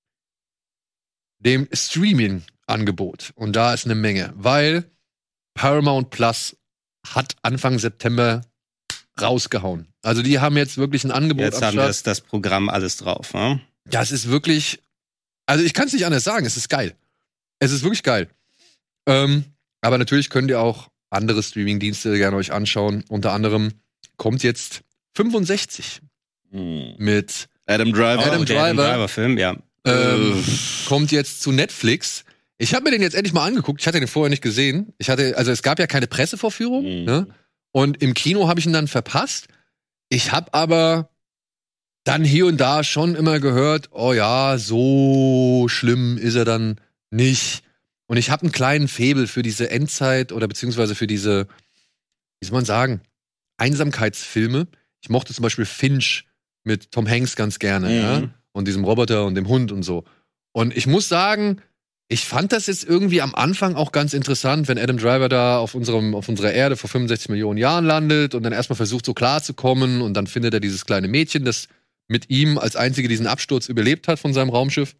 dem Streaming-Angebot. Und da ist eine Menge, weil Paramount Plus hat Anfang September rausgehauen. Also die haben jetzt wirklich ein Angebot Jetzt haben wir das Programm alles drauf. Ne? Das ist wirklich, also ich kann es nicht anders sagen, es ist geil. Es ist wirklich geil. Aber natürlich könnt ihr auch andere Streaming-Dienste gerne euch anschauen. Unter anderem kommt jetzt 65 mit Adam Driver. Adam Der Adam Driver. Driver-Film, ja. Kommt jetzt zu Netflix. Ich habe mir den jetzt endlich mal angeguckt. Ich hatte den vorher nicht gesehen. Also es gab ja keine Pressevorführung. Ne? Und im Kino habe ich ihn dann verpasst. Ich habe aber dann hier und da schon immer gehört, oh ja, so schlimm ist er dann nicht. Und ich habe einen kleinen Faible für diese Endzeit oder beziehungsweise für diese, wie soll man sagen, Einsamkeitsfilme. Ich mochte zum Beispiel Finch mit Tom Hanks ganz gerne, ja? Und diesem Roboter und dem Hund und so. Und ich muss sagen, ich fand das jetzt irgendwie am Anfang auch ganz interessant, wenn Adam Driver da auf unserer Erde vor 65 Millionen Jahren landet und dann erstmal versucht, so klarzukommen und dann findet er dieses kleine Mädchen, das mit ihm als einzige diesen Absturz überlebt hat von seinem Raumschiff.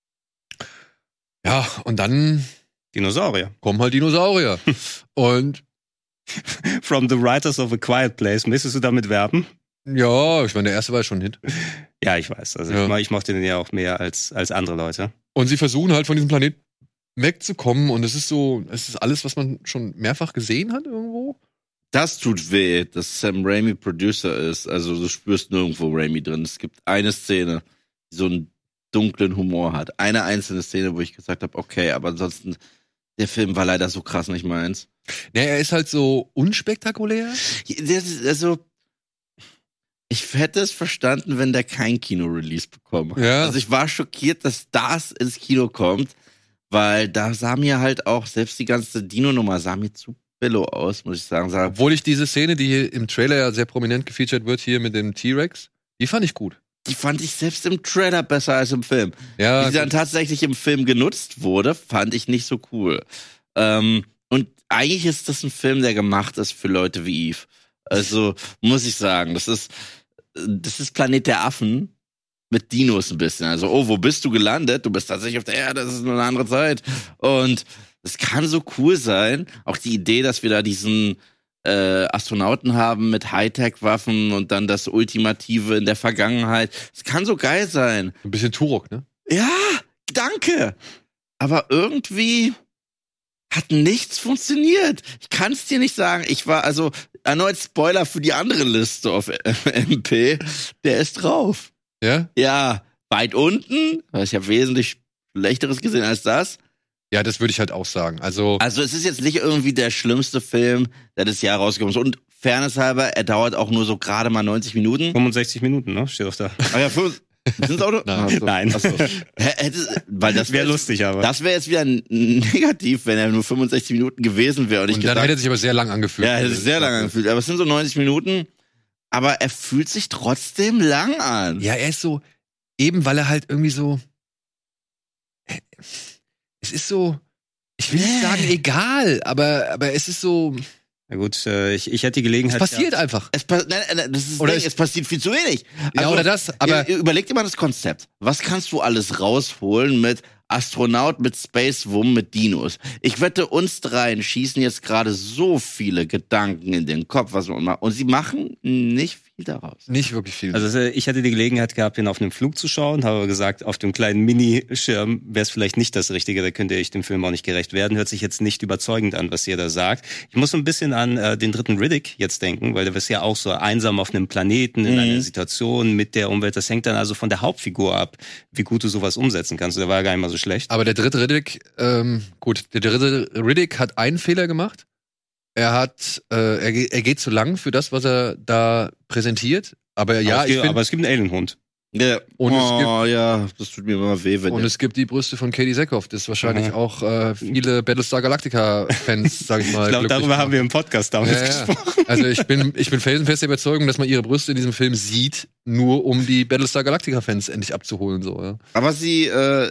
Ja, und dann Dinosaurier. kommen halt Dinosaurier. Und From the Writers of A Quiet Place. Müsstest du damit werben? ja, ich meine, der erste war schon ein Hit. Ja, ich weiß. Also Ja. ich mochte den ja auch mehr als andere Leute. Und sie versuchen halt von diesem Planeten wegzukommen und es ist alles, was man schon mehrfach gesehen hat irgendwo. Das tut weh, dass Sam Raimi Producer ist. Also du spürst nirgendwo Raimi drin. Es gibt eine Szene, die so einen dunklen Humor hat. Eine einzelne Szene, wo ich gesagt habe, okay, aber ansonsten, der Film war leider so krass nicht meins. Ja, er ist halt so unspektakulär. Also, ich hätte es verstanden, wenn der kein Kino-Release bekommt. Ja. Also ich war schockiert, dass das ins Kino kommt, weil da sah mir halt auch, selbst die ganze Dino-Nummer sah mir zu billo aus, muss ich sagen. Obwohl ich diese Szene, die hier im Trailer ja sehr prominent gefeatured wird, hier mit dem T-Rex, die fand ich gut. Die fand ich selbst im Trailer besser als im Film. Ja, Wie sie dann tatsächlich im Film genutzt wurde, fand ich nicht so cool. Und eigentlich ist das ein Film, der gemacht ist für Leute wie Eve. Also, muss ich sagen, das ist Planet der Affen mit Dinos ein bisschen. Also, oh, wo bist du gelandet? Du bist tatsächlich auf der Erde, das ist nur eine andere Zeit. Und Das kann so cool sein. Auch die Idee, dass wir da diesen Astronauten haben mit Hightech-Waffen und dann das Ultimative in der Vergangenheit. Das kann so geil sein. Ein bisschen Turok, ne? Ja, danke. Aber irgendwie hat nichts funktioniert. Ich kann es dir nicht sagen. Ich war also erneut Spoiler für die andere Liste auf MP. Der ist drauf. Ja? Ja, weit unten. Ich habe wesentlich Schlechteres gesehen als das. Ja, das würde ich halt auch sagen. Also es ist jetzt nicht irgendwie der schlimmste Film, der das Jahr rausgekommen ist. Und Fairness halber, er dauert auch nur so gerade mal 90 Minuten. 65 Minuten, ne? Steht doch da. Ah ja, sind's auch noch? Nein. Nein. Weil das Wäre lustig, aber. Das wäre jetzt wieder negativ, wenn er nur 65 Minuten gewesen wäre. und dann hätte er sich aber sehr lang angefühlt. Ja, hätte sich sehr lang angefühlt. Aber es sind so 90 Minuten. Aber er fühlt sich trotzdem lang an. Ja, er ist so, eben weil er halt irgendwie so, es ist so, ich will nicht sagen egal, aber es ist so, Na gut, ich hätte die Gelegenheit. es passiert einfach. Nein, das ist das Ding, es passiert viel zu wenig. Ja, oder das, aber Überleg dir mal das Konzept. Was kannst du alles rausholen mit Astronaut, mit Space Wum, mit Dinos? Ich wette, uns dreien schießen jetzt gerade so viele Gedanken in den Kopf, was man macht. Und sie machen nicht viel daraus. nicht wirklich viel. Also ich hatte die Gelegenheit gehabt, ihn auf einem Flug zu schauen, habe gesagt, auf dem kleinen Minischirm wäre es vielleicht nicht das Richtige, da könnte ich dem Film auch nicht gerecht werden. Hört sich jetzt nicht überzeugend an, was ihr da sagt. Ich muss so ein bisschen an den dritten Riddick jetzt denken, weil der ist ja auch so einsam auf einem Planeten in einer Situation mit der Umwelt. Das hängt dann also von der Hauptfigur ab, wie gut du sowas umsetzen kannst. Der war ja gar nicht mal so schlecht. Aber der dritte Riddick, der dritte Riddick hat einen Fehler gemacht. Er geht zu lang für das, was er da präsentiert. Aber ja, aber es gibt einen Alienhund. Ja. Und das tut mir immer weh, wenn es gibt die Brüste von Katie Sackhoff. Das ist wahrscheinlich auch viele Battlestar Galactica-Fans, sag ich mal. Ich glaube, darüber haben wir im Podcast damals gesprochen. Also ich bin felsenfest der Überzeugung, dass man ihre Brüste in diesem Film sieht, nur um die Battlestar Galactica-Fans endlich abzuholen. So, ja. Aber sie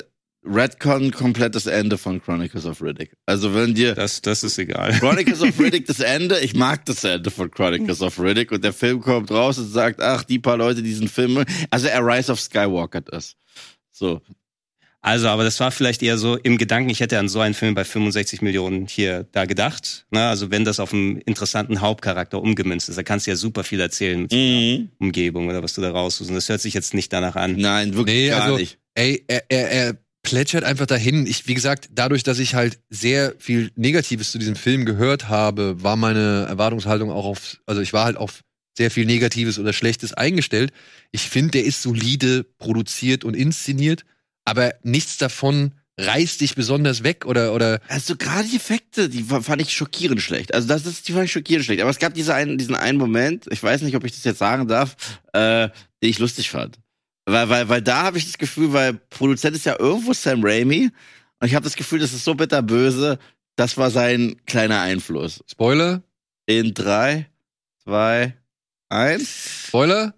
retcon komplett das Ende von Chronicles of Riddick. Also wenn dir Das ist egal. Chronicles of Riddick das Ende, ich mag das Ende von Chronicles of Riddick und der Film kommt raus und sagt, ach, die paar Leute, die diesen Film, also er Rise of Skywalker das. So. Also, aber das war vielleicht eher so im Gedanken, ich hätte an so einen Film bei 65 Millionen da gedacht. Na, also wenn das auf einen interessanten Hauptcharakter umgemünzt ist, da kannst du ja super viel erzählen mit der Umgebung oder was du da raussuchst. Und das hört sich jetzt nicht danach an. Nein, wirklich gar nicht. Ey, er plätschert einfach dahin. Wie gesagt, dadurch, dass ich halt sehr viel Negatives zu diesem Film gehört habe, war meine Erwartungshaltung auch ich war halt auf sehr viel Negatives oder Schlechtes eingestellt. Ich finde, der ist solide produziert und inszeniert, aber nichts davon reißt dich besonders weg oder. Also gerade die Effekte, die fand ich schockierend schlecht. Also die fand ich schockierend schlecht. Aber es gab diesen einen Moment, ich weiß nicht, ob ich das jetzt sagen darf, den ich lustig fand. Weil da habe ich das Gefühl, weil Produzent ist ja irgendwo Sam Raimi und ich habe das Gefühl, das ist so bitterböse, das war sein kleiner Einfluss. Spoiler? In 3, 2, 1. Spoiler?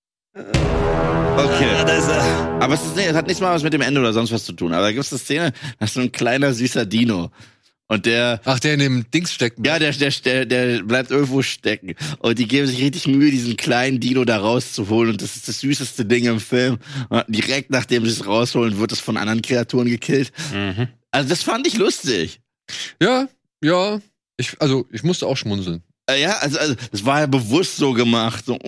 Okay. Aber es hat nichts mal was mit dem Ende oder sonst was zu tun. Aber da gibt es eine Szene, da ist so ein kleiner, süßer Dino. Und der in dem Dings steckt. Ja, der bleibt irgendwo stecken. Und die geben sich richtig Mühe, diesen kleinen Dino da rauszuholen. Und das ist das süßeste Ding im Film. Und direkt nachdem sie es rausholen, wird es von anderen Kreaturen gekillt. Mhm. Also das fand ich lustig. Ja. Ich musste auch schmunzeln. Ja, also das war ja bewusst so gemacht. So.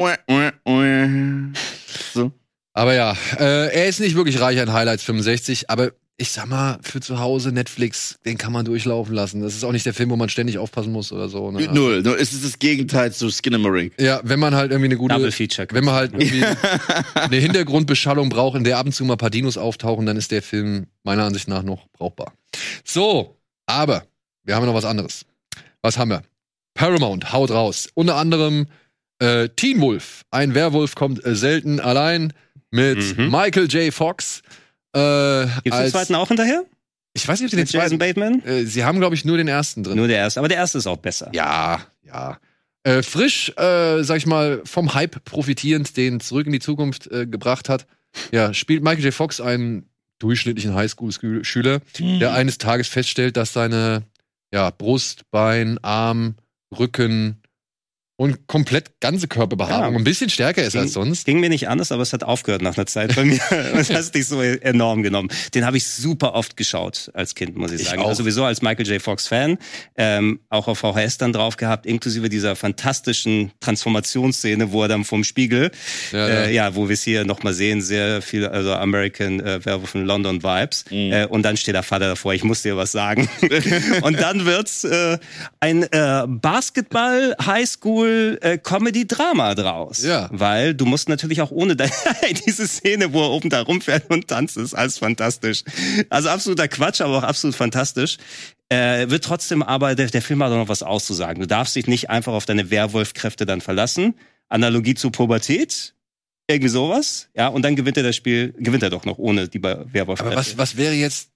So. Aber ja, er ist nicht wirklich reich an Highlights 65, aber ich sag mal, für zu Hause Netflix, den kann man durchlaufen lassen. Das ist auch nicht der Film, wo man ständig aufpassen muss oder so. Ne? Null. Es ist das Gegenteil zu Skinamarink. Ja, wenn man halt irgendwie eine gute, Double Feature. wenn man halt irgendwie eine Hintergrundbeschallung braucht, in der ab und zu mal ein paar Dinos auftauchen, dann ist der Film meiner Ansicht nach noch brauchbar. So, aber wir haben noch was anderes. Was haben wir? Paramount haut raus. Unter anderem Teen Wolf. Ein Werwolf kommt selten allein mit Michael J. Fox. Gibt's den zweiten auch hinterher? Ich weiß nicht, ob sie den Mit Jason zweiten. Bateman? Sie haben, glaube ich, nur den ersten drin. Nur der erste. Aber der erste ist auch besser. Ja. Frisch, sag ich mal, vom Hype profitierend, den Zurück in die Zukunft gebracht hat. Ja, spielt Michael J. Fox einen durchschnittlichen Highschool-Schüler, der eines Tages feststellt, dass seine Brust, Bein, Arm, Rücken und komplett ganze Körperbehaarung Ja. ein bisschen stärker ist als sonst. Ging mir nicht anders, aber es hat aufgehört nach einer Zeit bei mir. Das hat dich so enorm genommen. Den habe ich super oft geschaut als Kind, muss ich sagen. auch. Also sowieso als Michael J. Fox-Fan. Auch auf VHS dann drauf gehabt, inklusive dieser fantastischen Transformationsszene, wo er dann vom Spiegel, wo wir es hier nochmal sehen, sehr viel, also American Werewolf in London Vibes. Und dann steht der Vater davor, ich muss dir was sagen. Und dann wird's ein Basketball-Highschool-Comedy-Drama draus. Ja. Weil du musst natürlich auch ohne diese Szene, wo er oben da rumfährt und tanzt, ist alles fantastisch. Also absoluter Quatsch, aber auch absolut fantastisch. Wird trotzdem aber, der Film hat auch noch was auszusagen. Du darfst dich nicht einfach auf deine Werwolf-Kräfte dann verlassen. Analogie zur Pubertät. Irgendwie sowas. Ja, und dann gewinnt er doch noch ohne die Werwolf-Kräfte. Aber was wäre jetzt,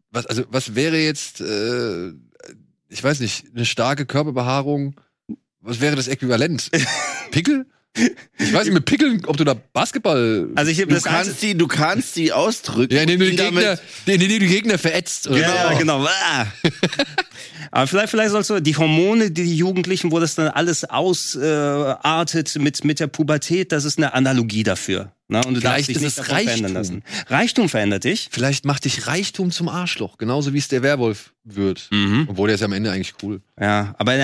ich weiß nicht, eine starke Körperbehaarung, was wäre das Äquivalent? Pickel? Ich weiß nicht, mit Pickeln, ob du da Basketball... Also Du kannst die ausdrücken. Ja, indem du die Gegner verätzt. Oder? Ja, genau. Aber vielleicht sollst du die Hormone, die Jugendlichen, wo das dann alles ausartet mit der Pubertät, das ist eine Analogie dafür. Ne? Und du darfst dich nicht davon verändern lassen. Reichtum verändert dich. Vielleicht macht dich Reichtum zum Arschloch, genauso wie es der Werwolf wird. Obwohl der ist ja am Ende eigentlich cool. Ja, aber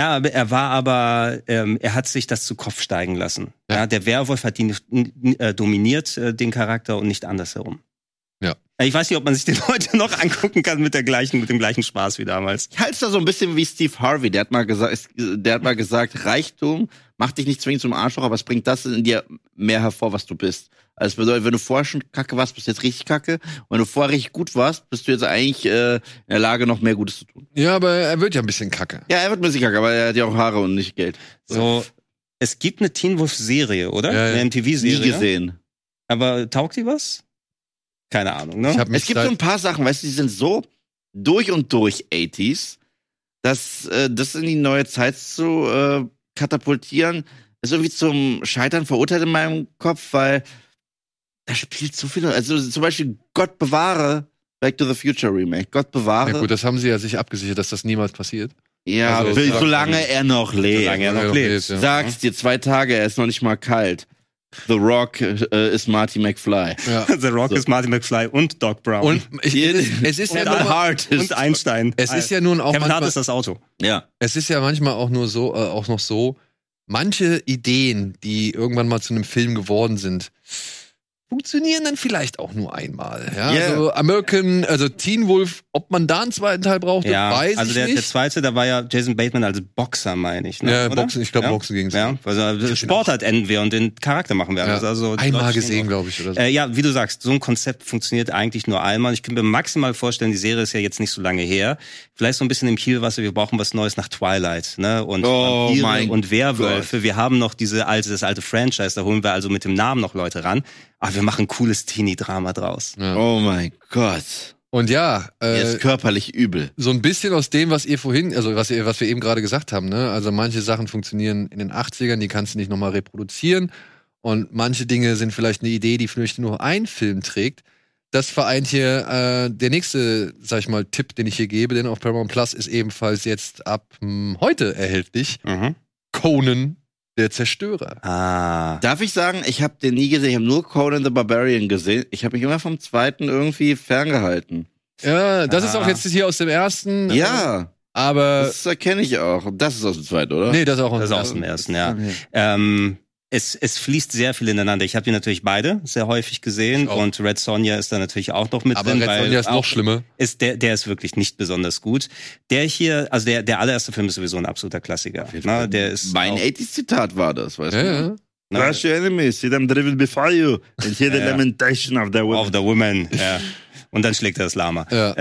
er hat sich das zu Kopf steigen lassen. Ja, der Werwolf hat ihn dominiert, den Charakter, und nicht andersherum. Ja. Ich weiß nicht, ob man sich den heute noch angucken kann mit dem gleichen Spaß wie damals. Ich halte es da so ein bisschen wie Steve Harvey. Der hat mal gesagt, Reichtum macht dich nicht zwingend zum Arschloch, aber es bringt das in dir mehr hervor, was du bist. Also das bedeutet, wenn du vorher schon kacke warst, bist du jetzt richtig kacke. Und wenn du vorher richtig gut warst, bist du jetzt eigentlich in der Lage, noch mehr Gutes zu tun. Ja, aber er wird ja ein bisschen kacke. Ja, er wird ein bisschen kacke, aber er hat ja auch Haare und nicht Geld. So, es gibt eine Teen Wolf-Serie, oder? Ja, ja. Eine MTV-Serie. Nie gesehen. Aber taugt die was? Keine Ahnung, ne? Es gibt so ein paar Sachen, weißt du, die sind so durch und durch 80s, dass das in die neue Zeit zu katapultieren, ist irgendwie zum Scheitern verurteilt in meinem Kopf, weil da spielt so viel. Also zum Beispiel Gott bewahre Back to the Future Remake. Gott bewahre. Ja gut, das haben sie ja sich abgesichert, dass das niemals passiert. Ja, Also, solange er noch lebt. Solange er noch lebt. Ja. Sag's dir, 2 Tage, er ist noch nicht mal kalt. The Rock ist Marty McFly. Ja. The Rock ist Marty McFly und Doc Brown. Und es ist ja nur Hart und Einstein. Es ist ja nun auch Kevin Hart manchmal, ist das Auto. Ja. es ist ja manchmal auch nur so, auch noch so, manche Ideen, die irgendwann mal zu einem Film geworden sind, funktionieren dann vielleicht auch nur einmal. Ja? Yeah. Also Teen Wolf, ob man da einen zweiten Teil braucht, weiß also ich der nicht. zweite, da war ja Jason Bateman als Boxer, meine ich. Ne? Ja, Oder? Boxen, ich glaube, Ja? Boxen ging's. Ja, also Sportart enden wir und den Charakter machen wir. Ja. Also die Einmal Leute gesehen, stehen glaube ich, oder so. Ja, wie du sagst, so ein Konzept funktioniert eigentlich nur einmal. Ich kann mir maximal vorstellen, die Serie ist ja jetzt nicht so lange her. Vielleicht so ein bisschen im Kielwasser, wir brauchen was Neues nach Twilight, ne? Und Vampire mein und Werwölfe. Gott. Wir haben noch das alte Franchise, da holen wir also mit dem Namen noch Leute ran. Aber wir machen ein cooles Teenie-Drama draus. Ja. Oh mein Gott. Und ja, Er ist körperlich übel. so ein bisschen aus dem, was ihr vorhin, also was wir eben gerade gesagt haben, ne? Also manche Sachen funktionieren in den 80ern, die kannst du nicht nochmal reproduzieren. Und manche Dinge sind vielleicht eine Idee, die vielleicht nur ein Film trägt. Das vereint hier der nächste, sag ich mal, Tipp, den ich hier gebe, denn auf Paramount Plus ist ebenfalls jetzt ab heute erhältlich. Conan, der Zerstörer. Darf ich sagen, ich habe den nie gesehen, ich habe nur Conan the Barbarian gesehen. Ich habe mich immer vom zweiten irgendwie ferngehalten. Ja, das ist auch jetzt hier aus dem ersten. Ja, Aber das erkenne ich auch. Das ist aus dem zweiten, oder? nee, das ist auch Das ist aus dem ersten, ja. Es fließt sehr viel ineinander. Ich habe die natürlich beide sehr häufig gesehen Ich auch. und Red Sonja ist da natürlich auch noch mit Aber drin. Red weil Sonja ist noch auch- schlimmer. Der ist wirklich nicht besonders gut. Der hier, also der allererste Film ist sowieso ein absoluter Klassiker. Na, der ist Mein auch- 80s-Zitat war das, weißt Ja, du? ja. na, Crush your enemies, see them driven before you, and hear the Ja, ja. lamentation of their of women. the Woman. Ja. Und dann schlägt er das Lama. Ja.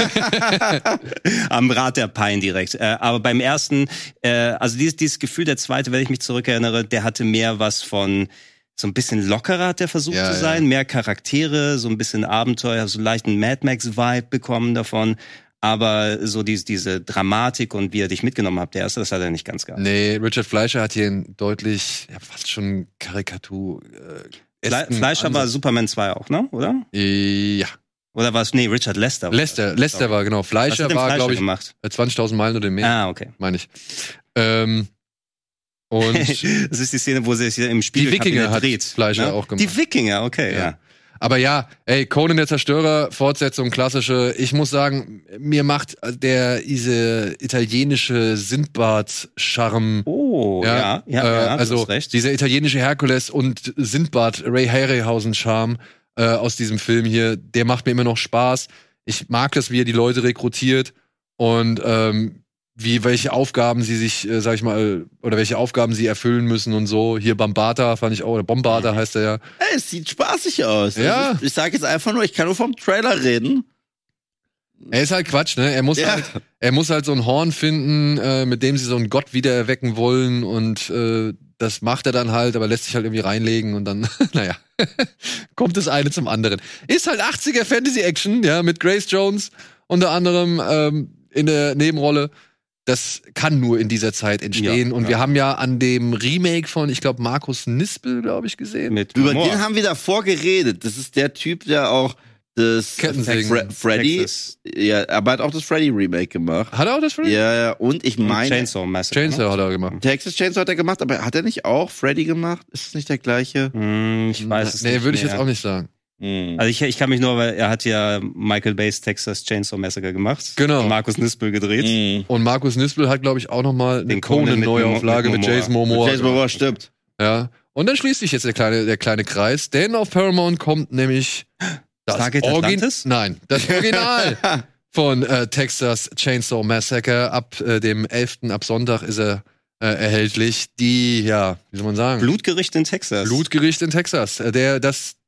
Am Rad der Pein direkt. Aber beim ersten, also dieses Gefühl, der zweite, wenn ich mich zurückerinnere, der hatte mehr was von so ein bisschen lockerer hat der versucht Ja, zu sein, mehr Charaktere, so ein bisschen Abenteuer, so leicht einen Mad Max-Vibe bekommen davon. Aber so diese Dramatik und wie er dich mitgenommen hat, der erste, das hat er nicht ganz gehabt. Nee, Richard Fleischer hat hier einen deutlich, ja, fast schon Karikatur. Fleischer war Superman 2 auch, ne? Oder? Ja. Oder war es, nee, Richard Lester. Lester war, genau. Was hat Fleischer denn war, Fleischer glaube ich, gemacht? 20.000 Meilen oder mehr, Ah, okay. meine ich. Und Das ist die Szene, wo sie sich im Spiegel Die Wikinger hat Fleischer auch gemacht. Die Wikinger, okay, ja. Aber ja, Conan der Zerstörer, Fortsetzung, klassische. Ich muss sagen, mir macht diese italienische Sindbad-Charme. Oh, ja, also du hast recht. dieser italienische Herkules und Sindbad, Ray Harryhausen-Charme aus diesem Film hier, der macht mir immer noch Spaß. Ich mag das, wie er die Leute rekrutiert und welche Aufgaben sie sich, sag ich mal, oder welche Aufgaben sie erfüllen müssen und so. Hier Bombata fand ich auch, oder Bombata heißt er ja. Ey, es sieht spaßig aus. Ja. Also ich sag jetzt einfach nur, ich kann nur vom Trailer reden. Er ist halt Quatsch, ne? Er muss halt so ein Horn finden, mit dem sie so einen Gott wieder erwecken wollen und das macht er dann halt, aber lässt sich halt irgendwie reinlegen und dann, naja, kommt das eine zum anderen. Ist halt 80er Fantasy-Action, ja, mit Grace Jones unter anderem in der Nebenrolle. Das kann nur in dieser Zeit entstehen. Und wir haben ja an dem Remake von, ich glaube, Markus Nispel, glaube ich, gesehen. Über den haben wir davor geredet. Das ist der Typ, der auch das Freddy, ja, aber hat auch das Freddy-Remake gemacht. Hat er auch das Freddy? Ja, und ich meine... Chainsaw Massacre. Chainsaw hat er gemacht. Texas Chainsaw hat er gemacht, aber hat er nicht auch Freddy gemacht? Ist es nicht der gleiche? Ich weiß es nicht. Nee, würde ich jetzt auch nicht sagen. Also ich kann mich nur, weil er hat ja Michael Bay's Texas Chainsaw Massacre gemacht. Genau. Und Markus Nispel gedreht. Und Markus Nispel hat, glaube ich, auch noch mal eine Conan-Neuauflage mit Jason Momoa. Jason Momoa stimmt. Ja. Und dann schließt sich jetzt der kleine Kreis, denn auf Paramount kommt nämlich das Original von Texas Chainsaw Massacre. Ab dem 11. ab Sonntag ist er erhältlich. Die, ja, wie soll man sagen? Blutgericht in Texas. Blutgericht in Texas. Das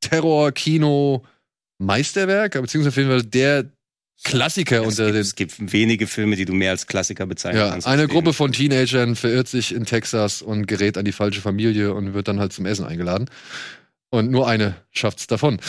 Terror-Kino-Meisterwerk, beziehungsweise auf jeden Fall der Klassiker unter den. Es gibt wenige Filme, die du mehr als Klassiker bezeichnen kannst. Eine Gruppe von Teenagern verirrt sich in Texas und gerät an die falsche Familie und wird dann halt zum Essen eingeladen. Und nur eine schafft's davon.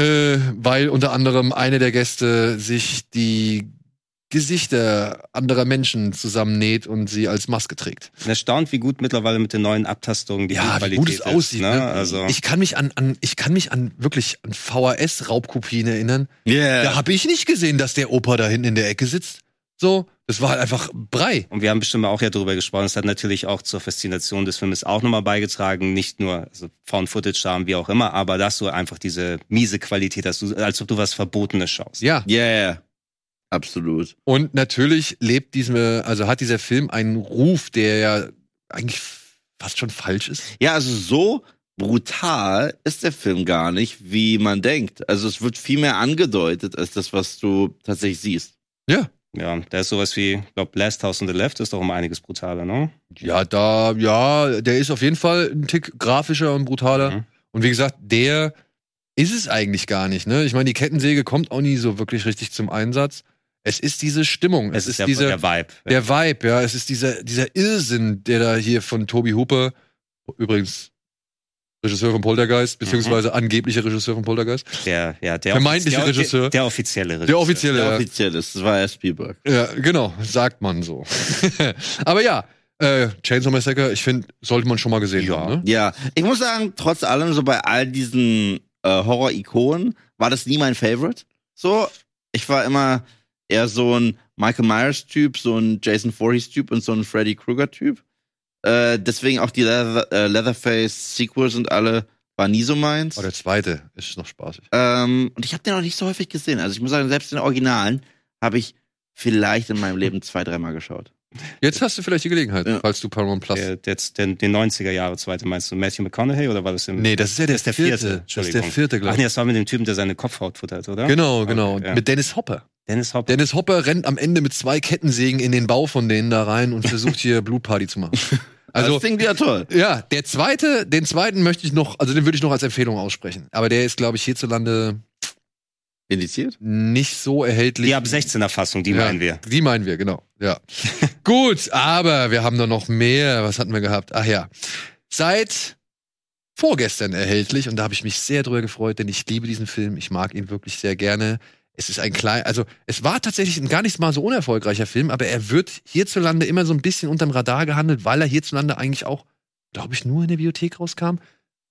Weil unter anderem eine der Gäste sich die Gesichter anderer Menschen zusammennäht und sie als Maske trägt. Erstaunt, wie gut mittlerweile mit den neuen Abtastungen die Qualität wie gut es aussieht. Ne? Ne? Also ich kann mich an wirklich an VHS-Raubkopien erinnern. Yeah. Da habe ich nicht gesehen, dass der Opa da hinten in der Ecke sitzt. So, das war halt einfach Brei. Und wir haben bestimmt auch ja drüber gesprochen. Es hat natürlich auch zur Faszination des Filmes auch nochmal beigetragen. Nicht nur Found-Footage-Charme, wie auch immer, aber dass du einfach diese miese Qualität hast, als ob du was Verbotenes schaust. Ja. Yeah. Absolut. Und natürlich hat dieser Film einen Ruf, der ja eigentlich fast schon falsch ist. Ja, also so brutal ist der Film gar nicht, wie man denkt. Also es wird viel mehr angedeutet, als das, was du tatsächlich siehst. Ja. Ja, da ist sowas wie, ich glaube, Last House on the Left ist doch um einiges brutaler, ne? Ja, der ist auf jeden Fall ein Tick grafischer und brutaler. Mhm. Und wie gesagt, der ist es eigentlich gar nicht, ne? Ich meine, die Kettensäge kommt auch nie so wirklich richtig zum Einsatz. Es ist diese Stimmung. Es ist der Vibe. Der Vibe, ja. Es ist dieser Irrsinn, der da hier von Toby Hooper, übrigens Regisseur von Poltergeist, beziehungsweise angeblicher Regisseur von Poltergeist. Der vermeintliche Regisseur. Der offizielle Regisseur. Der offizielle, Der offizielle, das war ja Spielberg. Ja, genau, sagt man so. Aber ja, Chainsaw Massacre, ich finde, sollte man schon mal gesehen haben, ne? Ja, ich muss sagen, trotz allem, so bei all diesen Horror-Ikonen, war das nie mein Favorite. So, ich war immer eher so ein Michael Myers-Typ, so ein Jason Voorhees-Typ und so ein Freddy Krueger-Typ. Deswegen auch die Leatherface-Sequels und alle war nie so meins. Oh, der zweite ist noch spaßig. Und ich habe den auch nicht so häufig gesehen. Also ich muss sagen, selbst den Originalen habe ich vielleicht in meinem Leben 2-3 Mal geschaut. Jetzt hast du vielleicht die Gelegenheit, falls du Paramount Plus. Den 90er-Jahre zweite meinst du Matthew McConaughey oder war das Nee, das ist ja der vierte. Das ist der vierte, glaube ich. Ach nee, das war mit dem Typen, der seine Kopfhaut futtert, oder? Genau. Okay, ja. Mit Dennis Hopper. Dennis Hopper rennt am Ende mit 2 Kettensägen in den Bau von denen da rein und versucht hier Blutparty zu machen. Also, das klingt ja toll. Ja, den zweiten möchte ich noch, also den würde ich noch als Empfehlung aussprechen. Aber der ist, glaube ich, hierzulande indiziert? Nicht so erhältlich. Die ab 16er Fassung, die meinen wir. Die meinen wir, genau. Ja. Gut, aber wir haben da noch mehr. Was hatten wir gehabt? Ach ja. Seit vorgestern erhältlich und da habe ich mich sehr drüber gefreut, denn ich liebe diesen Film. Ich mag ihn wirklich sehr gerne. Es ist es war tatsächlich ein gar nicht mal so unerfolgreicher Film, aber er wird hierzulande immer so ein bisschen unterm Radar gehandelt, weil er hierzulande eigentlich auch, glaube ich, nur in der Bibliothek rauskam.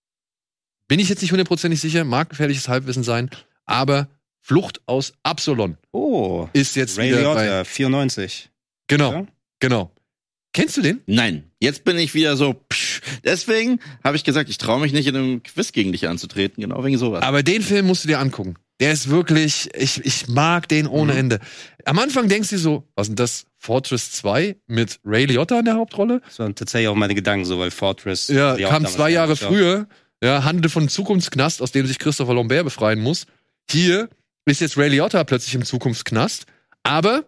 Bin ich jetzt nicht 100% sicher, mag gefährliches Halbwissen sein, aber Flucht aus Absalon. Oh. Ist jetzt Ray wieder Liotta, 94. Genau. Kennst du den? Nein, jetzt bin ich wieder so, deswegen habe ich gesagt, ich traue mich nicht in einem Quiz gegen dich anzutreten, genau wegen sowas. Aber den Film musst du dir angucken. Der ist wirklich, ich mag den ohne Ende. Am Anfang denkst du dir so, was ist denn das? Fortress 2 mit Ray Liotta in der Hauptrolle? Das waren tatsächlich auch meine Gedanken, so, weil Fortress... Ja, die auch kam damals 2 Jahre gemacht, ja. früher. Ja, handelte von einem Zukunftsknast, aus dem sich Christopher Lambert befreien muss. Hier ist jetzt Ray Liotta plötzlich im Zukunftsknast, aber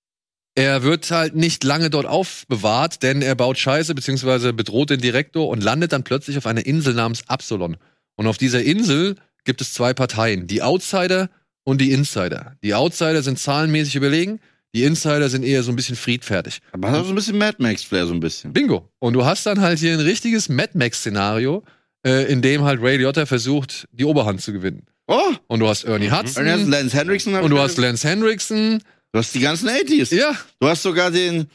er wird halt nicht lange dort aufbewahrt, denn er baut Scheiße, beziehungsweise bedroht den Direktor und landet dann plötzlich auf einer Insel namens Absalon. Und auf dieser Insel gibt es 2 Parteien, die Outsider und die Insider. Die Outsider sind zahlenmäßig überlegen, die Insider sind eher so ein bisschen friedfertig. Aber hat auch so ein bisschen Mad Max-Flair, so ein bisschen. Bingo. Und du hast dann halt hier ein richtiges Mad Max-Szenario, in dem halt Ray Liotta versucht, die Oberhand zu gewinnen. Oh, Und du hast Ernie Hudson. und jetzt Lance Henriksen. Und du hast Lance Henriksen. Du hast die ganzen 80s. Ja, Du hast sogar den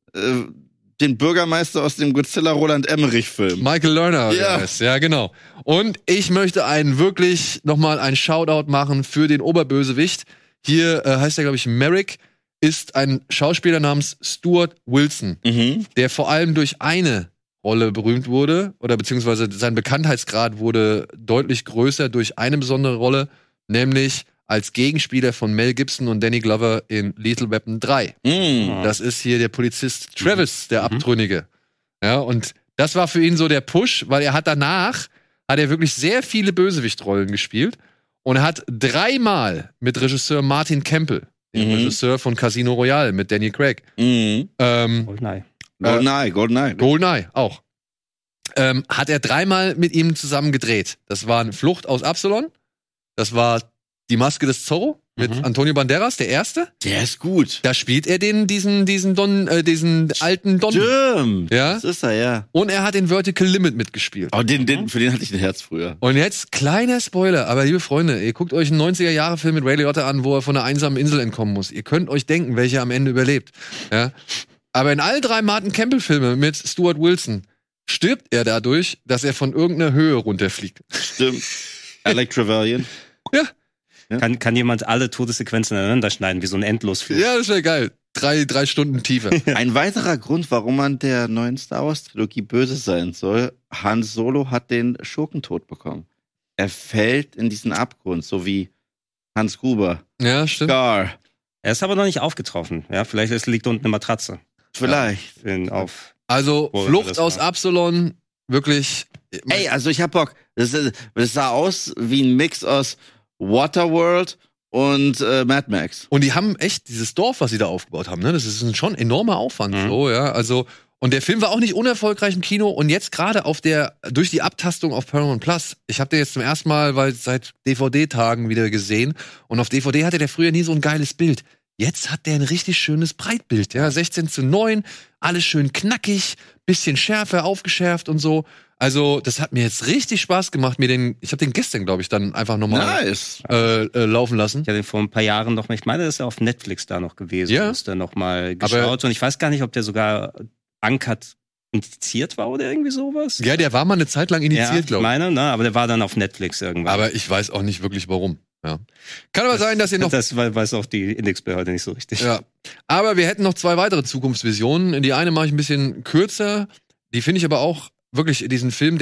Bürgermeister aus dem Godzilla Roland Emmerich-Film. Michael Lerner. Ja. Ja, genau. Und ich möchte nochmal einen Shoutout machen für den Oberbösewicht. Hier heißt er, glaube ich, Merrick, ist ein Schauspieler namens Stuart Wilson, der vor allem durch eine Rolle berühmt wurde, oder beziehungsweise sein Bekanntheitsgrad wurde deutlich größer durch eine besondere Rolle, nämlich als Gegenspieler von Mel Gibson und Danny Glover in Lethal Weapon 3. Das ist hier der Polizist Travis, der Abtrünnige. Ja, und das war für ihn so der Push, weil er hat wirklich sehr viele Bösewichtrollen gespielt und er hat 3-mal mit Regisseur Martin Campbell, dem Regisseur von Casino Royale mit Daniel Craig, Goldeneye. GoldenEye. auch, hat er 3-mal mit ihm zusammen gedreht. Das waren Flucht aus Absalon, das war Die Maske des Zorro mit Antonio Banderas, der erste. Der ist gut. Da spielt er diesen alten Don. Stimmt. Ja? Das ist er, ja. Und er hat den Vertical Limit mitgespielt. Aber für den hatte ich ein Herz früher. Und jetzt, kleiner Spoiler, aber liebe Freunde, ihr guckt euch einen 90er-Jahre-Film mit Ray Liotta an, wo er von einer einsamen Insel entkommen muss. Ihr könnt euch denken, welcher am Ende überlebt. Ja? Aber in all 3 Martin Campbell-Filme mit Stuart Wilson stirbt er dadurch, dass er von irgendeiner Höhe runterfliegt. Stimmt. Alec Trevelyan. Ja. Kann jemand alle Todessequenzen aneinander schneiden, wie so ein Endlosfilm? Ja, das wäre geil. 3 Stunden Tiefe. Ein weiterer Grund, warum man der neuen Star Wars Trilogie böse sein soll: Han Solo hat den Schurkentod bekommen. Er fällt in diesen Abgrund, so wie Hans Gruber. Ja, stimmt. Scar. Er ist aber noch nicht aufgetroffen. Ja, vielleicht liegt unten eine Matratze. Vielleicht. Also, Wo Flucht das aus war. Absalon, wirklich. Ey, also ich hab Bock. Das sah aus wie ein Mix aus Waterworld und Mad Max. Und die haben echt dieses Dorf, was sie da aufgebaut haben, ne? Das ist schon ein enormer Aufwand, so, ja. Also, und der Film war auch nicht unerfolgreich im Kino und jetzt gerade durch die Abtastung auf Paramount Plus. Ich habe den jetzt zum ersten Mal seit DVD-Tagen wieder gesehen und auf DVD hatte der früher nie so ein geiles Bild. Jetzt hat der ein richtig schönes Breitbild, ja. 16:9, alles schön knackig, bisschen schärfer, aufgeschärft und so. Also, das hat mir jetzt richtig Spaß gemacht, ich habe den gestern, glaube ich, dann einfach nochmal Nice. laufen lassen. Ich hatte den vor ein paar Jahren noch mal, ich meine, das ist ja auf Netflix da noch gewesen. Ja. Ist da noch mal geschaut. Und ich weiß gar nicht, ob der sogar uncut indiziert war oder irgendwie sowas. Ja, der war mal eine Zeit lang initiiert, Ich glaube ich. meine, ne, aber der war dann auf Netflix irgendwann. Aber ich weiß auch nicht wirklich, warum. Ja. Kann aber sein, dass ihr noch. Das weiß auch die Indexbehörde nicht so richtig. Ja. Aber wir hätten noch 2 weitere Zukunftsvisionen. Die eine mache ich ein bisschen kürzer. Die finde ich aber auch wirklich, diesen Film,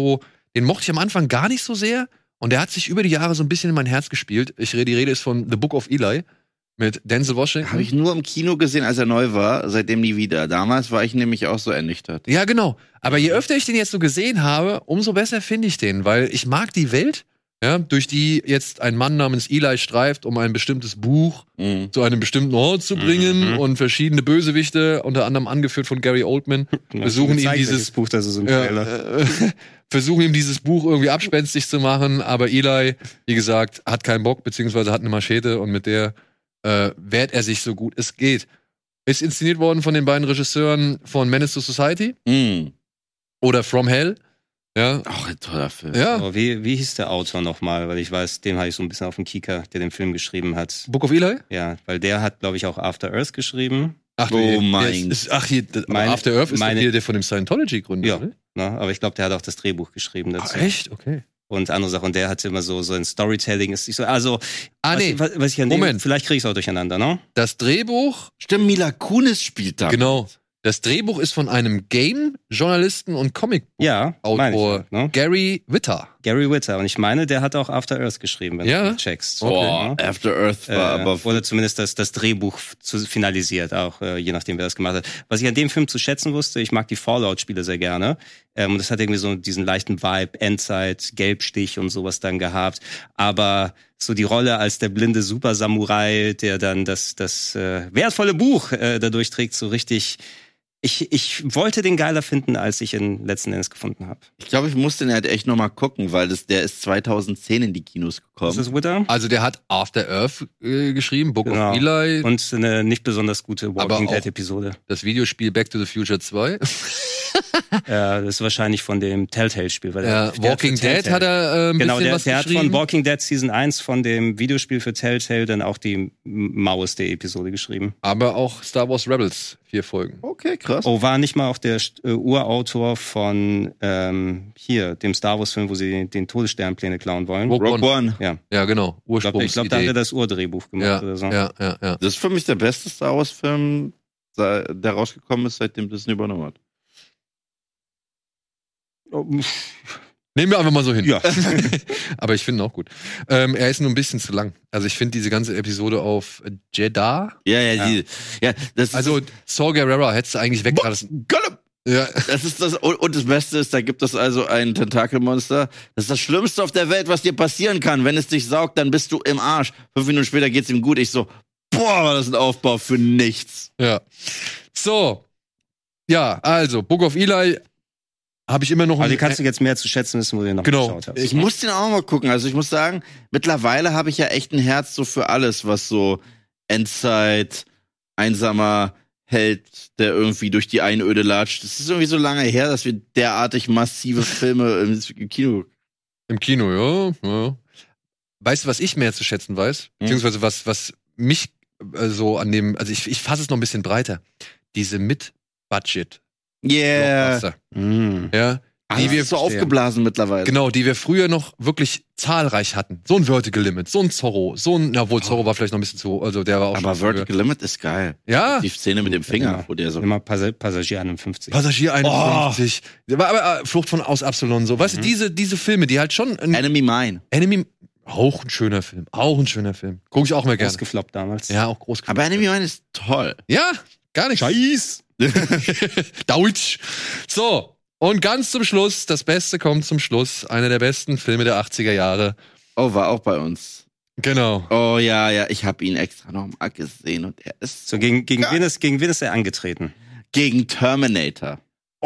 den mochte ich am Anfang gar nicht so sehr. Und der hat sich über die Jahre so ein bisschen in mein Herz gespielt. Die Rede ist von The Book of Eli mit Denzel Washington. Habe ich nur im Kino gesehen, als er neu war, seitdem nie wieder. Damals war ich nämlich auch so ernüchtert. Ja, genau. Aber je öfter ich den jetzt so gesehen habe, umso besser finde ich den, weil ich mag die Welt, ja, durch die jetzt ein Mann namens Eli streift, um ein bestimmtes Buch zu einem bestimmten Ort zu bringen und verschiedene Bösewichte, unter anderem angeführt von Gary Oldman, versuchen ihm dieses Buch, das ist so ein Trailer. versuchen ihm dieses Buch irgendwie abspenstig zu machen, aber Eli, wie gesagt, hat keinen Bock, beziehungsweise hat eine Machete und mit der wehrt er sich so gut es geht. Ist inszeniert worden von den beiden Regisseuren von Menace to Society oder From Hell. Ja. Auch ein toller Film. Ja. Oh, wie hieß der Autor nochmal? Weil ich weiß, den habe ich so ein bisschen auf dem Kieker, der den Film geschrieben hat. Book of Eli? Ja, weil der hat, glaube ich, auch After Earth geschrieben. Ach, Oh mein. After Earth ist doch hier der von dem Scientology-Gründer, Ja. oder? Ne? Aber ich glaube, der hat auch das Drehbuch geschrieben dazu. Ach, echt? Okay. Und andere Sachen. Und der hat immer so ein Storytelling. Ist nicht so, also, Nee. was ich an Moment. vielleicht kriege ich es auch durcheinander, ne? Das Drehbuch, Stimmt, Mila Kunis spielt da. genau. Das Drehbuch ist von einem Game-Journalisten und Ja, meine Comic-Autor ich, ne? Gary Whitta. Gary Whitta. Und ich meine, der hat auch After Earth geschrieben, wenn Ja? du checkst. Boah, After Earth war aber Oder zumindest das Drehbuch finalisiert, auch je nachdem, wer das gemacht hat. Was ich an dem Film zu schätzen wusste, ich mag die Fallout-Spiele sehr gerne. Und das hat irgendwie so diesen leichten Vibe, Endzeit, Gelbstich und sowas dann gehabt. Aber so die Rolle als der blinde Super-Samurai, der dann das wertvolle Buch dadurch trägt, so richtig. Ich wollte den geiler finden, als ich ihn letzten Endes gefunden habe. Ich glaube, ich muss den halt echt noch mal gucken, weil der ist 2010 in die Kinos gekommen. Ist das Whitta? Also der hat After Earth geschrieben, Book Genau. of Eli, Und eine nicht besonders gute Walking auch- Dead-Episode. das Videospiel Back to the Future 2. Das ist wahrscheinlich von dem Telltale-Spiel. weil Ja, der Walking hat für Dead hat er ein Genau, bisschen was der hat geschrieben. von Walking Dead Season 1 von dem Videospiel für Telltale dann auch die Maus-Episode geschrieben. Aber auch Star Wars Rebels, 4 Folgen. Okay, krass. Oh, war nicht mal auch der Urautor von hier, dem Star Wars-Film, wo sie den Todessternpläne klauen wollen? Rogue One. Ja, Ja, genau. ich glaube, da hat Ursprungsidee. er das Urdrehbuch gemacht Ja, oder so. ja. Das ist für mich der beste Star Wars-Film, der rausgekommen ist, seitdem Disney übernommen hat. Nehmen wir einfach mal so hin. Ja. Aber ich finde ihn auch gut. Er ist nur ein bisschen zu lang. Also ich finde diese ganze Episode auf Jeddah. Das ist Also Saw Gerrera hättest du eigentlich weglassen. Gollum! Ja. Das ist das, und das Beste ist, da gibt es also ein Tentakelmonster. Das ist das Schlimmste auf der Welt, was dir passieren kann. Wenn es dich saugt, dann bist du im Arsch. 5 Minuten später geht's ihm gut. Ich so, boah, war das ein Aufbau für nichts. Ja. So. Ja, also Book of Eli habe ich immer noch Aber die kannst du jetzt mehr zu schätzen wissen, wo du den noch Genau. geschaut hast. Ich muss den auch mal gucken. Also ich muss sagen, mittlerweile habe ich ja echt ein Herz so für alles, was so Endzeit, einsamer Held, der irgendwie durch die Einöde latscht. Das ist irgendwie so lange her, dass wir derartig massive Filme im Kino. im Kino, ja. Weißt du, was ich mehr zu schätzen weiß? Beziehungsweise was mich so an dem, also ich fasse es noch ein bisschen breiter. Diese Mid-Budget. Yeah. Blockbuster. Mm. Ja. Die wir so aufgeblasen mittlerweile. Genau, die wir früher noch wirklich zahlreich hatten. So ein Vertical Limit, so ein Zorro, Zorro war vielleicht noch ein bisschen zu, also der war auch Aber schon früher. Vertical Limit ist geil. Ja. Die Szene mit dem Finger, Ja. wo der so. Immer Passagier 51. Passagier 51. Aber Flucht von aus Absalon, so. Weißt du, diese Filme, die halt schon Enemy Mine. Enemy, auch ein schöner Film. Guck ich auch mal gerne. Ausgefloppt damals. Ja, auch groß. Aber Enemy Mine ist toll. Ja, gar nicht. Scheiß. Deutsch. So, und ganz zum Schluss, das Beste kommt zum Schluss. Einer der besten Filme der 80er Jahre. Oh, war auch bei uns. Genau. Oh ja, ich habe ihn extra noch mal gesehen und er ist So, gegen wen ist er angetreten? gegen Terminator.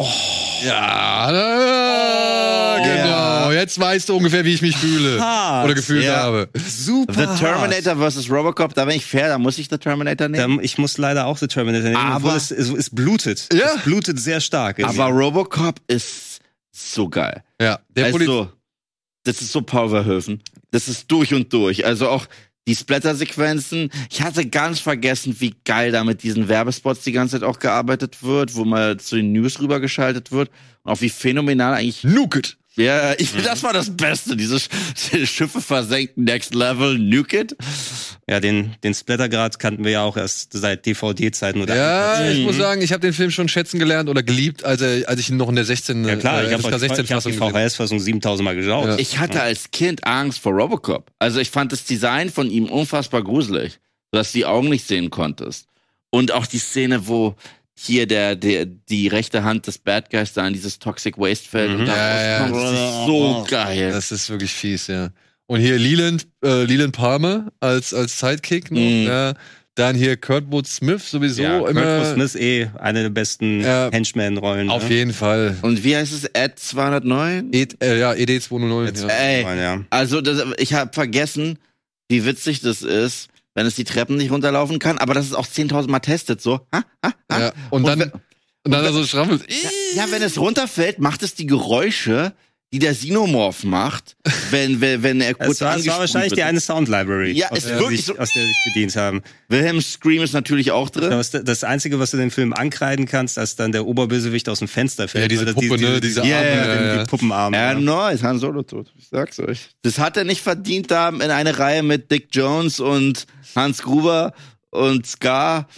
Ja, genau. Jetzt weißt du ungefähr, wie ich mich fühle. Oder gefühlt Ja. habe. Super. The Terminator vs. Robocop, da bin ich fair, da muss ich The Terminator nehmen. Ich muss leider auch The Terminator nehmen, Aber- obwohl es blutet. Ja. Es blutet sehr stark. Aber Robocop ist so geil. Ja, der Poli Also, das ist so Paul Verhoeven. Das ist durch und durch. Also auch die Splatter-Sequenzen. Ich hatte ganz vergessen, wie geil da mit diesen Werbespots die ganze Zeit auch gearbeitet wird, wo mal zu den News rübergeschaltet wird. Und auch wie phänomenal eigentlich. Nuke it. Ja, das war das Beste. Diese Schiffe versenken, Next Level, Nuke It. Ja, den Splattergrad kannten wir ja auch erst seit DVD-Zeiten oder Ja, ich muss sagen, ich habe den Film schon schätzen gelernt oder geliebt, als ich ihn noch in der 16. Ja klar, ich FSK habe 16 die Fassung gesehen. VHS-Fassung 7000 Mal geschaut. Ja. Ich hatte als Kind Angst vor Robocop. Also ich fand das Design von ihm unfassbar gruselig, sodass du die Augen nicht sehen konntest. Und auch die Szene, wo hier die rechte Hand des Bad Guys da in dieses Toxic Waste fällt und da Ja, rauskommt, das ist so geil. Das ist wirklich fies, ja. Und hier Leland Palmer als Sidekick noch, ja. Dann hier Kurtwood Smith sowieso Ja, immer. Kurtwood Smith eine der besten Henchman-Rollen. Auf jeden Fall. Und wie heißt es? Ed 209? ED 209. Ja. Ey, Ja. also ich habe vergessen, wie witzig das ist, wenn es die Treppen nicht runterlaufen kann, aber das ist auch 10.000 Mal testet, so. Ja. Und dann er so straffelt. Ja, wenn es runterfällt, macht es die Geräusche, die der Xenomorph macht, wenn er kurz Es war angesprungen wahrscheinlich die wird. eine Sound-Library, Ja, aus ist der wirklich sich- so. aus der sie sich bedient haben. Wilhelm's Scream ist natürlich auch drin. Das Einzige, was du dem Film ankreiden kannst, als dann der Oberbösewicht aus dem Fenster fällt. Ja, diese weil das Puppe, ne? Diese Ja, Arme. ja, die Puppenarme. Ja, Ja. nice, Han Solo tot. Ich sag's euch. Das hat er nicht verdient, da in eine Reihe mit Dick Jones und Hans Gruber und Scar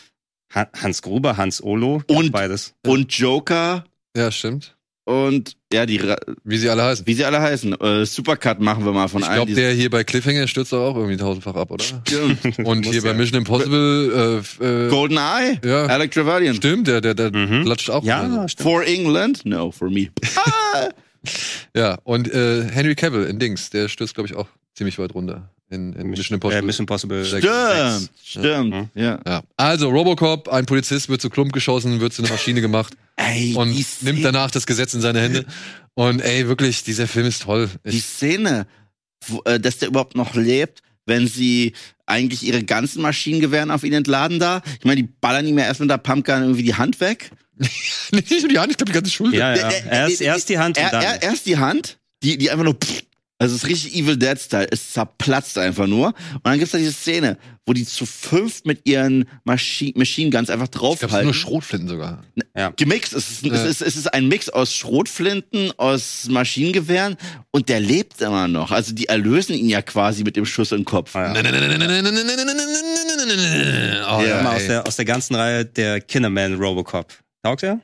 Hans Gruber, Hans Olo, Und- beides. Und Joker Ja, stimmt. und ja, Wie sie alle heißen. wie sie alle heißen. Supercut machen wir mal von Ich allen. glaube, der hier bei Cliffhanger stürzt doch auch irgendwie tausendfach ab, oder? Stimmt. Und hier Muss bei ja. Mission Impossible, Golden Eye? Ja. Alec Trevelyan. stimmt, der Mhm. klatscht auch. Ja, stimmt. For England? No, for me. Ja, und Henry Cavill in Dings, der stürzt, glaube ich, auch ziemlich weit runter in Mission Impossible. Mission Impossible. Stimmt. Ja. Ja. Also, Robocop, ein Polizist wird zu Klump geschossen, wird zu einer Maschine gemacht Ey, und die nimmt Szene, danach das Gesetz in seine Hände. Und ey, wirklich, dieser Film ist toll. die Szene, dass der überhaupt noch lebt, wenn sie eigentlich ihre ganzen Maschinengewehren auf ihn entladen da. Ich meine, die ballern ihm ja erst mit der Pumpgun irgendwie die Hand weg. Nicht nur die Hand, ich glaube, die ganze Schulter. Ja, ja. Erst die Hand und dann. Erst die Hand, die einfach nur also es ist richtig Evil Dead-Style. Es zerplatzt einfach nur. Und dann gibt's da diese Szene, wo die zu 5 mit ihren Machine Guns einfach Ich glaube, es sind draufhalten. nur Schrotflinten sogar. Gemixt. Es ist ein Mix aus Schrotflinten, aus Maschinengewehren und der lebt immer noch. Also die erlösen ihn ja quasi mit dem Schuss im Kopf. Ja. Oh, Ja, Mal ey. aus der ganzen Reihe der Kinderman Robocop. Taugt er?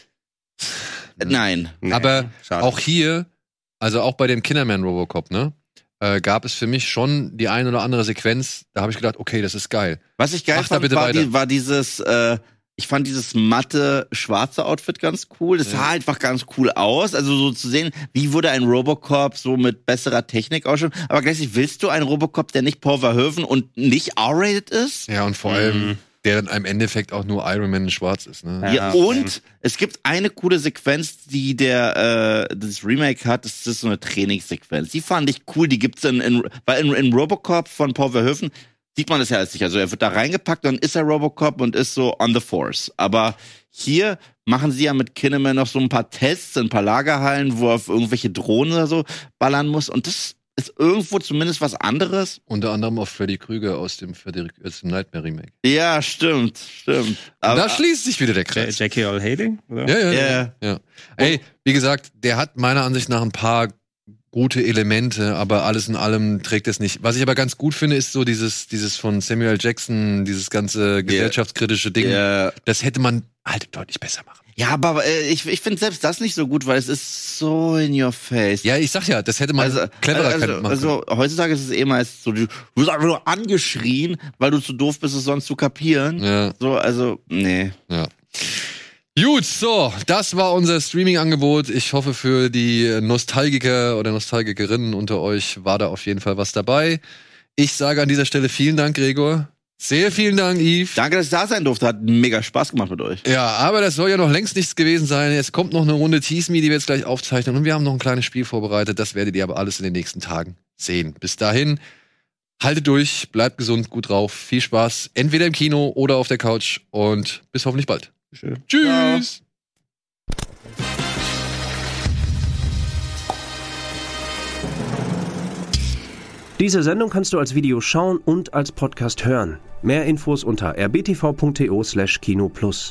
Nein. Nee, Aber schade. auch hier, also auch bei dem Kinderman Robocop, ne, gab es für mich schon die ein oder andere Sequenz, da habe ich gedacht, okay, das ist geil. Was ich geil Mach da fand, bitte war, weiter. war dieses, ich fand dieses matte schwarze Outfit ganz cool. Das sah einfach ganz cool aus. Also so zu sehen, wie würde ein Robocop so mit besserer Technik ausschauen. Aber gleichzeitig willst du einen Robocop, der nicht Paul Verhoeven und nicht R-rated ist? Ja, und vor allem, der dann im Endeffekt auch nur Iron Man in schwarz ist, ne? Ja, und es gibt eine coole Sequenz, die das Remake hat. Das ist so eine Trainingssequenz. Die fand ich cool. Die gibt's weil in Robocop von Paul Verhoeven sieht man das ja als nicht. Also er wird da reingepackt, dann ist er Robocop und ist so on the force. Aber hier machen sie ja mit Kinnaman noch so ein paar Tests in ein paar Lagerhallen, wo er auf irgendwelche Drohnen oder so ballern muss. Und das ist irgendwo zumindest was anderes. Unter anderem auf Freddy Krüger aus dem Nightmare Remake. Ja, stimmt. Aber Da schließt sich wieder der Kreis. Jackie Earl Haley? Oder? Ja. Ey, wie gesagt, der hat meiner Ansicht nach ein paar gute Elemente, aber alles in allem trägt es nicht. Was ich aber ganz gut finde, ist so dieses von Samuel L. Jackson, dieses ganze gesellschaftskritische Ding. Ja. Das hätte man halt deutlich besser machen. Ja, aber ich finde selbst das nicht so gut, weil es ist so in your face. Ja, ich sag ja, das hätte man cleverer machen können. Also heutzutage ist es eh meist so, du wirst einfach nur angeschrien, weil du zu doof bist, es sonst zu kapieren. Ja, So, also, nee. ja. Gut, so, das war unser Streaming-Angebot. Ich hoffe, für die Nostalgiker oder Nostalgikerinnen unter euch war da auf jeden Fall was dabei. Ich sage an dieser Stelle vielen Dank, Gregor. Sehr vielen Dank, Yves. Danke, dass ich da sein durfte. Hat mega Spaß gemacht mit euch. Ja, aber das soll ja noch längst nichts gewesen sein. Es kommt noch eine Runde Tease Me, die wir jetzt gleich aufzeichnen. Und wir haben noch ein kleines Spiel vorbereitet. Das werdet ihr aber alles in den nächsten Tagen sehen. Bis dahin, haltet durch, bleibt gesund, gut drauf. Viel Spaß, entweder im Kino oder auf der Couch. Und bis hoffentlich bald. Tschüss. Diese Sendung kannst du als Video schauen und als Podcast hören. Mehr Infos unter rbtv.to/kinoplus.